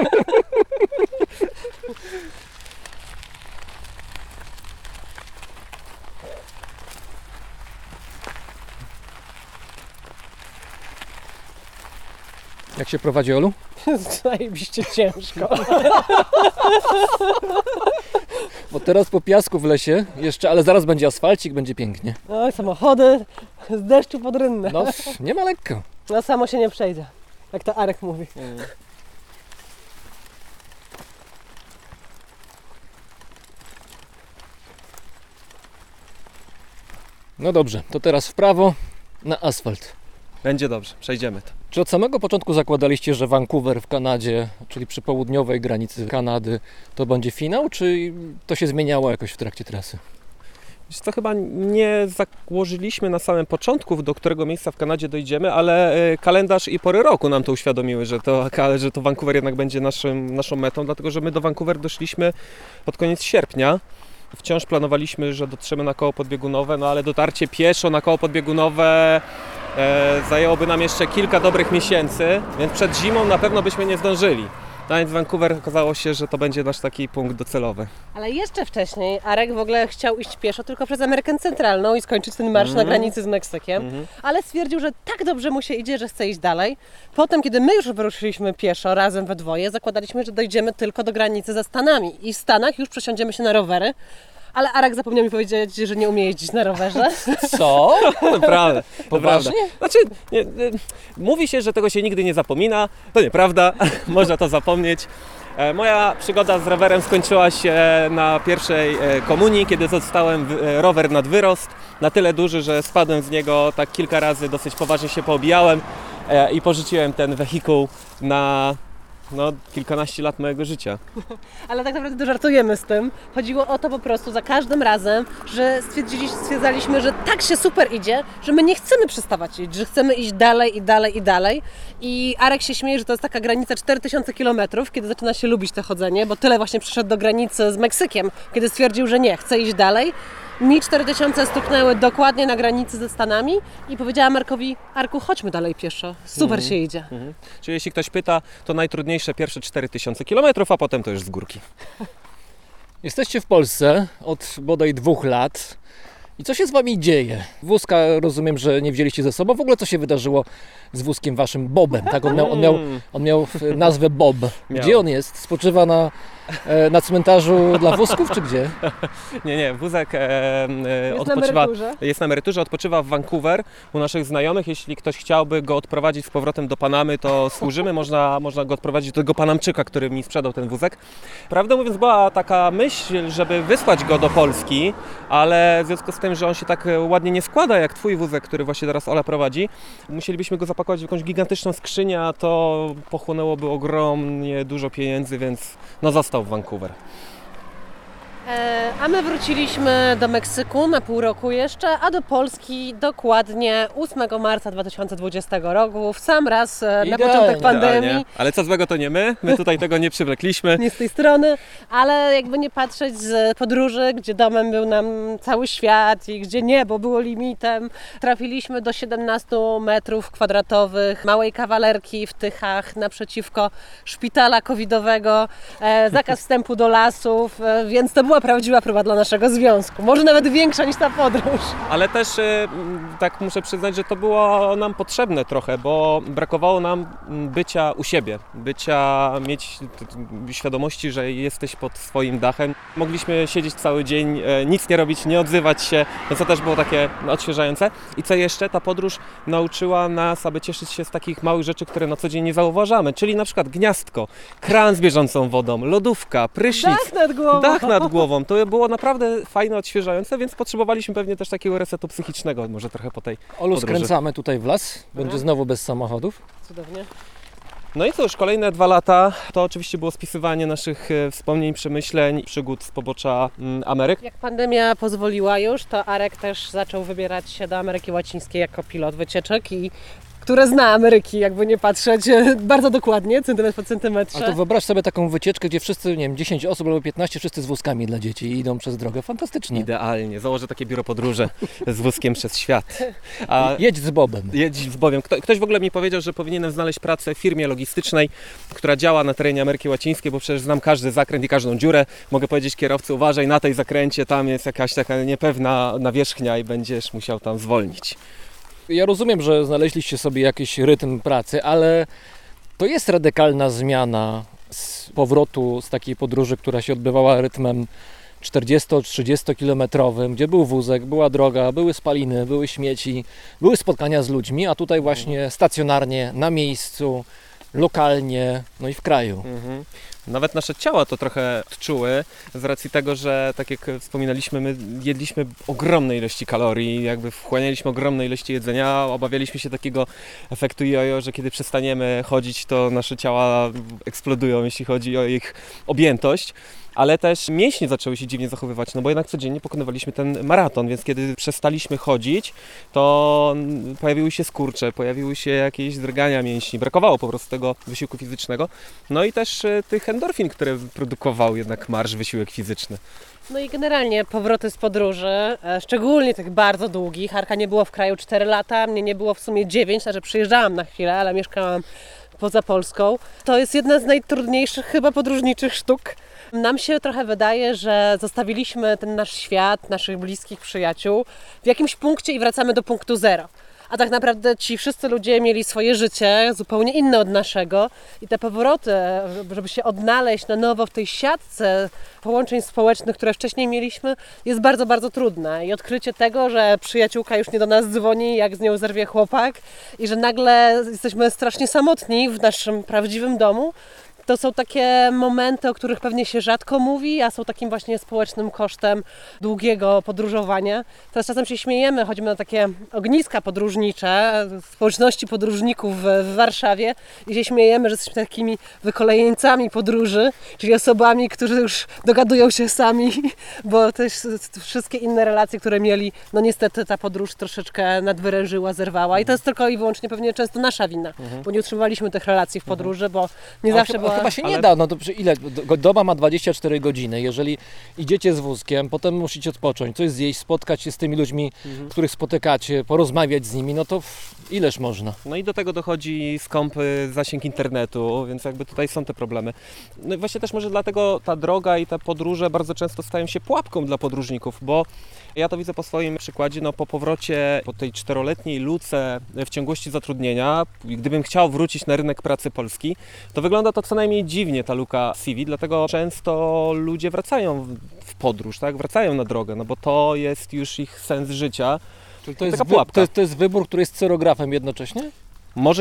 Jak się prowadzi, Olu? Zajebiście ciężko. Bo teraz po piasku w lesie jeszcze, ale zaraz będzie asfalcik, będzie pięknie. Oj, samochody z deszczu pod rynnę. No, nie ma lekko. No samo się nie przejdzie, jak to Arek mówi. No dobrze, to teraz w prawo na asfalt. Będzie dobrze, przejdziemy to. Czy od samego początku zakładaliście, że Vancouver w Kanadzie, czyli przy południowej granicy Kanady, to będzie finał, czy to się zmieniało jakoś w trakcie trasy? Wiesz co, chyba nie założyliśmy na samym początku, do którego miejsca w Kanadzie dojdziemy, ale kalendarz i pory roku nam to uświadomiły, że to Vancouver jednak będzie naszą metą, dlatego że my do Vancouver doszliśmy pod koniec sierpnia. Wciąż planowaliśmy, że dotrzemy na koło podbiegunowe, no ale dotarcie pieszo na koło podbiegunowe zajęłoby nam jeszcze kilka dobrych miesięcy, więc przed zimą na pewno byśmy nie zdążyli. A więc Vancouver okazało się, że to będzie nasz taki punkt docelowy. Ale jeszcze wcześniej Arek w ogóle chciał iść pieszo tylko przez Amerykę Centralną i skończyć ten marsz na granicy z Meksykiem, ale stwierdził, że tak dobrze mu się idzie, że chce iść dalej. Potem, kiedy my już wyruszyliśmy pieszo razem we dwoje, zakładaliśmy, że dojdziemy tylko do granicy ze Stanami i w Stanach już przesiądziemy się na rowery. Ale Arek zapomniał mi powiedzieć, że nie umie jeździć na rowerze. Co? Naprawdę. Poważnie? Znaczy, mówi się, że tego się nigdy nie zapomina. To nieprawda, można to zapomnieć. Moja przygoda z rowerem skończyła się na pierwszej komunii, kiedy dostałem rower nad wyrost. Na tyle duży, że spadłem z niego tak kilka razy, dosyć poważnie się poobijałem i porzuciłem ten wehikuł na kilkanaście lat mojego życia. Ale tak naprawdę żartujemy z tym. Chodziło o to po prostu za każdym razem, że stwierdzaliśmy, że tak się super idzie, że my nie chcemy przestawać iść, że chcemy iść dalej i dalej i dalej. I Arek się śmieje, że to jest taka granica 4000 km, kiedy zaczyna się lubić to chodzenie, bo tyle właśnie przyszedł do granicy z Meksykiem, kiedy stwierdził, że nie, chce iść dalej. Mi 4000 stuknęły dokładnie na granicy ze Stanami i powiedziałam Markowi: Arku, chodźmy dalej pieszo, super się idzie. Czyli jeśli ktoś pyta, to najtrudniejsze pierwsze 4000 km, a potem to już z górki. Jesteście w Polsce od bodaj 2 lat. I co się z wami dzieje? Wózka rozumiem, że nie wzięliście ze sobą. W ogóle co się wydarzyło z wózkiem waszym Bobem? Tak, on miał nazwę Bob. Gdzie Miał. on jest? Spoczywa na cmentarzu dla wózków, czy gdzie? Nie, wózek Jest na emeryturze. jest na emeryturze, odpoczywa w Vancouver u naszych znajomych. Jeśli ktoś chciałby go odprowadzić z powrotem do Panamy, to służymy. Można go odprowadzić do tego Panamczyka, który mi sprzedał ten wózek. Prawdę mówiąc, była taka myśl, żeby wysłać go do Polski, ale w związku z tym, że on się tak ładnie nie składa jak twój wózek, który właśnie teraz Ola prowadzi, musielibyśmy go zapakować w jakąś gigantyczną skrzynię, a to pochłonęłoby ogromnie dużo pieniędzy, więc został w Vancouver. A my wróciliśmy do Meksyku na pół roku jeszcze, a do Polski dokładnie 8 marca 2020 roku, w sam raz na Idealnie. początek pandemii. Idealnie. Ale co złego to nie my, my tutaj tego nie przywlekliśmy. Nie z tej strony, ale jakby nie patrzeć z podróży, gdzie domem był nam cały świat i gdzie niebo było limitem, trafiliśmy do 17 metrów kwadratowych małej kawalerki w Tychach naprzeciwko szpitala covidowego, zakaz wstępu do lasów, więc to była była prawdziwa próba dla naszego związku. Może nawet większa niż ta podróż. Ale też tak muszę przyznać, że to było nam potrzebne trochę, bo brakowało nam bycia u siebie, mieć świadomości, że jesteś pod swoim dachem. Mogliśmy siedzieć cały dzień, nic nie robić, nie odzywać się, no co też było takie odświeżające. I co jeszcze, ta podróż nauczyła nas, aby cieszyć się z takich małych rzeczy, które na co dzień nie zauważamy, czyli na przykład gniazdko, kran z bieżącą wodą, lodówka, prysznic. Dach nad głową. To było naprawdę fajne, odświeżające, więc potrzebowaliśmy pewnie też takiego resetu psychicznego, może trochę po tej Olu, podróży. skręcamy tutaj w las, będzie znowu bez samochodów. Cudownie. No i cóż, kolejne 2 lata to oczywiście było spisywanie naszych wspomnień, przemyśleń, przygód z pobocza Ameryk. Jak pandemia pozwoliła już, to Arek też zaczął wybierać się do Ameryki Łacińskiej jako pilot wycieczek, które zna Ameryki, jakby nie patrzeć, bardzo dokładnie, centymetr po centymetrze. A to wyobraź sobie taką wycieczkę, gdzie wszyscy, nie wiem, 10 osób albo 15, wszyscy z wózkami dla dzieci i idą przez drogę. Fantastycznie. Idealnie, założę takie biuro podróży z wózkiem przez świat. Jedź z Bobem. Jedź z Bobiem. Ktoś w ogóle mi powiedział, że powinienem znaleźć pracę w firmie logistycznej, która działa na terenie Ameryki Łacińskiej, bo przecież znam każdy zakręt i każdą dziurę. Mogę powiedzieć kierowcy, uważaj, na tej zakręcie tam jest jakaś taka niepewna nawierzchnia i będziesz musiał tam zwolnić. Ja rozumiem, że znaleźliście sobie jakiś rytm pracy, ale to jest radykalna zmiana z powrotu z takiej podróży, która się odbywała rytmem 40-30 kilometrowym, gdzie był wózek, była droga, były spaliny, były śmieci, były spotkania z ludźmi, a tutaj właśnie stacjonarnie, na miejscu, lokalnie, no i w kraju. Nawet nasze ciała to trochę odczuły z racji tego, że tak jak wspominaliśmy, my jedliśmy ogromne ilości kalorii, jakby wchłanialiśmy ogromne ilości jedzenia, obawialiśmy się takiego efektu jojo, że kiedy przestaniemy chodzić, to nasze ciała eksplodują, jeśli chodzi o ich objętość. Ale też mięśnie zaczęły się dziwnie zachowywać, no bo jednak codziennie pokonywaliśmy ten maraton, więc kiedy przestaliśmy chodzić, to pojawiły się skurcze, pojawiły się jakieś zdrgania mięśni, brakowało po prostu tego wysiłku fizycznego. No i też tych endorfin, które produkował jednak marsz wysiłek fizyczny. No i generalnie powroty z podróży, szczególnie tych bardzo długich. Arka nie było w kraju 4 lata, mnie nie było w sumie 9, znaczy przyjeżdżałam na chwilę, ale mieszkałam poza Polską. To jest jedna z najtrudniejszych chyba podróżniczych sztuk. Nam się trochę wydaje, że zostawiliśmy ten nasz świat, naszych bliskich przyjaciół w jakimś punkcie i wracamy do punktu zero. A tak naprawdę ci wszyscy ludzie mieli swoje życie zupełnie inne od naszego i te powroty, żeby się odnaleźć na nowo w tej siatce połączeń społecznych, które wcześniej mieliśmy, jest bardzo, bardzo trudne. I odkrycie tego, że przyjaciółka już nie do nas dzwoni, jak z nią zerwie chłopak i że nagle jesteśmy strasznie samotni w naszym prawdziwym domu, to są takie momenty, o których pewnie się rzadko mówi, a są takim właśnie społecznym kosztem długiego podróżowania. Teraz czasem się śmiejemy, chodzimy na takie ogniska podróżnicze, społeczności podróżników w Warszawie i się śmiejemy, że jesteśmy takimi wykolejeńcami podróży, czyli osobami, którzy już dogadują się sami, bo też wszystkie inne relacje, które mieli, no niestety ta podróż troszeczkę nadwyrężyła, zerwała i to jest tylko i wyłącznie pewnie często nasza wina, bo nie utrzymywaliśmy tych relacji w podróży, bo nie zawsze była... Chyba się nie da, no to ile? Doba ma 24 godziny, jeżeli idziecie z wózkiem, potem musicie odpocząć, coś zjeść, spotkać się z tymi ludźmi, których spotykacie, porozmawiać z nimi, no to ileż można? No i do tego dochodzi skąpy zasięg internetu, więc jakby tutaj są te problemy. No i właśnie też może dlatego ta droga i te podróże bardzo często stają się pułapką dla podróżników, bo ja to widzę po swoim przykładzie, no po powrocie, po tej 4-letniej luce w ciągłości zatrudnienia, gdybym chciał wrócić na rynek pracy polski, to wygląda to co najmniej dziwnie, ta luka CV, dlatego często ludzie wracają w podróż, tak? Wracają na drogę, no bo to jest już ich sens życia. Czyli to jest taka pułapka. To jest wybór, który jest cyrografem jednocześnie? Może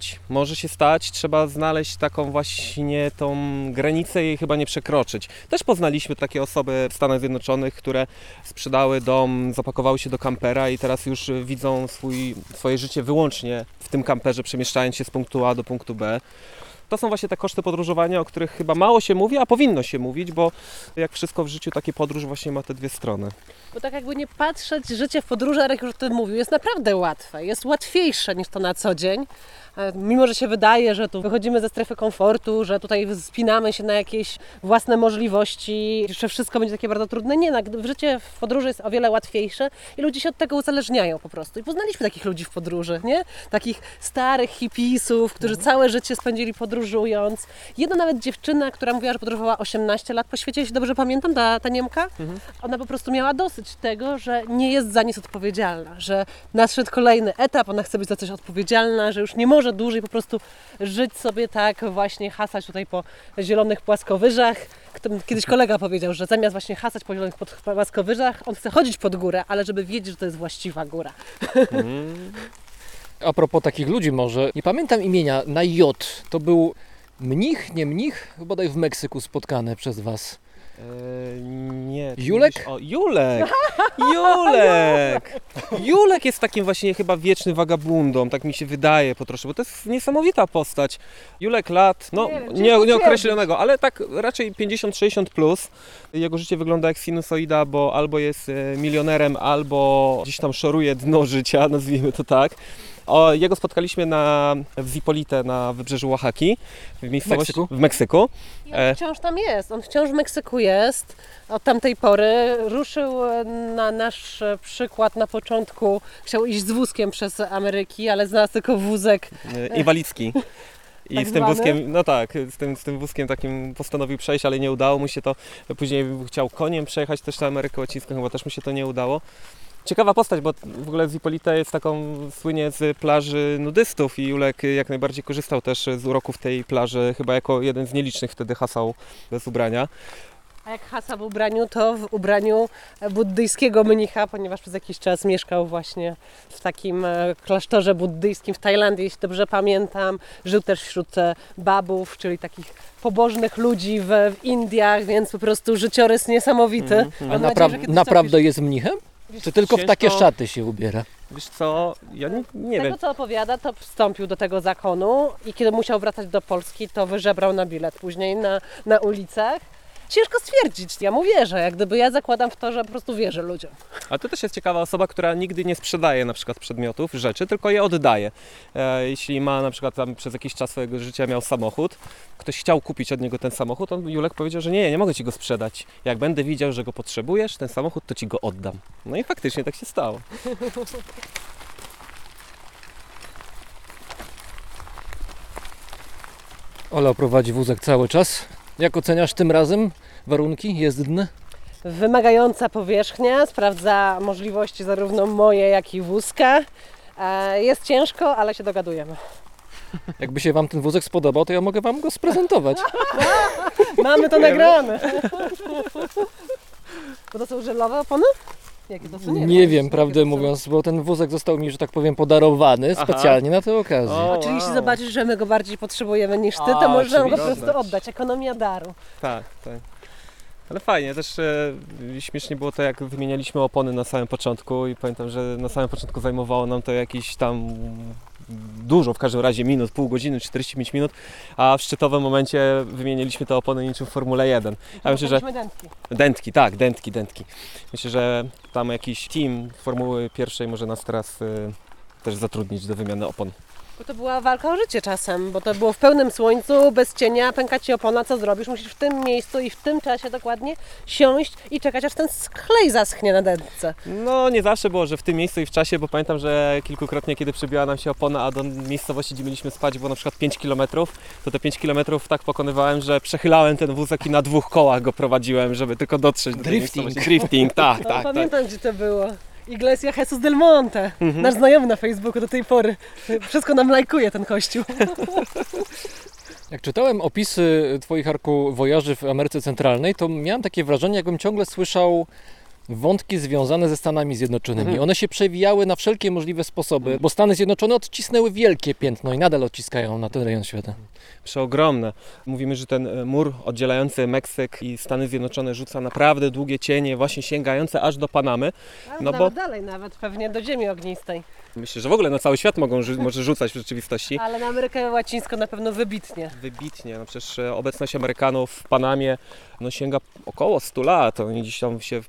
się stać, trzeba znaleźć taką właśnie tą granicę i jej chyba nie przekroczyć. Też poznaliśmy takie osoby w Stanach Zjednoczonych, które sprzedały dom, zapakowały się do kampera i teraz już widzą swoje życie wyłącznie w tym kamperze, przemieszczając się z punktu A do punktu B. To są właśnie te koszty podróżowania, o których chyba mało się mówi, a powinno się mówić, bo jak wszystko w życiu, takie podróż właśnie ma te dwie strony. Bo tak jakby nie patrzeć, życie w podróży, Arek już o tym mówił, jest naprawdę łatwe, jest łatwiejsze niż to na co dzień, Mimo, że się wydaje, że tu wychodzimy ze strefy komfortu, że tutaj spinamy się na jakieś własne możliwości, że wszystko będzie takie bardzo trudne. Nie, życie w podróży jest o wiele łatwiejsze i ludzie się od tego uzależniają po prostu. I poznaliśmy takich ludzi w podróży, nie? Takich starych hipisów, którzy całe życie spędzili podróżując. Jedna nawet dziewczyna, która mówiła, że podróżowała 18 lat po świecie, jeśli dobrze pamiętam, ta Niemka, ona po prostu miała dosyć tego, że nie jest za nic odpowiedzialna, że nadszedł kolejny etap, ona chce być za coś odpowiedzialna, że już nie może dłużej po prostu żyć sobie tak, właśnie hasać tutaj po zielonych płaskowyżach. Kiedyś kolega powiedział, że zamiast właśnie hasać po zielonych płaskowyżach, on chce chodzić pod górę, ale żeby wiedzieć, że to jest właściwa góra. A propos takich ludzi może, nie pamiętam imienia, na J. To był mnich, nie mnich? Bodaj w Meksyku spotkany przez was. Nie. Julek? O, Julek! Julek! Julek jest takim właśnie chyba wiecznym wagabundą, tak mi się wydaje po trosze, bo to jest niesamowita postać. Julek lat, no nieokreślonego, ale tak raczej 50-60 plus. Jego życie wygląda jak sinusoida, bo albo jest milionerem, albo gdzieś tam szoruje dno życia, nazwijmy to tak. Jego spotkaliśmy w Zipolite na wybrzeżu Oaxaki, w Meksyku. I on wciąż tam jest, on wciąż w Meksyku jest. Od tamtej pory ruszył na nasz przykład na początku, chciał iść z wózkiem przez Ameryki, ale znalazł tylko wózek Inwalidzki. I tak z tym zwany? wózkiem, no tak, z tym wózkiem takim postanowił przejść, ale nie udało mu się to. Później chciał koniem przejechać też na Amerykę Łacińską, chyba też mu się to nie udało. Ciekawa postać, bo w ogóle Zipolite jest słynie z plaży nudystów i Julek jak najbardziej korzystał też z uroków tej plaży, chyba jako jeden z nielicznych wtedy hasał bez ubrania. A jak hasa w ubraniu, to w ubraniu buddyjskiego mnicha, ponieważ przez jakiś czas mieszkał właśnie w takim klasztorze buddyjskim w Tajlandii, jeśli dobrze pamiętam. Żył też wśród babów, czyli takich pobożnych ludzi w Indiach, więc po prostu życiorys niesamowity. A naprawdę jest mnichem? Czy tylko w takie szaty się ubiera? Wiesz co, ja nie Z wiem. tego co opowiada, to wstąpił do tego zakonu i kiedy musiał wracać do Polski, to wyżebrał na bilet później na ulicach. Ciężko stwierdzić, ja mu wierzę, jak gdyby ja zakładam w to, że po prostu wierzę ludziom. A to też jest ciekawa osoba, która nigdy nie sprzedaje na przykład przedmiotów, rzeczy, tylko je oddaje. Jeśli ma na przykład tam przez jakiś czas swojego życia miał samochód, ktoś chciał kupić od niego ten samochód, Julek powiedział, że nie mogę ci go sprzedać. Jak będę widział, że go potrzebujesz, ten samochód, to ci go oddam. No i faktycznie tak się stało. Ola prowadzi wózek cały czas. Jak oceniasz tym razem warunki jezdne? Wymagająca powierzchnia, sprawdza możliwości zarówno moje, jak i wózka. Jest ciężko, ale się dogadujemy. Jakby się wam ten wózek spodobał, to ja mogę wam go sprezentować. Mamy to nagrane. Bo to są żelowe opony? Jakie to są? Nie wiem, prawdę mówiąc, bo ten wózek został mi, że tak powiem, podarowany specjalnie na tę okazję. Czyli jeśli zobaczysz, że my go bardziej potrzebujemy niż ty, to A, możemy go po oczywiście. prostu oddać. Ekonomia daru. Tak. Ale fajnie, też śmiesznie było to, jak wymienialiśmy opony na samym początku i pamiętam, że na samym początku zajmowało nam to jakiś tam dużo, w każdym razie minut, pół godziny, 45 minut, a w szczytowym momencie wymieniliśmy te opony niczym w Formule 1. Ja myślę, że dętki. Myślę, że tam jakiś team Formuły pierwszej może nas teraz też zatrudnić do wymiany opon. Bo to była walka o życie czasem, bo to było w pełnym słońcu, bez cienia, pęka ci opona, co zrobisz? Musisz w tym miejscu i w tym czasie dokładnie siąść i czekać, aż ten klej zaschnie na dętce. No nie zawsze było, że w tym miejscu i w czasie, bo pamiętam, że kilkukrotnie, kiedy przybiła nam się opona, a do miejscowości, gdzie mieliśmy spać, było na przykład 5 km, to te 5 km tak pokonywałem, że przechylałem ten wózek i na 2 kołach go prowadziłem, żeby tylko dotrzeć do tej miejscowości. Drifting, tak. Pamiętam, gdzie to było. Iglesia Jesus del Monte, nasz znajomy na Facebooku do tej pory. Wszystko nam lajkuje ten kościół. Jak czytałem opisy twoich wojaży w Ameryce Centralnej, to miałem takie wrażenie, jakbym ciągle słyszał wątki związane ze Stanami Zjednoczonymi. One się przewijały na wszelkie możliwe sposoby, bo Stany Zjednoczone odcisnęły wielkie piętno i nadal odciskają na ten rejon świata. Przeogromne. Mówimy, że ten mur oddzielający Meksyk i Stany Zjednoczone rzuca naprawdę długie cienie, właśnie sięgające aż do Panamy. No bo dalej nawet, pewnie do ziemi ognistej. Myślę, że w ogóle na cały świat może rzucać w rzeczywistości. Ale na Amerykę Łacińską na pewno wybitnie. Wybitnie. No przecież obecność Amerykanów w Panamie sięga około 100 lat. Oni gdzieś tam się pojawili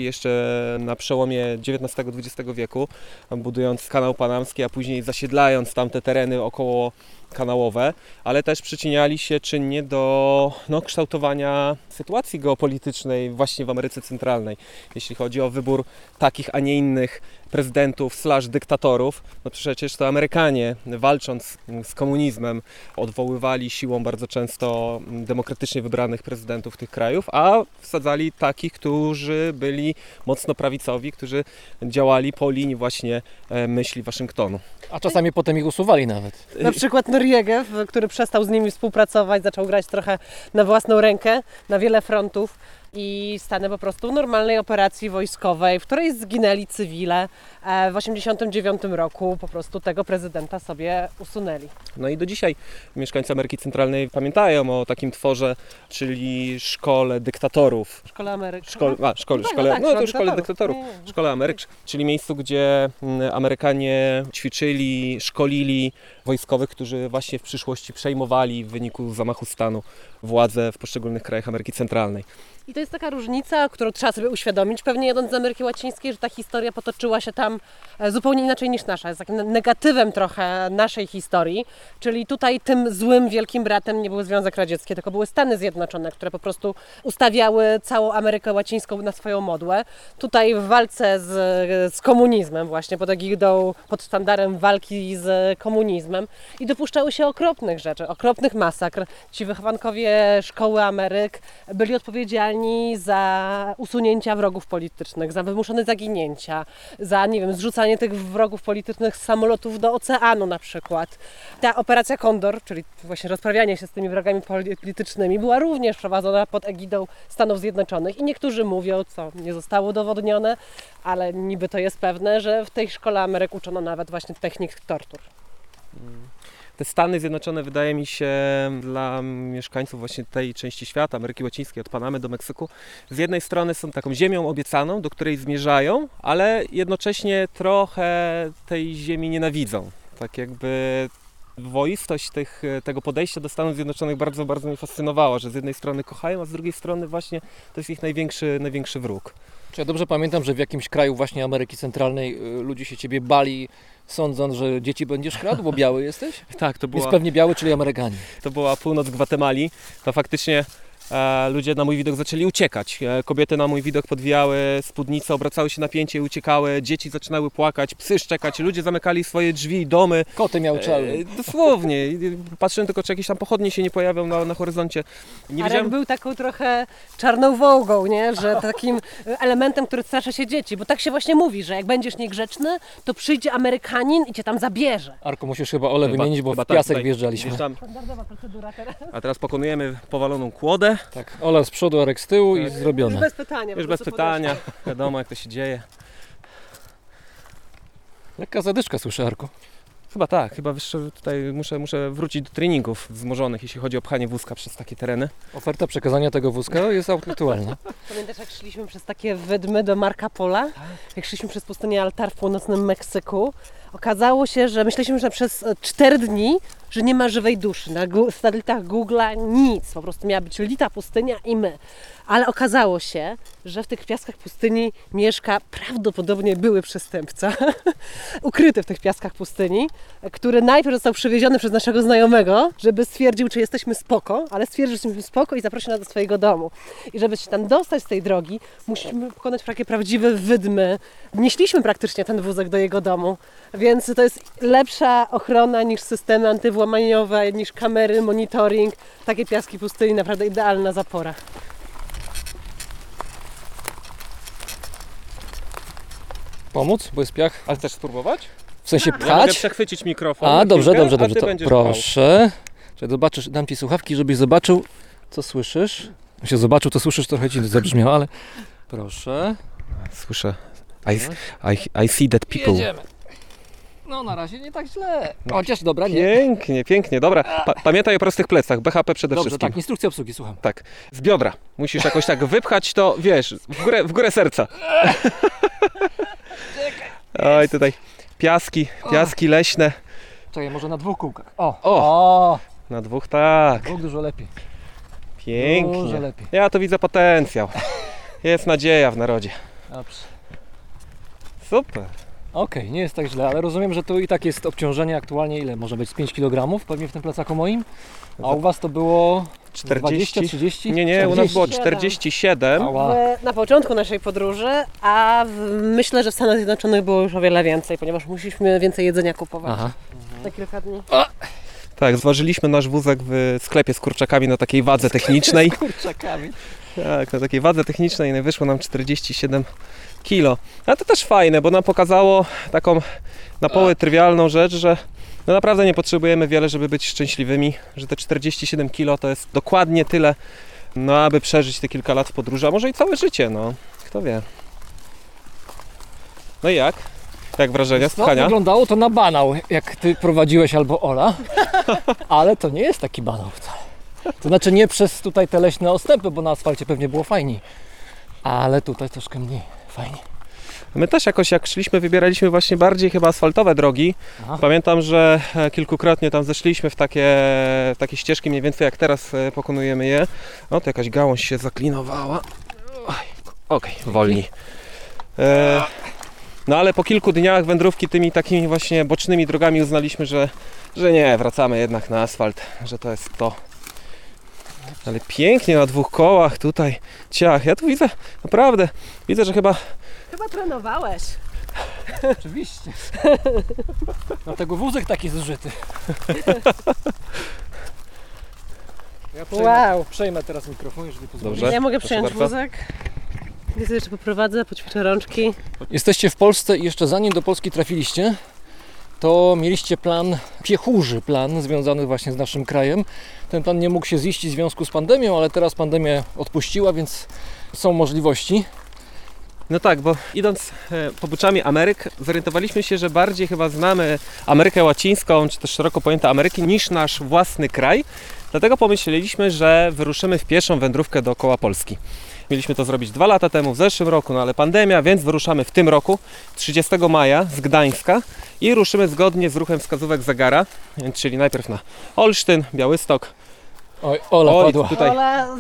jeszcze na przełomie XIX-XX wieku, budując kanał panamski, a później zasiedlając tamte tereny około kanałowe, ale też przyczyniali się czynnie do kształtowania sytuacji geopolitycznej właśnie w Ameryce Centralnej. Jeśli chodzi o wybór takich, a nie innych prezydentów / dyktatorów, no przecież to Amerykanie, walcząc z komunizmem, odwoływali siłą bardzo często demokratycznie wybranych prezydentów tych krajów, a wsadzali takich, którzy byli mocno prawicowi, którzy działali po linii właśnie myśli Waszyngtonu. A czasami potem ich usuwali nawet. Na przykład Noriega, który przestał z nimi współpracować, zaczął grać trochę na własną rękę, na wiele frontów i Stany po prostu w normalnej operacji wojskowej, w której zginęli cywile, w 1989 roku po prostu tego prezydenta sobie usunęli. No i do dzisiaj mieszkańcy Ameryki Centralnej pamiętają o takim tworze, czyli szkole dyktatorów. Szkoła Ameryki. Szkole dyktatorów. Szkoła Ameryki, czyli miejscu, gdzie Amerykanie ćwiczyli, szkolili wojskowych, którzy właśnie w przyszłości przejmowali w wyniku zamachu stanu władzę w poszczególnych krajach Ameryki Centralnej. I to jest taka różnica, którą trzeba sobie uświadomić, pewnie jadąc z Ameryki Łacińskiej, że ta historia potoczyła się tam zupełnie inaczej niż nasza. Jest takim negatywem trochę naszej historii, czyli tutaj tym złym wielkim bratem nie był Związek Radziecki, tylko były Stany Zjednoczone, które po prostu ustawiały całą Amerykę Łacińską na swoją modłę. Tutaj w walce z komunizmem właśnie, pod egidą, pod sztandarem walki z komunizmem i dopuszczały się okropnych rzeczy, okropnych masakr. Ci wychowankowie Szkoły Ameryk byli odpowiedzialni za usunięcia wrogów politycznych, za wymuszone zaginięcia, za, nie wiem, zrzucanie tych wrogów politycznych z samolotów do oceanu na przykład. Ta operacja Kondor, czyli właśnie rozprawianie się z tymi wrogami politycznymi, była również prowadzona pod egidą Stanów Zjednoczonych i niektórzy mówią, co nie zostało udowodnione, ale niby to jest pewne, że w tej Szkole Ameryk uczono nawet właśnie technik tortur. Te Stany Zjednoczone, wydaje mi się, dla mieszkańców właśnie tej części świata, Ameryki Łacińskiej, od Panamy do Meksyku, z jednej strony są taką ziemią obiecaną, do której zmierzają, ale jednocześnie trochę tej ziemi nienawidzą. Tak jakby dwoistość tego podejścia do Stanów Zjednoczonych bardzo, bardzo mnie fascynowała, że z jednej strony kochają, a z drugiej strony właśnie to jest ich największy wróg. Czy ja dobrze pamiętam, że w jakimś kraju właśnie Ameryki Centralnej ludzie się ciebie bali, sądząc, że dzieci będziesz kradł, bo biały jesteś? Tak, Jest pewnie biały, czyli Amerykanie. To była północ Gwatemali, to faktycznie ludzie na mój widok zaczęli uciekać. Kobiety na mój widok podwijały spódnice, obracały się na pięcie i uciekały. Dzieci zaczynały płakać, psy szczekać, ludzie zamykali swoje drzwi, domy. Koty miały czały. Dosłownie. Patrzyłem tylko, czy jakieś tam pochodnie się nie pojawią na horyzoncie. Nie Arek był taką trochę czarną wołgą, nie? Że takim elementem, który strasza się dzieci. Bo tak się właśnie mówi, że jak będziesz niegrzeczny, to przyjdzie Amerykanin i cię tam zabierze. Arku, musisz chyba ole wymienić, bo w tak, piasek tutaj wjeżdżaliśmy. Standardowa procedura teraz. A teraz pokonujemy powaloną kłodę. Tak, Ola z przodu, Arek z tyłu i zrobione. Już bez pytania. Już po bez prostu pytania, wiadomo jak to się dzieje. Lekka zadyszka, słyszę, Arku. Chyba tak, chyba jeszcze tutaj muszę wrócić do treningów wzmożonych, jeśli chodzi o pchanie wózka przez takie tereny. Oferta przekazania tego wózka jest aktualna. Pamiętasz, jak szliśmy przez takie wydmy do Marca Pola? Jak szliśmy przez pustynię Altar w północnym Meksyku, okazało się, że myśleliśmy, że przez 4 dni, że nie ma żywej duszy. Na satelitach Google'a nic. Po prostu miała być lita pustynia i my. Ale okazało się, że w tych piaskach pustyni mieszka prawdopodobnie były przestępca, ukryty w tych piaskach pustyni, który najpierw został przywieziony przez naszego znajomego, żeby stwierdził, czy jesteśmy spoko, ale stwierdził, że jesteśmy spoko i zaprosił nas do swojego domu. I żeby się tam dostać z tej drogi, musimy pokonać takie prawdziwe wydmy. Wnieśliśmy praktycznie ten wózek do jego domu, więc to jest lepsza ochrona niż systemy antywłamaniowe, niż kamery, monitoring. Takie piaski pustyni, naprawdę idealna zapora. Pomóc, bo jest piach. Ale chcesz spróbować? W sensie Ja mogę pchać? przechwycić mikrofon. A, na dobrze, chwilkę, dobrze, a ty dobrze. To będziesz pchał. proszę. Czy zobaczysz, dam ci słuchawki, żebyś zobaczył, co słyszysz. Jak się zobaczył, to słyszysz, trochę ci zabrzmiało, ale proszę. Słyszę. I see that people. Jedziemy. No na razie nie tak źle. Chociaż dobra, nie. Pięknie, pięknie. Dobra, pamiętaj o prostych plecach. BHP przede Dobrze, wszystkim. tak, instrukcja obsługi, słucham. Tak. Z biodra. Musisz jakoś tak wypchać to, wiesz, w górę serca. Oj, tutaj piaski leśne. Czekaj, może na 2 kółkach. O! O! Na 2, tak. 2 dużo lepiej. Dużo Pięknie. lepiej. Ja to widzę potencjał. Jest nadzieja w narodzie. Dobrze. Super. Okej, nie jest tak źle, ale rozumiem, że tu i tak jest obciążenie aktualnie ile? Może być z 5 kg pewnie w tym plecaku moim? A u Was to było 20, 30? Nie, u nas było 47. 47. Ała. Na początku naszej podróży, a myślę, że w Stanach Zjednoczonych było już o wiele więcej, ponieważ musieliśmy więcej jedzenia kupować Aha. na kilka dni. Tak, zważyliśmy nasz wózek w sklepie z kurczakami na takiej wadze technicznej. Kurczakami. Tak, na takiej wadze technicznej no i wyszło nam 47 kilo. Ale to też fajne, bo nam pokazało taką na poły trywialną rzecz, że no naprawdę nie potrzebujemy wiele, żeby być szczęśliwymi, że te 47 kilo to jest dokładnie tyle, no aby przeżyć te kilka lat w podróży, a może i całe życie, no kto wie. No i jak? Jak wrażenia z No, pchania? wyglądało to na banał, jak Ty prowadziłeś albo Ola, ale to nie jest taki banał wcale. To znaczy nie przez tutaj te leśne ostępy, bo na asfalcie pewnie było fajniej, ale tutaj troszkę mniej fajnie. My też jakoś jak szliśmy, wybieraliśmy właśnie bardziej chyba asfaltowe drogi. Aha. Pamiętam, że kilkukrotnie tam zeszliśmy w takie ścieżki mniej więcej jak teraz pokonujemy je. O, to jakaś gałąź się zaklinowała. Okej, wolniej. No ale po kilku dniach wędrówki tymi takimi właśnie bocznymi drogami uznaliśmy, że nie, wracamy jednak na asfalt, że to jest to. Ale pięknie na dwóch kołach tutaj, ciach. Ja tu widzę, naprawdę, widzę, że chyba Chyba trenowałeś. Oczywiście. Dlatego wózek taki zużyty. Ja Wow. przejmę teraz mikrofon, jeżeli pozwolisz. Dobrze. Ja mogę proszę przejąć bardzo. wózek. Ja sobie jeszcze poprowadzę, poćwiczę rączki. Jesteście w Polsce i jeszcze zanim do Polski trafiliście, to mieliście piechurzy plan związany właśnie z naszym krajem. Ten plan nie mógł się ziścić w związku z pandemią, ale teraz pandemia odpuściła, więc są możliwości. No tak, bo idąc poboczami Ameryk, zorientowaliśmy się, że bardziej chyba znamy Amerykę Łacińską, czy też szeroko pojęte Ameryki, niż nasz własny kraj. Dlatego pomyśleliśmy, że wyruszymy w pieszą wędrówkę dookoła Polski. Mieliśmy to zrobić 2 lata temu, w zeszłym roku, no ale pandemia, więc wyruszamy w tym roku, 30 maja z Gdańska i ruszymy zgodnie z ruchem wskazówek zegara, czyli najpierw na Olsztyn, Białystok. Oj, Ola Oj, padła. tutaj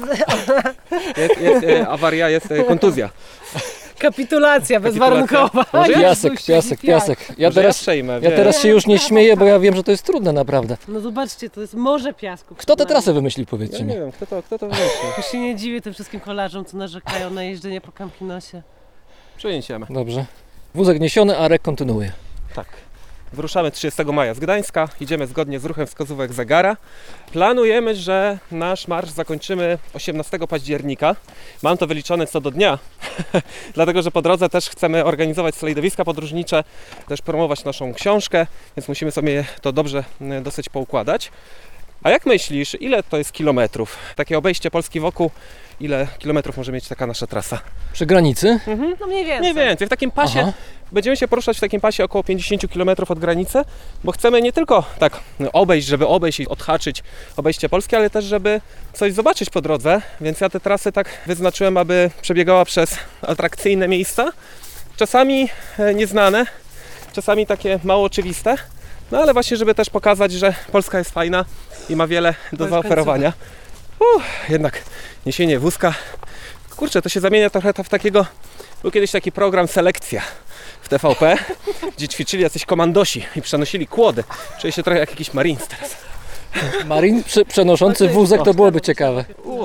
jest awaria, jest kontuzja. Kapitulacja bezwarunkowa. Może ja- Piasek. Ja przejmę. ja teraz się już nie śmieję, bo ja wiem, że to jest trudne naprawdę. No zobaczcie, to jest morze piasku. Kto tę przed nami. trasę wymyślił, Ja powiedzcie nie mi? wiem, kto to wymyślił. Ja się nie dziwię tym wszystkim kolarzom, co narzekają na jeżdżenie po Campinosie. Przejęciemy. Dobrze. Wózek niesiony, a Rek kontynuuje. Tak. Wyruszamy 30 maja z Gdańska, idziemy zgodnie z ruchem wskazówek zegara. Planujemy, że nasz marsz zakończymy 18 października. Mam to wyliczone co do dnia, dlatego że po drodze też chcemy organizować slajdowiska podróżnicze, też promować naszą książkę, więc musimy sobie to dobrze dosyć poukładać. A jak myślisz, ile to jest kilometrów? Takie obejście Polski wokół, ile kilometrów może mieć taka nasza trasa? Przy granicy? No mniej więcej. Mniej więcej, w takim pasie. Aha. Będziemy się poruszać w takim pasie około 50 km od granicy, bo chcemy nie tylko tak obejść, żeby obejść i odhaczyć obejście Polski, ale też żeby coś zobaczyć po drodze, więc ja te trasy tak wyznaczyłem, aby przebiegała przez atrakcyjne miejsca, czasami nieznane, czasami takie mało oczywiste, no ale właśnie, żeby też pokazać, że Polska jest fajna i ma wiele do zaoferowania. Jednak niesienie wózka, kurczę, to się zamienia trochę w takiego. Był kiedyś taki program Selekcja w TVP, gdzie ćwiczyli jacyś komandosi i przenosili kłody. Czuję się trochę jak jakiś Marines teraz. Marin przenoszący wózek to byłoby ciekawe.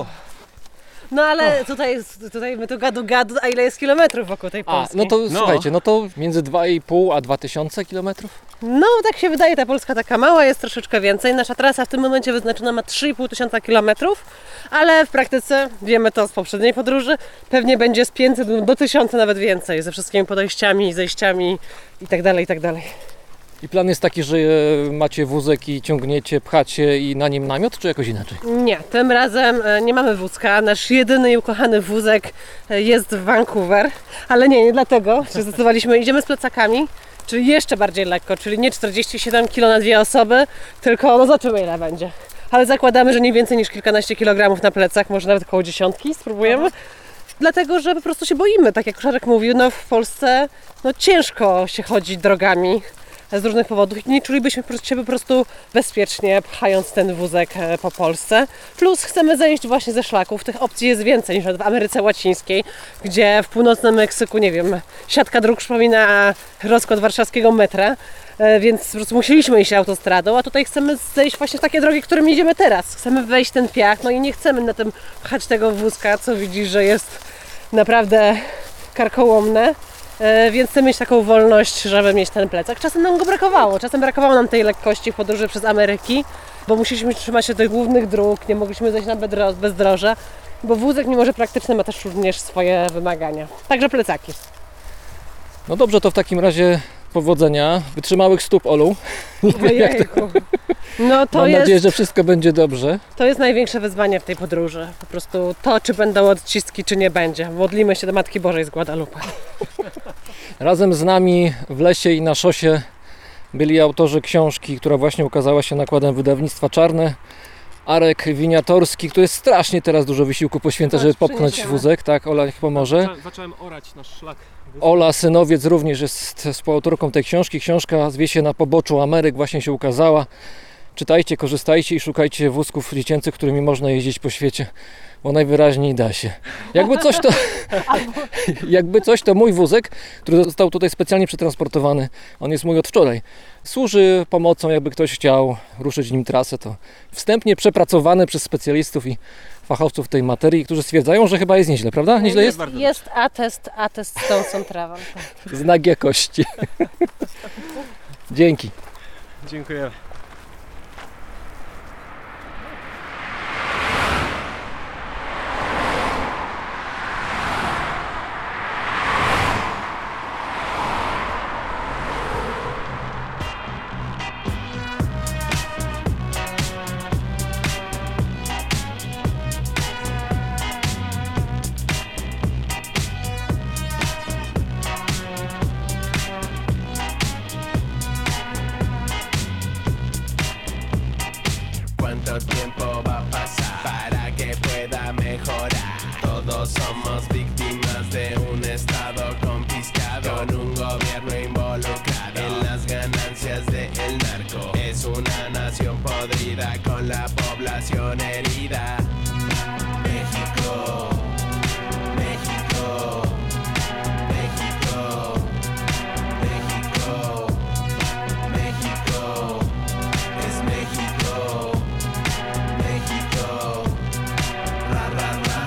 No ale tutaj my to gadu, a ile jest kilometrów wokół tej A, Polski? no to słuchajcie, no to między 2,5 a 2000 kilometrów? No tak się wydaje, ta Polska taka mała, jest troszeczkę więcej. Nasza trasa w tym momencie wyznaczona ma 3,5 tysiąca kilometrów, ale w praktyce, wiemy to z poprzedniej podróży, pewnie będzie z 500 do 1000 nawet więcej, ze wszystkimi podejściami, zejściami i tak dalej, i tak dalej. I plan jest taki, że macie wózek i ciągniecie, pchacie i na nim namiot, czy jakoś inaczej? Nie, tym razem nie mamy wózka. Nasz jedyny i ukochany wózek jest w Vancouver, ale nie dlatego, że zdecydowaliśmy, idziemy z plecakami, czyli jeszcze bardziej lekko, czyli nie 47 kg na 2 osoby, tylko no zobaczymy ile będzie. Ale zakładamy, że nie więcej niż kilkanaście kilogramów na plecach, może nawet około 10, spróbujemy. Dlatego, że po prostu się boimy, tak jak Szarek mówił, no w Polsce no ciężko się chodzi drogami. z różnych powodów i nie czulibyśmy się po prostu bezpiecznie pchając ten wózek po Polsce. Plus chcemy zejść właśnie ze szlaków. Tych opcji jest więcej niż w Ameryce Łacińskiej, gdzie w północnym Meksyku, nie wiem, siatka dróg przypomina rozkład warszawskiego metra, więc po prostu musieliśmy iść autostradą, a tutaj chcemy zejść właśnie w takie drogi, którymi idziemy teraz. Chcemy wejść w ten piach, no i nie chcemy na tym pchać tego wózka, co widzisz, że jest naprawdę karkołomne, więc chcemy mieć taką wolność, żeby mieć ten plecak. Czasem nam go brakowało, czasem brakowało nam tej lekkości w podróży przez Ameryki, bo musieliśmy trzymać się tych głównych dróg, nie mogliśmy zejść na bezdroża, bo wózek, mimo że praktyczny, ma też również swoje wymagania. Także plecaki. No dobrze, to w takim razie powodzenia, wytrzymałych stóp, Olu. Ojejku. No to Mam nadzieję, jest, że wszystko będzie dobrze. to jest największe wyzwanie w tej podróży. Po prostu to, czy będą odciski, czy nie będzie. Modlimy się do Matki Bożej z Guadalupe. Razem z nami w lesie i na szosie byli autorzy książki, która właśnie ukazała się nakładem wydawnictwa Czarne. Arek Winiatorski, który strasznie teraz dużo wysiłku poświęca, żeby popchnąć przyniesiemy. wózek. Tak, Ola niech pomoże. Zacząłem orać nasz szlak. Ola Synowiec również jest współautorką tej książki. Książka zwie się Na poboczu Ameryk, właśnie się ukazała. Czytajcie, korzystajcie i szukajcie wózków dziecięcych, którymi można jeździć po świecie, bo najwyraźniej da się. Jakby coś, to mój wózek, który został tutaj specjalnie przetransportowany, on jest mój od wczoraj. Służy pomocą, jakby ktoś chciał ruszyć nim trasę, to wstępnie przepracowany przez specjalistów i fachowców tej materii, którzy stwierdzają, że chyba jest nieźle, prawda? Nieźle jest? Jest atest z tą trawą. Znak jakości. Dzięki. Dziękuję. ¿Cuánto tiempo va a pasar para que pueda mejorar? Todos somos víctimas de un estado confiscado, con un gobierno involucrado en las ganancias del narco. Es una nación podrida con la población herida. México, México, México, México, México, es México. México, ra ra ra.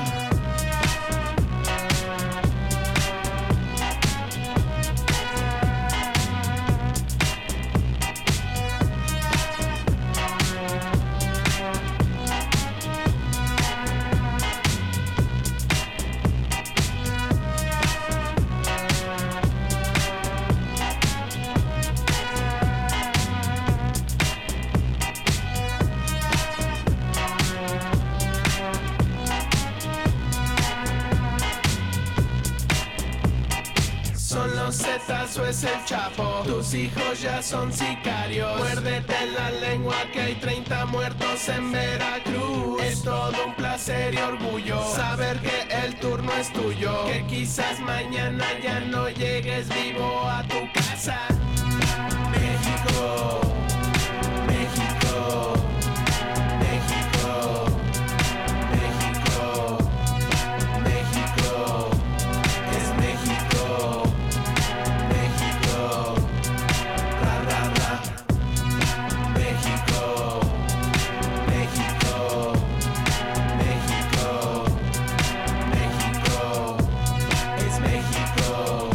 Son los Zetas o es el Chapo. Tus hijos ya son sicarios. Muérdete la lengua que hay 30 muertos en Veracruz. Es todo un placer y orgullo saber que el turno es tuyo. Que quizás mañana ya no llegues vivo a tu casa. México, México, México, México, México, es México. México, ra ra ra. México, México, México, México, es México,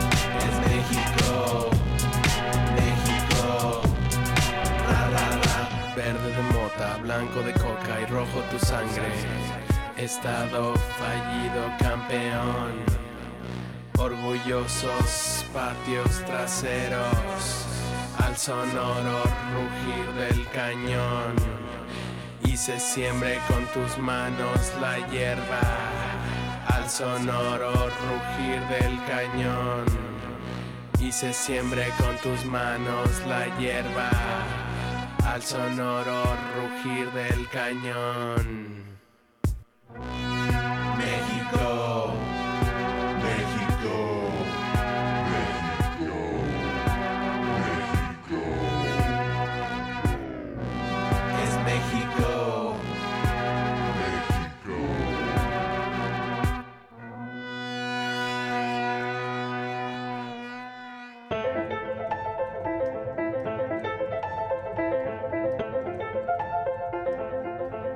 México, ra ra ra. Verde de mota, blanco de coca y rojo tu sangre. Estado fallido, campeón. Orgullosos patios traseros, al sonoro rugir del cañón, y se siembre con tus manos la hierba, al sonoro rugir del cañón, y se siembre con tus manos la hierba, al sonoro rugir del cañón. México. México, México, México.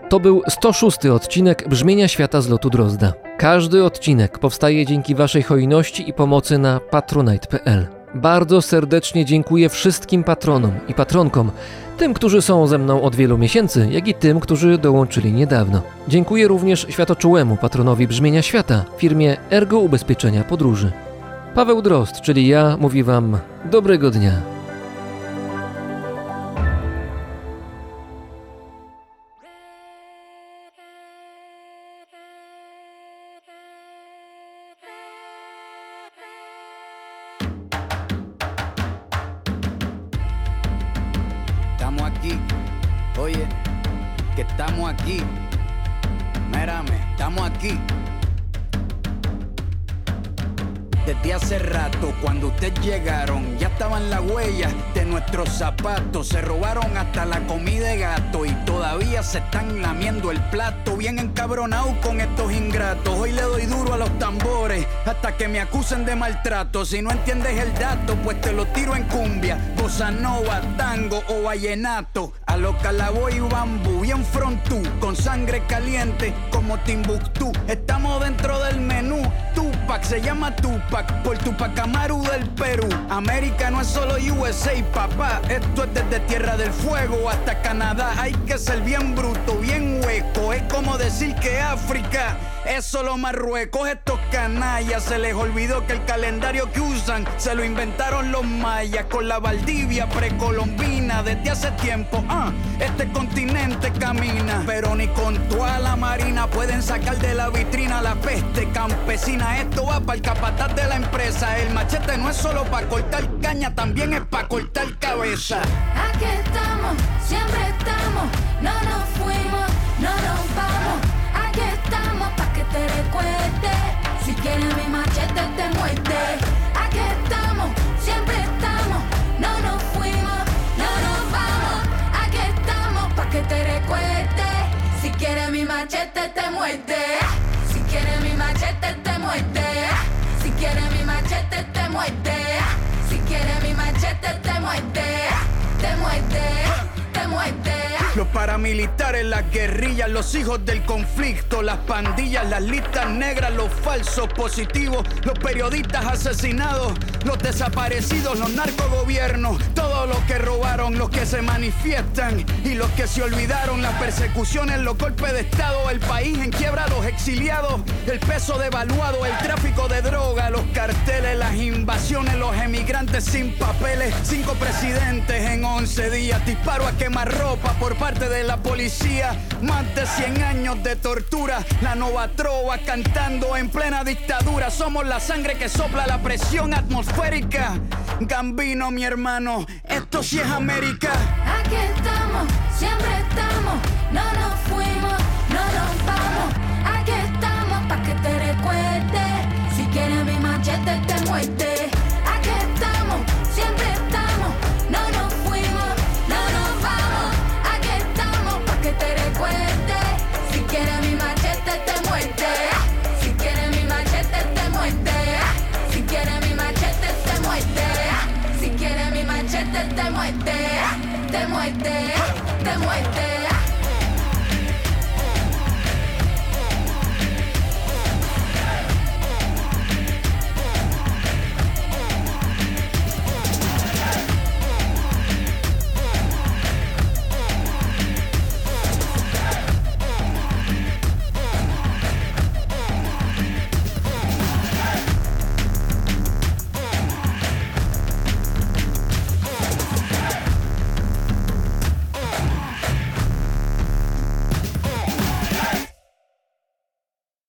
To był 106. odcinek Brzmienia Świata z lotu Drozda. Każdy odcinek powstaje dzięki Waszej hojności i pomocy na patronite.pl. Bardzo serdecznie dziękuję wszystkim patronom i patronkom, tym, którzy są ze mną od wielu miesięcy, jak i tym, którzy dołączyli niedawno. Dziękuję również światoczułemu patronowi Brzmienia Świata, firmie Ergo Ubezpieczenia Podróży. Paweł Drozd, czyli ja, mówi Wam dobrego dnia. Estamos aquí, oye, que estamos aquí. Mírame, estamos aquí. Desde hace rato, cuando ustedes llegaron, ya estaban las huellas de nuestros zapatos. Se robaron hasta la comida de gato y todavía se están lamiendo el plato. Bien encabronados con estos ingratos. Hoy le doy duro a los tambores hasta que me acusen de maltrato. Si no entiendes el dato, pues te lo tiro en cumbia, bossa nova, tango o vallenato. A lo Calaboy y bambú, bien frontú, con sangre caliente como Timbuktu. Estamos dentro del menú. Tupac se llama Tupac por Tupac Amaru del Perú. América no es solo USA, papá. Esto es desde Tierra del Fuego hasta Canadá. Hay que ser bien bruto, bien hueco. Es como decir que África es solo Marruecos. Estos canallas se les olvidó que el calendario que usan se lo inventaron los mayas con la Valdivia precolombina. Desde hace tiempo, este continente camina, pero ni con toda la marina pueden sacar de la vitrina la peste campesina. Esto va para el capataz de la empresa. El machete no es solo para cortar caña, también es para cortar cabeza. Aquí estamos, siempre estamos, no nos fuimos, no nos vamos. Aquí estamos pa' que te recuerdes. Si quieres mi machete te muerde. Aquí estamos, siempre estamos, no nos fuimos, no nos vamos. Aquí estamos pa' que te recuerdes. Si quieres mi machete te muerde. Si quieres mi machete te muerde. Si quieres mi machete te muerde. Si quieres mi machete te muerde. Te muerde, te muerde. Los paramilitares, las guerrillas, los hijos del conflicto, las pandillas, las listas negras, los falsos positivos, los periodistas asesinados, los desaparecidos, los narcogobiernos, todos los que robaron, los que se manifiestan y los que se olvidaron, las persecuciones, los golpes de estado, el país en quiebra, los exiliados, el peso devaluado, el tráfico de droga, los carteles, las invasiones, los emigrantes sin papeles, 5 presidentes en 11 días, disparo a quemarropa por parte de la policía, más de 100 años de tortura, la nova trova cantando en plena dictadura. Somos la sangre que sopla la presión atmosférica. Gambino, mi hermano, esto sí es América. Aquí estamos, siempre estamos, no nos fuimos, no nos vamos. Aquí estamos pa' que te recuerdes. Si quieres mi machete te muerde. Aquí estamos, siempre estamos, no nos fuimos, no nos vamos. Aquí estamos pa' que te recuerdes. Si quieres mi machete te muerde. Si quieres mi machete te muerde. Si quieres mi machete te muerde. Si quieres mi machete te muerde. Te muerde.